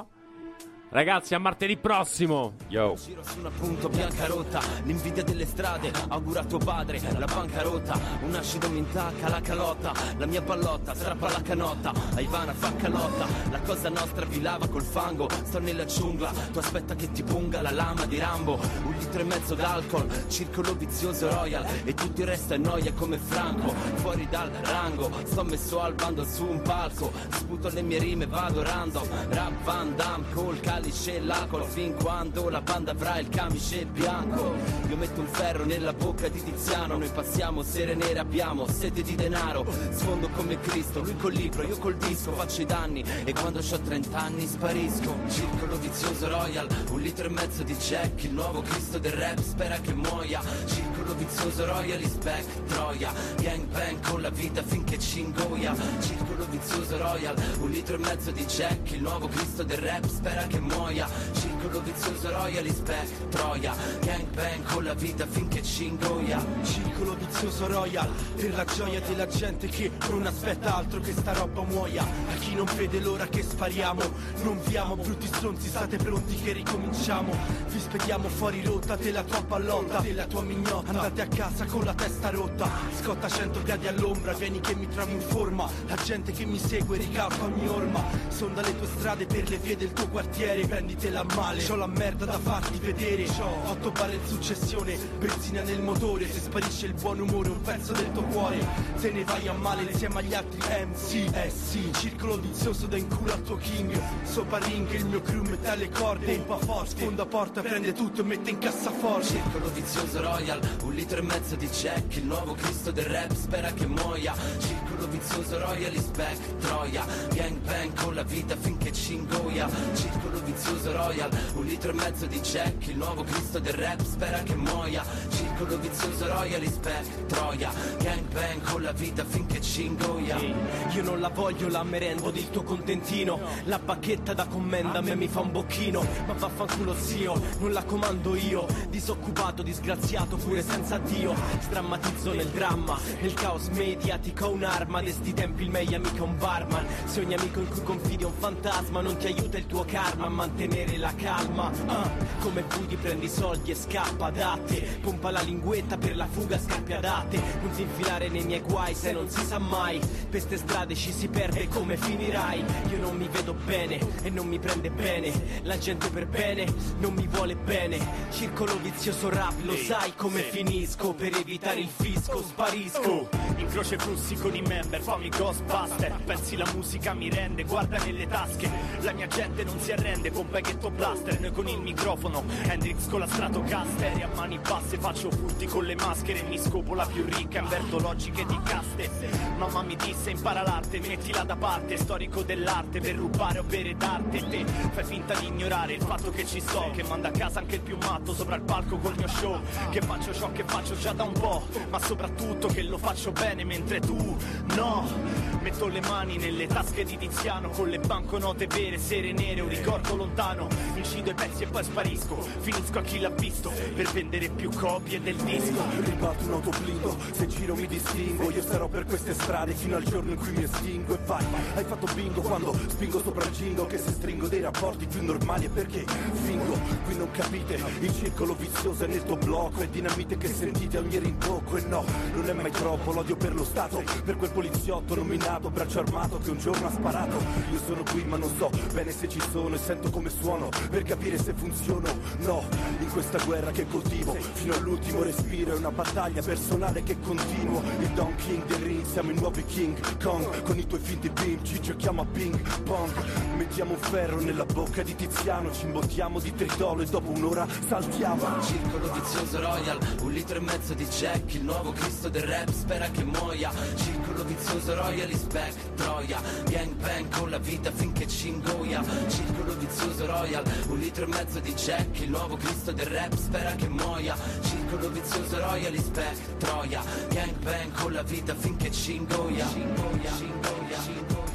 [SPEAKER 5] Ragazzi, a martedì prossimo.
[SPEAKER 6] Yo.
[SPEAKER 9] Giro su una punto bianca rotta, l'invidia delle strade, augura a tuo padre la bancarotta, un acido mi intacca la calotta, la mia pallotta strappa la canotta, a Ivana fa calotta, la cosa nostra vi lava col fango, sto nella giungla, tu aspetta che ti punga la lama di Rambo, un litro e mezzo d'alcol, circolo vizioso royal, e tutto il resto è noia come Franco, fuori dal rango, sto messo al bando su un palco, sputo le mie rime, vado random, rap Van Damme col calice e l'alcol, fin quando la banda avrà il camice bianco, io metto un ferro nella bocca di Tiziano, noi passiamo sere nere, abbiamo sete di denaro, sfondo come Cristo, lui col libro, io col disco, faccio i danni e quando c'ho trent'anni sparisco, circolo vizioso royal, un litro e mezzo di Jack, il nuovo Cristo del rap spera che muoia, circolo vizioso royal is back, troia, gang bang con la vita finché ci ingoia, circolo vizioso royal, un litro e mezzo di Jack, il nuovo Cristo del rap spera che muoia, circolo vizioso royal is back, troia, gang bang con la vita finché ci ingoia,
[SPEAKER 10] circolo vizioso royal, per la gioia della gente che non aspetta altro che sta roba muoia, a chi non vede l'ora che spariamo, non viamo brutti stronzi, state pronti che ricominciamo, vi spediamo fuori rotta della tua pallotta, della tua mignotta, andate a casa con la testa rotta, scotta cento gradi all'ombra, vieni che mi trovo in forma, la gente che mi segue ricalca ogni orma, sonda le tue strade per le vie del tuo quartiere, prenditela a male, c'ho la merda da farti vedere, c'ho otto barre in successione, benzina nel motore, se sparisce il buon umore un pezzo del tuo cuore, te ne vai a male insieme agli altri M C, eh sì, circolo vizioso da in culo al tuo king, sopra ring il mio crew mette alle corde, pompa forte, sfonda porta, prende tutto e mette in cassaforte,
[SPEAKER 9] circolo vizioso royal, un litro e mezzo di Jack, il nuovo Cristo del rap spera che muoia, circolo vizioso royal is back, troia, gang bang con la vita finché ci ingoia, circolo vizioso royal, un litro e mezzo di Jack, il nuovo Cristo del rap spera che muoia, circolo vizioso royal is back, troia, gang bang con la vita finché ci ingoia.
[SPEAKER 10] Io non la voglio la merenda del tuo contentino, la bacchetta da commenda a me mi fa un bocchino, ma vaffanculo zio, non la comando io, disoccupato, disgraziato pure senza Dio, sdrammatizzo nel dramma, nel caos mediatico ho un'arma, de sti tempi il meglio amico è un barman, se ogni amico in cui confidi è un fantasma non ti aiuta il tuo karma a mantenere la calma, uh, come Woody prendi soldi e scappa da te, pompa la linguetta per la fuga scappiadate, non ti infilare nei miei guai se non si sa mai, per ste strade ci si perde come finirai, io non mi vedo bene e non mi prende bene, la gente per bene non mi vuole bene, circolo vizioso rap lo sai come finisco, per evitare il fisco sparisco,
[SPEAKER 13] oh, incrocio i flussi con i member, fammi Ghostbuster, pensi la musica mi rende, guarda nelle tasche, la mia gente non si arrende, con baghetto blaster, noi con il microfono, Hendrix con la Stratocaster, e a mani basse faccio furti con le maschere, mi scopo la più ricca, inverto logiche di caste, mamma mi disse impara l'arte, mettila da parte, storico dell'arte, per rubare o bere d'arte, te fai finta di ignorare il fatto che ci sto, che manda a casa anche il più matto sopra il palco col mio show, che faccio ciò che faccio già da un po', ma soprattutto che lo faccio bene mentre tu no, metto le mani nelle tasche di Tiziano, con le banconote vere, sere nere, un ricordo lontano, incido i pezzi e poi sparisco, finisco a chi l'ha visto, per vendere più copie del disco,
[SPEAKER 10] ribalto un autoblindo, se giro mi distingo, io sarò per queste strade fino al giorno in cui mi estingo, e vai, hai fatto bingo quando spingo sopra il gingo, che se stringo dei rapporti più normali è perché fingo, qui non capite, il circolo vizioso è nel tuo blocco, è dinamite che sentite a ogni rimbocco, e no, non è mai troppo l'odio per lo Stato, per quel poliziotto nominato, braccio armato che un giorno ha sparato, io sono qui ma non so bene se ci sono e sento come suono, per capire se funziono, no, in questa guerra che coltivo, fino all'ultimo respiro è una battaglia personale che continuo, il Don King del ring, siamo i nuovi King Kong, con i tuoi finti beam ci giochiamo a ping pong, mettiamo un ferro nella bocca di Tiziano, ci imbottiamo di tritolo e dopo un'ora saltiamo,
[SPEAKER 9] circolo vizioso royal, un litro e mezzo di Jack, il nuovo Cristo del rap spera che muoia, circolo vizioso royal is back, troia, gang bang con la vita finché ci ingoia, circolo vizioso royal, un litro e mezzo di Jack, il nuovo Cristo del rap spera che muoia, circolo vizioso royal is back, troia, gang bang con la vita finché ci ingoia, ci ingoia, ci ingoia, ci ingoia.